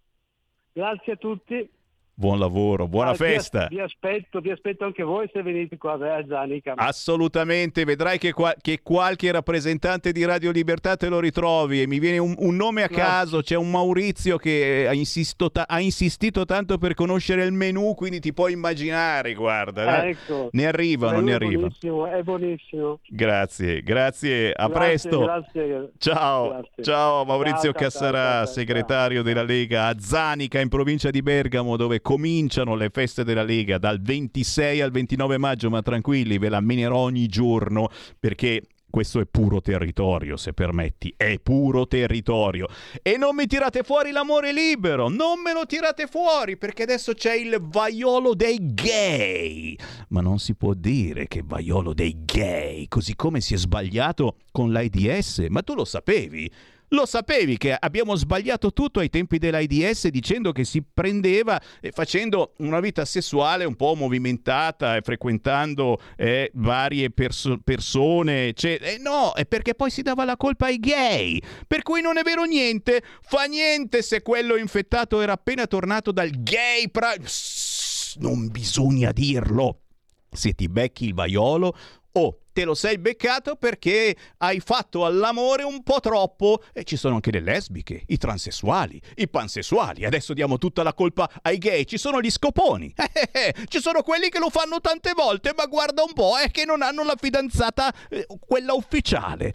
Grazie a tutti. Buon lavoro, buona Ah, vi- festa. Vi, aspetto, vi aspetto anche voi se venite qua a Zanica. Assolutamente, vedrai che, qua- che qualche rappresentante di Radio Libertà te lo ritrovi e mi viene un, un nome a Grazie. caso, c'è un Maurizio che ha, insisto ta- ha insistito tanto per conoscere il menù, quindi ti puoi immaginare, guarda, Eh, ecco. ne arrivano, È ne arrivano. buonissimo, è buonissimo. Grazie, grazie, a Grazie, presto. grazie. Ciao, Grazie. ciao Maurizio Ciao, ciao, Cassarà, ciao, ciao, segretario della Lega a Zanica in provincia di Bergamo, dove cominciano le feste della Lega dal ventisei al ventinove maggio, ma tranquilli, ve la menerò ogni giorno perché questo è puro territorio, se permetti, è puro territorio. E non mi tirate fuori l'amore libero, non me lo tirate fuori, perché adesso c'è il vaiolo dei gay. Ma non si può dire che vaiolo dei gay, così come si è sbagliato con l'AIDS, ma tu lo sapevi? Lo sapevi che abbiamo sbagliato tutto ai tempi dell'AIDS dicendo che si prendeva eh, facendo una vita sessuale un po' movimentata e frequentando eh, varie perso- persone, cioè, eh, no, è perché poi si dava la colpa ai gay, per cui non è vero niente, fa niente se quello infettato era appena tornato dal gay pra- Psst, non bisogna dirlo. Se ti becchi il vaiolo, oh, te lo sei beccato perché hai fatto all'amore un po' troppo. E ci sono anche le lesbiche, i transessuali, i pansessuali. Adesso diamo tutta la colpa ai gay. Ci sono gli scoponi. Eh, eh, eh. Ci sono quelli che lo fanno tante volte, ma guarda un po', è che non hanno la fidanzata, eh, quella ufficiale.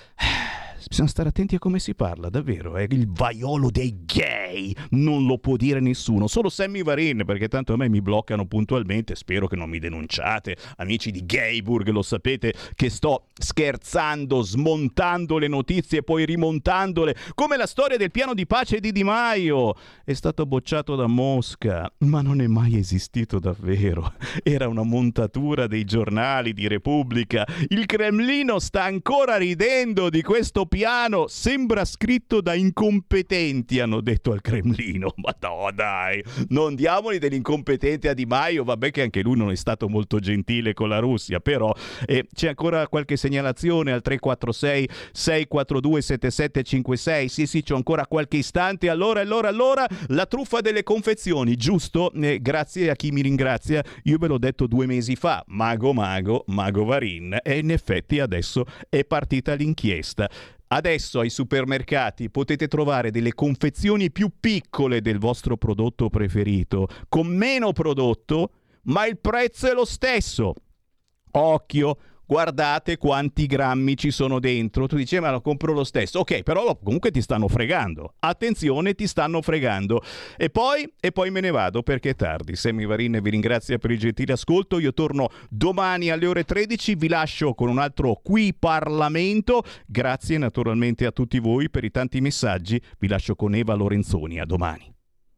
Bisogna stare attenti a come si parla, davvero. È il vaiolo dei gay, non lo può dire nessuno, solo Sammy Varin, perché tanto a me mi bloccano puntualmente. Spero che non mi denunciate, amici di Gayburg, lo sapete che sto scherzando, smontando le notizie e poi rimontandole, come la storia del piano di pace di Di Maio. È stato bocciato da Mosca, ma non è mai esistito davvero. Era una montatura dei giornali di Repubblica. Il Cremlino sta ancora ridendo di questo piano, sembra scritto da incompetenti, hanno detto al Cremlino. Ma no, dai, non diamoli dell'incompetente a Di Maio, vabbè che anche lui non è stato molto gentile con la Russia, però eh, c'è ancora qualche segnalazione al tre quattro sei sei quattro due sette sette cinque sei. Sì sì, c'ho ancora qualche istante. Allora, allora, allora, la truffa delle confezioni, giusto? Eh, grazie a chi mi ringrazia, io ve l'ho detto due mesi fa, mago mago, mago Varin, e in effetti adesso è partita l'inchiesta. Adesso ai supermercati potete trovare delle confezioni più piccole del vostro prodotto preferito, con meno prodotto, ma il prezzo è lo stesso. Occhio, guardate quanti grammi ci sono dentro. Tu dici, ma lo compro lo stesso. Ok, però lo, comunque ti stanno fregando. Attenzione, ti stanno fregando. E poi, e poi me ne vado perché è tardi. Sammy Varin vi ringrazia per il gentile ascolto. Io torno domani alle ore tredici. Vi lascio con un altro Qui Parlamento. Grazie naturalmente a tutti voi per i tanti messaggi. Vi lascio con Eva Lorenzoni. A domani.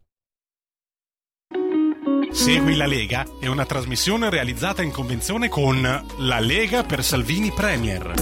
Segui la Lega è una trasmissione realizzata in convenzione con La Lega per Salvini Premier.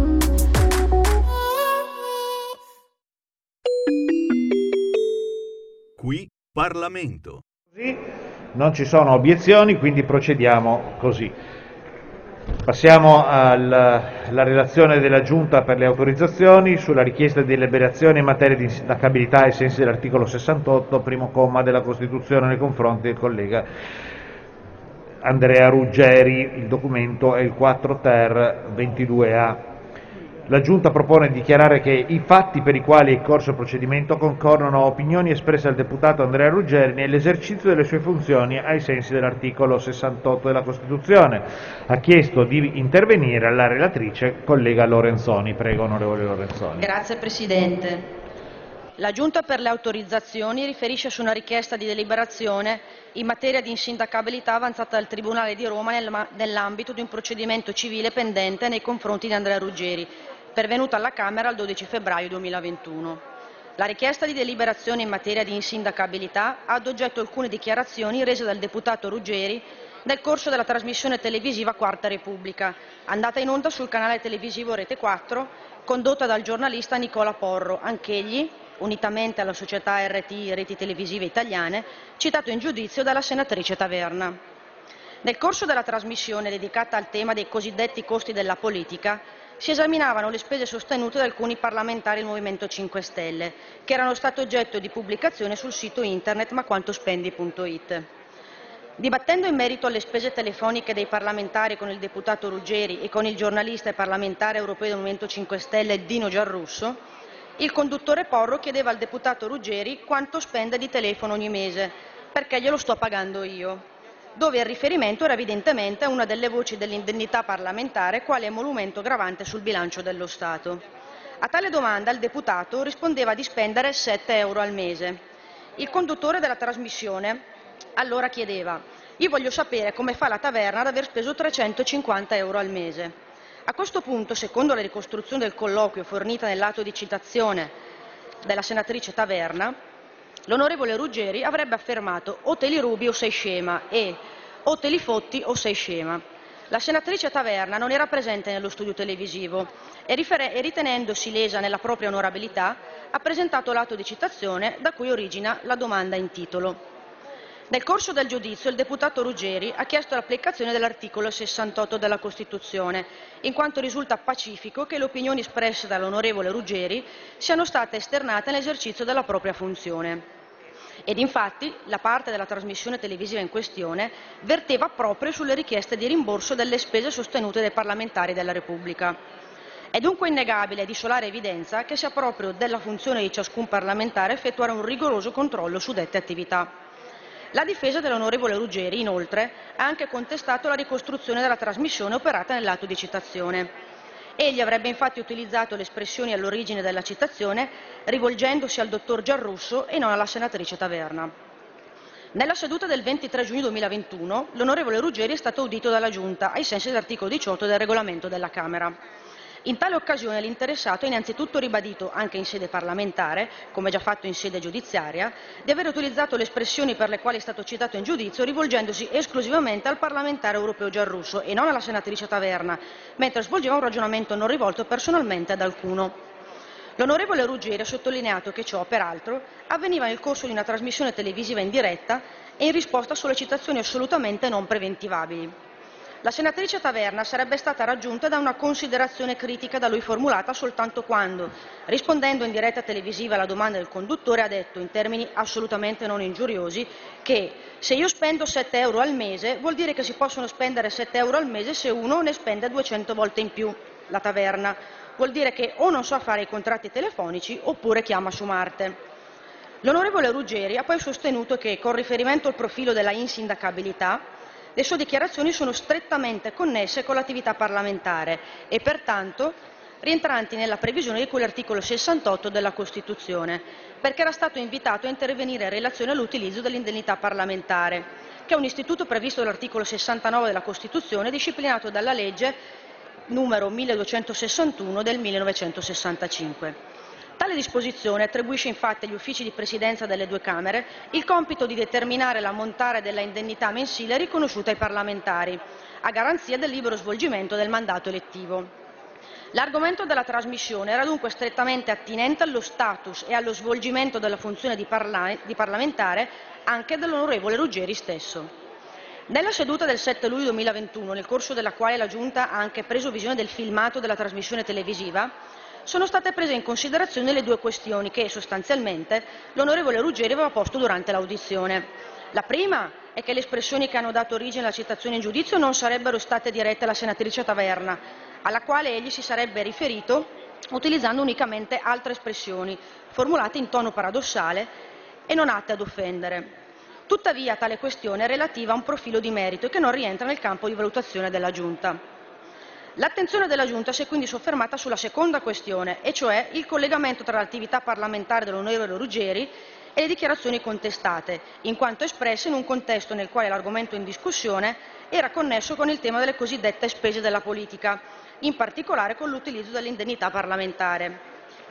Qui Parlamento. Non ci sono obiezioni, quindi procediamo così. Passiamo alla relazione della Giunta per le autorizzazioni sulla richiesta di deliberazione in materia di insindacabilità ai sensi dell'articolo sessantotto, primo comma della Costituzione, nei confronti del collega Andrea Ruggeri. Il documento è il quattro ter ventidue A. La Giunta propone di dichiarare che i fatti per i quali è in corso il procedimento concorrono a opinioni espresse dal deputato Andrea Ruggeri nell'esercizio delle sue funzioni ai sensi dell'articolo sessantotto della Costituzione. Ha chiesto di intervenire la relatrice, collega Lorenzoni. Prego, onorevole Lorenzoni. Grazie Presidente. La Giunta per le autorizzazioni riferisce su una richiesta di deliberazione in materia di insindacabilità avanzata dal Tribunale di Roma nell'ambito di un procedimento civile pendente nei confronti di Andrea Ruggeri, pervenuta alla Camera il dodici febbraio duemilaventuno. La richiesta di deliberazione in materia di insindacabilità ha ad oggetto alcune dichiarazioni rese dal deputato Ruggeri nel corso della trasmissione televisiva Quarta Repubblica, andata in onda sul canale televisivo Rete quattro, condotta dal giornalista Nicola Porro, anch'egli, unitamente alla società R T I Reti Televisive Italiane, citato in giudizio dalla senatrice Taverna. Nel corso della trasmissione dedicata al tema dei cosiddetti costi della politica, si esaminavano le spese sostenute da alcuni parlamentari del Movimento cinque Stelle, che erano state oggetto di pubblicazione sul sito internet maquantospendi punto it. Dibattendo in merito alle spese telefoniche dei parlamentari con il deputato Ruggeri e con il giornalista e parlamentare europeo del Movimento cinque Stelle Dino Giarrusso, il conduttore Porro chiedeva al deputato Ruggeri quanto spende di telefono ogni mese, perché glielo sto pagando io, dove il riferimento era evidentemente a una delle voci dell'indennità parlamentare quale emolumento gravante sul bilancio dello Stato. A tale domanda il deputato rispondeva di spendere sette euro al mese. Il conduttore della trasmissione allora chiedeva: io voglio sapere come fa la Taverna ad aver speso trecentocinquanta euro al mese. A questo punto, secondo la ricostruzione del colloquio fornita nell'atto di citazione della senatrice Taverna, l'onorevole Ruggeri avrebbe affermato o te li rubi o sei scema e o te li fotti o sei scema. La senatrice Taverna non era presente nello studio televisivo e, rifer- e ritenendosi lesa nella propria onorabilità ha presentato l'atto di citazione da cui origina la domanda in titolo. Nel corso del giudizio il deputato Ruggeri ha chiesto l'applicazione dell'articolo sessantotto della Costituzione, in quanto risulta pacifico che le opinioni espresse dall'onorevole Ruggeri siano state esternate nell'esercizio della propria funzione. Ed infatti la parte della trasmissione televisiva in questione verteva proprio sulle richieste di rimborso delle spese sostenute dai parlamentari della Repubblica. È dunque innegabile e di solare evidenza che sia proprio della funzione di ciascun parlamentare effettuare un rigoroso controllo su dette attività. La difesa dell'onorevole Ruggeri, inoltre, ha anche contestato la ricostruzione della trasmissione operata nell'atto di citazione. Egli avrebbe infatti utilizzato le espressioni all'origine della citazione rivolgendosi al dottor Giarrusso e non alla senatrice Taverna. Nella seduta del ventitré giugno duemilaventuno l'onorevole Ruggeri è stato udito dalla Giunta ai sensi dell'articolo diciotto del regolamento della Camera. In tale occasione l'interessato ha innanzitutto ribadito, anche in sede parlamentare, come già fatto in sede giudiziaria, di aver utilizzato le espressioni per le quali è stato citato in giudizio rivolgendosi esclusivamente al parlamentare europeo Giarrusso e non alla senatrice Taverna, mentre svolgeva un ragionamento non rivolto personalmente ad alcuno. L'onorevole Ruggeri ha sottolineato che ciò, peraltro, avveniva nel corso di una trasmissione televisiva in diretta e in risposta a sollecitazioni assolutamente non preventivabili. La senatrice Taverna sarebbe stata raggiunta da una considerazione critica da lui formulata soltanto quando, rispondendo in diretta televisiva alla domanda del conduttore, ha detto, in termini assolutamente non ingiuriosi, che se io spendo sette euro al mese vuol dire che si possono spendere sette euro al mese se uno ne spende duecento volte in più. La Taverna vuol dire che o non sa fare i contratti telefonici oppure chiama su Marte. L'onorevole Ruggeri ha poi sostenuto che, con riferimento al profilo della insindacabilità, le sue dichiarazioni sono strettamente connesse con l'attività parlamentare e pertanto rientranti nella previsione di quell'articolo sessantotto della Costituzione, perché era stato invitato a intervenire in relazione all'utilizzo dell'indennità parlamentare, che è un istituto previsto dall'articolo sessantanove della Costituzione, disciplinato dalla legge numero milleduecentosessantuno del millenovecentosessantacinque. Tale disposizione attribuisce infatti agli uffici di presidenza delle due Camere il compito di determinare l'ammontare della indennità mensile riconosciuta ai parlamentari, a garanzia del libero svolgimento del mandato elettivo. L'argomento della trasmissione era dunque strettamente attinente allo status e allo svolgimento della funzione di, parla- di parlamentare anche dell'onorevole Ruggeri stesso. Nella seduta del sette luglio duemilaventuno, nel corso della quale la Giunta ha anche preso visione del filmato della trasmissione televisiva, sono state prese in considerazione le due questioni che, sostanzialmente, l'onorevole Ruggeri aveva posto durante l'audizione. La prima è che le espressioni che hanno dato origine alla citazione in giudizio non sarebbero state dirette alla senatrice Taverna, alla quale egli si sarebbe riferito utilizzando unicamente altre espressioni, formulate in tono paradossale e non atte ad offendere. Tuttavia, tale questione è relativa a un profilo di merito e che non rientra nel campo di valutazione della Giunta. L'attenzione della Giunta si è quindi soffermata sulla seconda questione, e cioè il collegamento tra l'attività parlamentare dell'onorevole Ruggeri e le dichiarazioni contestate, in quanto espresse in un contesto nel quale l'argomento in discussione era connesso con il tema delle cosiddette spese della politica, in particolare con l'utilizzo dell'indennità parlamentare.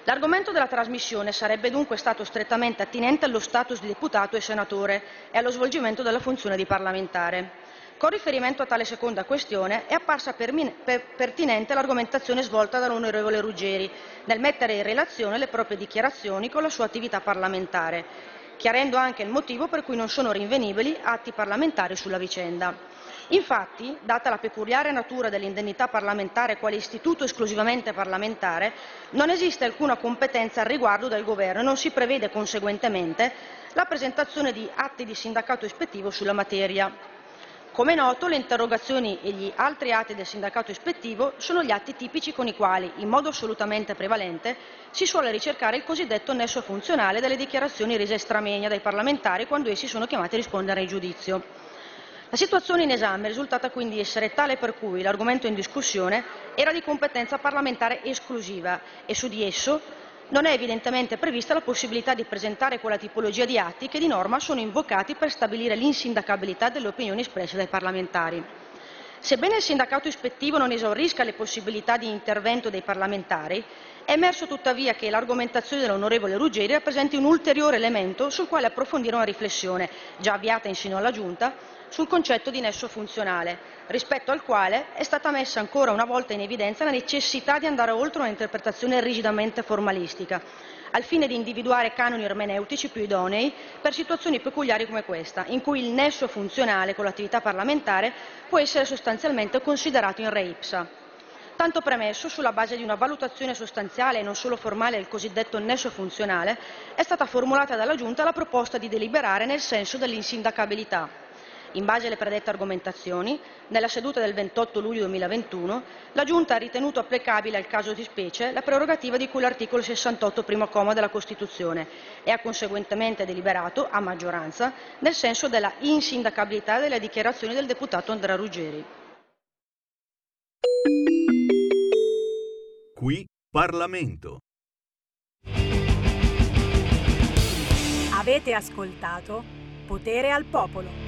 L'argomento della trasmissione sarebbe dunque stato strettamente attinente allo status di deputato e senatore e allo svolgimento della funzione di parlamentare. Con riferimento a tale seconda questione è apparsa permine- per- pertinente l'argomentazione svolta dall'onorevole Ruggeri nel mettere in relazione le proprie dichiarazioni con la sua attività parlamentare, chiarendo anche il motivo per cui non sono rinvenibili atti parlamentari sulla vicenda. Infatti, data la peculiare natura dell'indennità parlamentare quale istituto esclusivamente parlamentare, non esiste alcuna competenza al riguardo del Governo e non si prevede conseguentemente la presentazione di atti di sindacato ispettivo sulla materia. Come è noto, le interrogazioni e gli altri atti del sindacato ispettivo sono gli atti tipici con i quali, in modo assolutamente prevalente, si suole ricercare il cosiddetto nesso funzionale delle dichiarazioni rese extra moenia dai parlamentari quando essi sono chiamati a rispondere in giudizio. La situazione in esame è risultata quindi essere tale per cui l'argomento in discussione era di competenza parlamentare esclusiva e su di esso non è evidentemente prevista la possibilità di presentare quella tipologia di atti che di norma sono invocati per stabilire l'insindacabilità delle opinioni espresse dai parlamentari. Sebbene il sindacato ispettivo non esaurisca le possibilità di intervento dei parlamentari, è emerso tuttavia che l'argomentazione dell'onorevole Ruggeri rappresenti un ulteriore elemento sul quale approfondire una riflessione, già avviata in seno alla Giunta, sul concetto di nesso funzionale, rispetto al quale è stata messa ancora una volta in evidenza la necessità di andare oltre un'interpretazione rigidamente formalistica, al fine di individuare canoni ermeneutici più idonei per situazioni peculiari come questa, in cui il nesso funzionale con l'attività parlamentare può essere sostanzialmente considerato in re ipsa. Tanto premesso, sulla base di una valutazione sostanziale e non solo formale del cosiddetto nesso funzionale, è stata formulata dalla Giunta la proposta di deliberare nel senso dell'insindacabilità. In base alle predette argomentazioni, nella seduta del ventotto luglio duemilaventuno, la Giunta ha ritenuto applicabile al caso di specie la prerogativa di cui l'articolo sessantotto primo comma della Costituzione e ha conseguentemente deliberato, a maggioranza, nel senso della insindacabilità delle dichiarazioni del deputato Andrea Ruggeri. Qui Parlamento. Avete ascoltato Potere al Popolo.